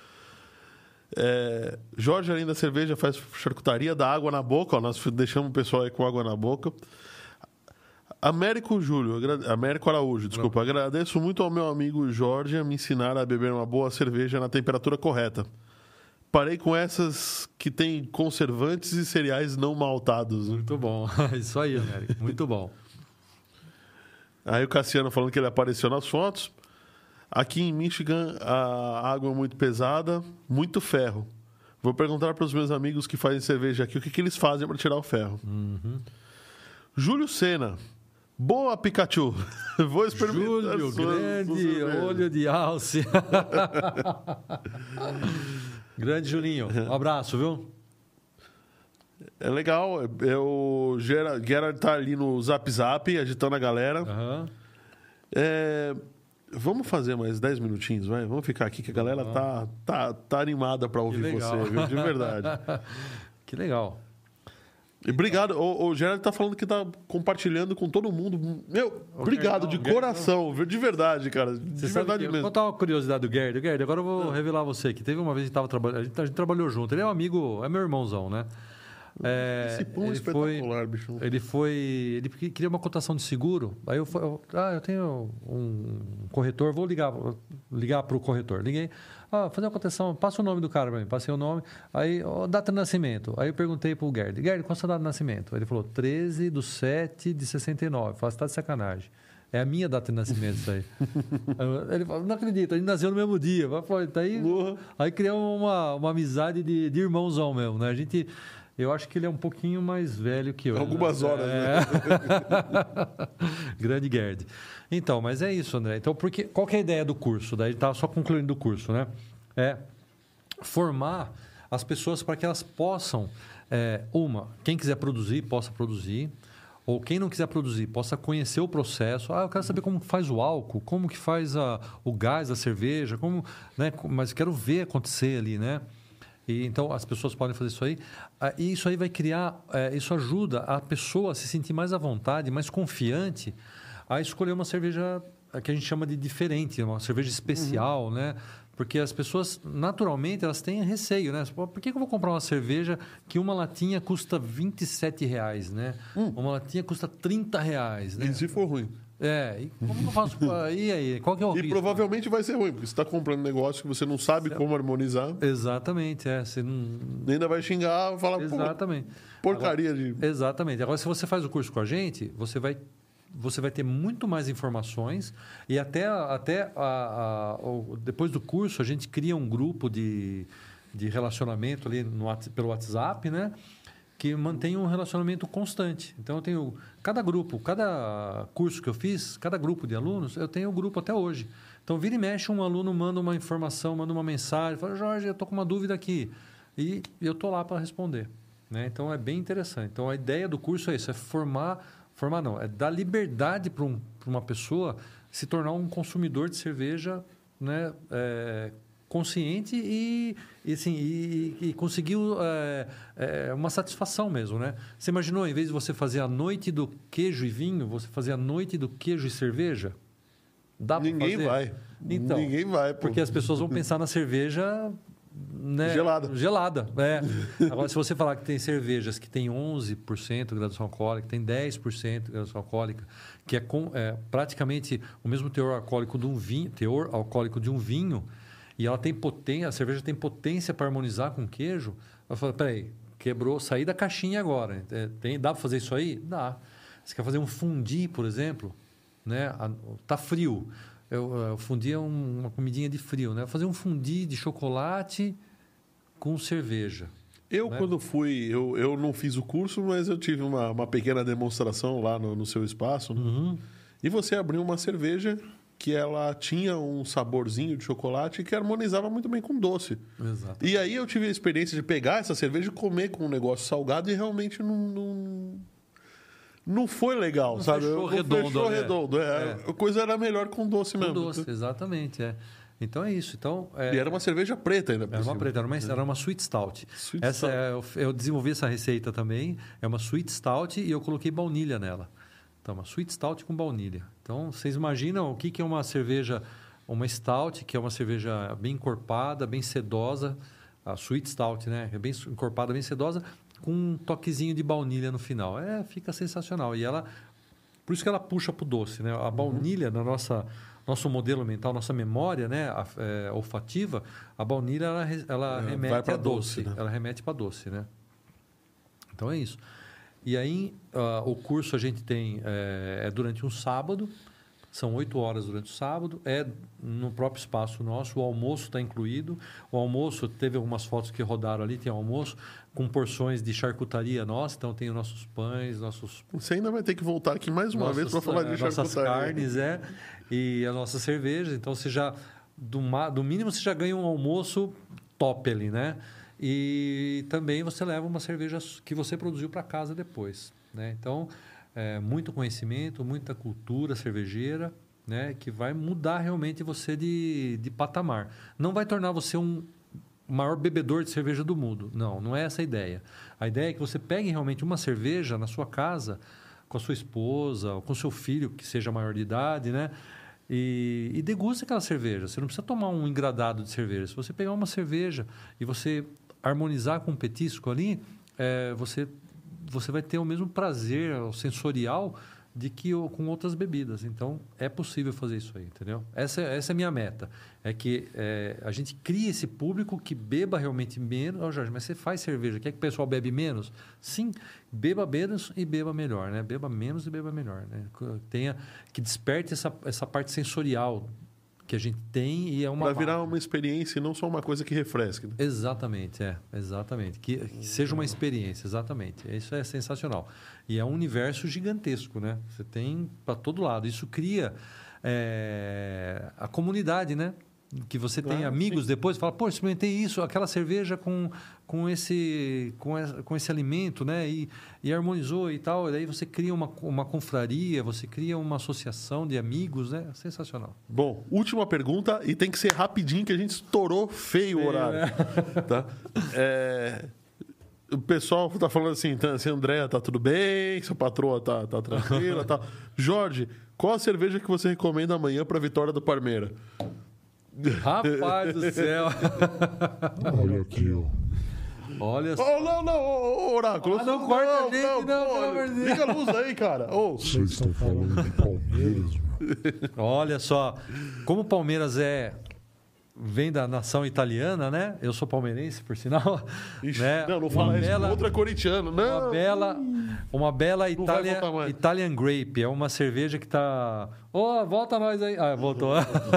Jorge, além da cerveja, faz charcutaria, dá água na boca. Ó, nós deixamos o pessoal aí com água na boca. Américo Araújo, desculpa. Agradeço muito ao meu amigo Jorge a me ensinar a beber uma boa cerveja na temperatura correta. Parei com essas que tem conservantes e cereais não maltados. Muito bom. Isso aí, Américo. Muito bom. Aí o Cassiano falando que ele apareceu nas fotos. Aqui em Michigan, a água é muito pesada, muito ferro. Vou perguntar para os meus amigos que fazem cerveja aqui o que eles fazem para tirar o ferro. Uhum. Júlio Sena. Boa, Pikachu. Vou experimentar. Júlio, grande olho de alce. Grande Julinho. Um abraço, viu? É legal. O Gerard tá ali no Zap Zap, agitando a galera. Uhum. Vamos fazer mais 10 minutinhos, vai? Vamos ficar aqui, que a galera tá animada para ouvir você, viu? De verdade. Que legal. E obrigado. O Gerard tá falando que tá compartilhando com todo mundo. Meu, obrigado de coração, viu? De verdade, cara. De verdade mesmo. Vou contar uma curiosidade do Gerd. Gerd, agora eu vou revelar a você que teve uma vez que tava trabalhando. A gente trabalhou junto. Ele é um amigo, é meu irmãozão, né? Esse pão é espetacular, bicho. Ele queria uma cotação de seguro. Aí eu tenho um corretor, vou ligar para o corretor. Liguei, fazer uma cotação, passa o nome do cara para mim. Passei o nome, aí data de nascimento. Aí eu perguntei para o Gerd, qual é a sua data de nascimento? Ele falou 13/7/69. Eu falei, você está de sacanagem. É a minha data de nascimento isso aí. Ele falou, não acredito, ele nasceu no mesmo dia. Aí criamos uma amizade de irmãozão mesmo, né? Eu acho que ele é um pouquinho mais velho que eu. Algumas horas, né? Grande Gerd. Então, mas é isso, André. Então, qual que é a ideia do curso? Daí estava só concluindo o curso, né? É formar as pessoas para que elas possam, quem quiser produzir, possa produzir, ou quem não quiser produzir, possa conhecer o processo. Eu quero saber como faz o álcool, como que faz o gás da cerveja, né? Mas quero ver acontecer ali, né? Então, as pessoas podem fazer isso aí. E isso aí vai criar... isso ajuda a pessoa a se sentir mais à vontade, mais confiante a escolher uma cerveja que a gente chama de diferente, uma cerveja especial, né? Porque as pessoas, naturalmente, elas têm receio, né? Por que eu vou comprar uma cerveja que uma latinha custa R$27, né? Uma latinha custa R$30, né? E se for ruim? E como eu faço? E aí? Qual que é o risco? E provavelmente vai ser ruim, porque você está comprando um negócio que você não sabe como harmonizar. Exatamente, Você não... Ainda vai xingar, falar, exatamente. Porcaria Exatamente. Agora, se você faz o curso com a gente, você vai ter muito mais informações e depois do curso a gente cria um grupo de relacionamento ali pelo WhatsApp, né? Que mantém um relacionamento constante. Então, eu tenho cada curso que eu fiz, cada grupo de alunos, eu tenho um grupo até hoje. Então, vira e mexe, um aluno manda uma informação, manda uma mensagem, fala, Jorge, eu estou com uma dúvida aqui. E eu estou lá para responder. Né? Então, é bem interessante. Então, a ideia do curso é isso, é é dar liberdade para uma pessoa se tornar um consumidor de cerveja, né? Consciente e conseguir uma satisfação mesmo, né? Você imaginou, em vez de você fazer a noite do queijo e vinho, você fazer a noite do queijo e cerveja? Dá para fazer? Ninguém vai. Então, ninguém vai. Porque as pessoas vão pensar na cerveja... Né? Gelada. Agora, se você falar que tem cervejas que tem 11% de graduação alcoólica, tem 10% de graduação alcoólica, que é praticamente o mesmo teor alcoólico de um vinho, e ela tem potência, a cerveja tem potência para harmonizar com queijo, eu falo, peraí, quebrou, saí da caixinha agora. Dá para fazer isso aí? Dá. Você quer fazer um fondue, por exemplo, né? Tá frio. O fondue é uma comidinha de frio, né? Fazer um fondue de chocolate com cerveja. Quando fui, eu não fiz o curso, mas eu tive uma pequena demonstração lá no seu espaço. Né? Uhum. E você abriu uma cerveja que ela tinha um saborzinho de chocolate que harmonizava muito bem com doce. Exato. E aí eu tive a experiência de pegar essa cerveja e comer com um negócio salgado e realmente não foi legal, Não sabe? fechou redondo, Fechou né? redondo. A coisa era melhor com doce Com mesmo. doce, exatamente. Então é isso. Então, E era uma cerveja preta ainda. Era uma preta, era uma Sweet Stout. Eu desenvolvi essa receita também. É uma Sweet Stout e eu coloquei baunilha nela. Então, uma Sweet Stout com baunilha. Então, vocês imaginam o que é uma cerveja, uma Stout, que é uma cerveja bem encorpada, bem sedosa. A Sweet Stout, né? É bem encorpada, bem sedosa, com um toquezinho de baunilha no final. Fica sensacional. E por isso que ela puxa para o doce, né? A baunilha, na nosso modelo mental, nossa memória, né, olfativa, a baunilha ela remete a doce, né? Ela remete para doce, né? Então é isso. E aí o curso a gente tem durante um sábado, são 8 horas durante o sábado, no próprio espaço nosso, o almoço está incluído. O almoço, teve algumas fotos que rodaram ali, tem almoço com porções de charcutaria nossa, então tem os nossos pães, Você ainda vai ter que voltar aqui mais uma vez para falar de charcutaria. Nossas carnes, e a nossa cerveja. Então, você já, do mínimo, você já ganha um almoço top ali, né? E também você leva uma cerveja que você produziu para casa depois, né? Então, muito conhecimento, muita cultura cervejeira, né? Que vai mudar realmente você de patamar. Não vai tornar você um maior bebedor de cerveja do mundo. Não é essa a ideia. A ideia é que você pegue realmente uma cerveja na sua casa, com a sua esposa, ou com seu filho, que seja maior de idade, né? E deguste aquela cerveja. Você não precisa tomar um engradado de cerveja. Se você pegar uma cerveja e você harmonizar com um petisco ali, você vai ter o mesmo prazer sensorial de que com outras bebidas. Então, é possível fazer isso aí, entendeu? Essa é a minha meta. É que a gente crie esse público que beba realmente menos. Jorge, mas você faz cerveja, quer que o pessoal bebe menos? Sim, beba menos e beba melhor, né? Beba menos e beba melhor, né? Que desperte essa parte sensorial que a gente tem e é uma... Para virar uma experiência e não só uma coisa que refresque. Né? Exatamente, exatamente. Que seja uma experiência, exatamente. Isso é sensacional. E é um universo gigantesco, né? Você tem para todo lado. Isso cria a comunidade, né? Que você tem amigos depois, fala, pô, experimentei isso, aquela cerveja com esse alimento, né? E harmonizou e tal. E daí você cria uma confraria, você cria uma associação de amigos, né? Sensacional. Bom, última pergunta, e tem que ser rapidinho, que a gente estourou feio o horário. Né? Tá? O pessoal tá falando assim, Andréa, tá tudo bem, sua patroa tá tranquila, tá. Jorge, qual a cerveja que você recomenda amanhã para a vitória do Parmeira? Rapaz do céu! Olha aqui, ó. Olha só. Não, Oráculo. Não corta a gente, não, pelo amor de Deus. Liga a luz aí, cara. Vocês estão falando de Palmeiras, meu. Olha só, como o Palmeiras vem da nação italiana, né? Eu sou palmeirense, por sinal. Ixi, né? Não fala isso. Outro é corintiano. Não. Uma bela Italian Grape. É uma cerveja que está... volta nós aí. Voltou.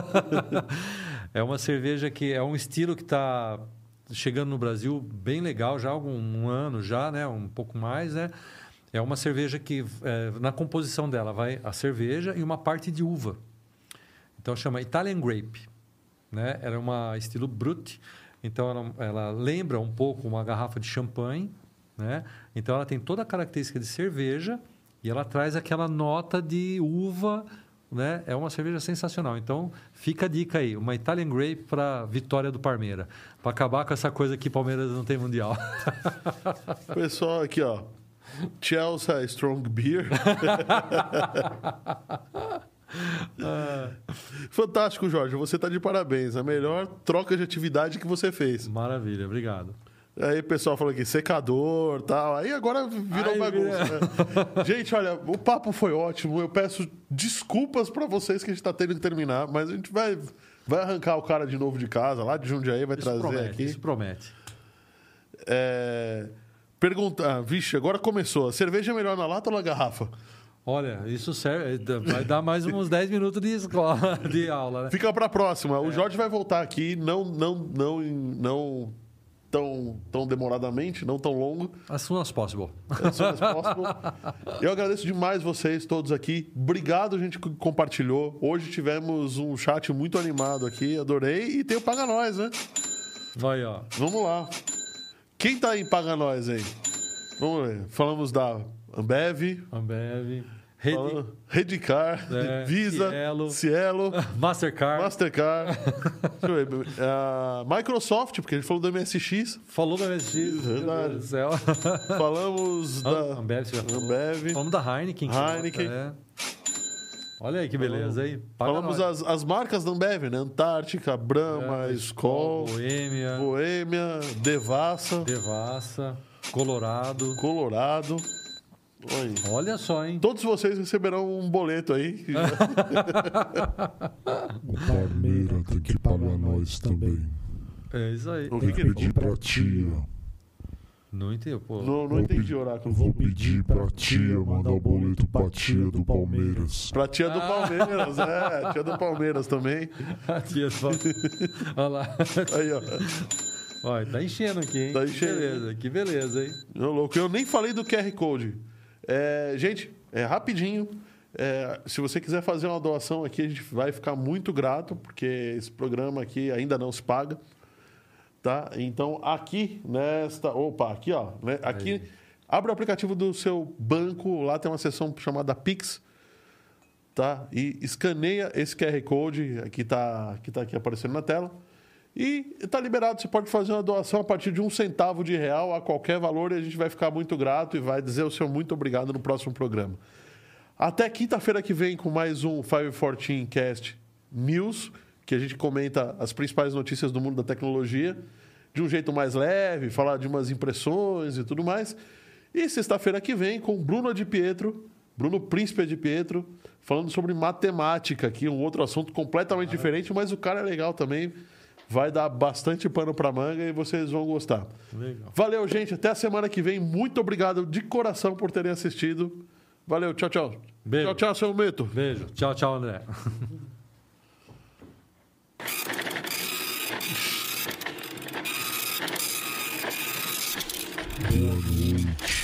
É uma cerveja que é um estilo que está chegando no Brasil bem legal, já há um ano já, né? Um pouco mais, né? É uma cerveja que, na composição dela, vai a cerveja e uma parte de uva. Então, chama Italian Grape. Né? Ela é uma estilo Brut, então ela lembra um pouco uma garrafa de champanhe, né? Então ela tem toda a característica de cerveja e ela traz aquela nota de uva, né? É uma cerveja sensacional. Então fica a dica aí, uma Italian Grape para vitória do Parmeira, para acabar com essa coisa que Palmeiras não tem mundial. Pessoal aqui, ó, Chelsea Strong Beer. Fantástico, Jorge. Você está de parabéns. A melhor troca de atividade que você fez. Maravilha, obrigado. Aí o pessoal falou aqui, secador e tal. Aí agora virou bagunça. Né? Gente, olha, o papo foi ótimo. Eu peço desculpas para vocês que a gente está tendo que terminar, mas a gente vai arrancar o cara de novo de casa, lá de Jundiaí, vai trazer aqui. Isso promete. Pergunta, vixe, agora começou. A cerveja é melhor na lata ou na garrafa? Olha, isso serve, vai dar mais uns 10 minutos de escola, de aula, né? Fica para a próxima. O Jorge vai voltar aqui, não tão demoradamente, não tão longo. As soon as possible. Eu agradeço demais vocês todos aqui. Obrigado, gente, que compartilhou. Hoje tivemos um chat muito animado aqui, adorei. E tem o Paga Nós, né? Vai, ó. Vamos lá. Quem tá em Paga Nós aí? Vamos ver. Falamos da Ambev. Redcar, Visa, Cielo, Mastercard. Deixa eu ver. Microsoft, porque a gente falou do MSX. Falou do MSX. Verdade. Meu Deus do céu. Falamos da Ambev. Falamos da Heineken. Olha aí que beleza, hein? Falamos as marcas da Ambev, né? Antártica, Brahma, Skol, Boêmia, Devassa, Colorado. Oi. Olha só, hein? Todos vocês receberão um boleto aí. O Palmeiras tem que pagar nós também. É isso aí. O Tem que pedir pra tia. Não entendi, pô. Não entendi, Oráculo. Vou pedir pra tia mandar o boleto pra tia do Palmeiras. Pra tia do Palmeiras, tia do Palmeiras também. A tia do Palmeiras. Olha lá. Aí, ó. Olha, tá enchendo aqui, hein? Tá enchendo. Que beleza, hein? Ô, louco, eu nem falei do QR Code. Gente, rapidinho. Se você quiser fazer uma doação aqui, a gente vai ficar muito grato, porque esse programa aqui ainda não se paga. Tá? Então, aqui nesta... Opa, aqui, ó. Né? Aqui, abre o aplicativo do seu banco, lá tem uma seção chamada Pix, tá? E escaneia esse QR Code que tá aqui aparecendo na tela. E está liberado, você pode fazer uma doação a partir de R$1 a qualquer valor, e a gente vai ficar muito grato e vai dizer o seu muito obrigado no próximo programa. Até quinta-feira que vem com mais um 514 Cast News, que a gente comenta as principais notícias do mundo da tecnologia de um jeito mais leve, falar de umas impressões e tudo mais. E sexta-feira que vem com Bruno Príncipe de Pietro, falando sobre matemática aqui, um outro assunto completamente diferente, mas o cara é legal também. Vai dar bastante pano para manga e vocês vão gostar. Legal. Valeu, gente. Até a semana que vem. Muito obrigado de coração por terem assistido. Valeu. Tchau, tchau. Beijo. Tchau, seu Meto. Beijo. Tchau, André. Boa noite.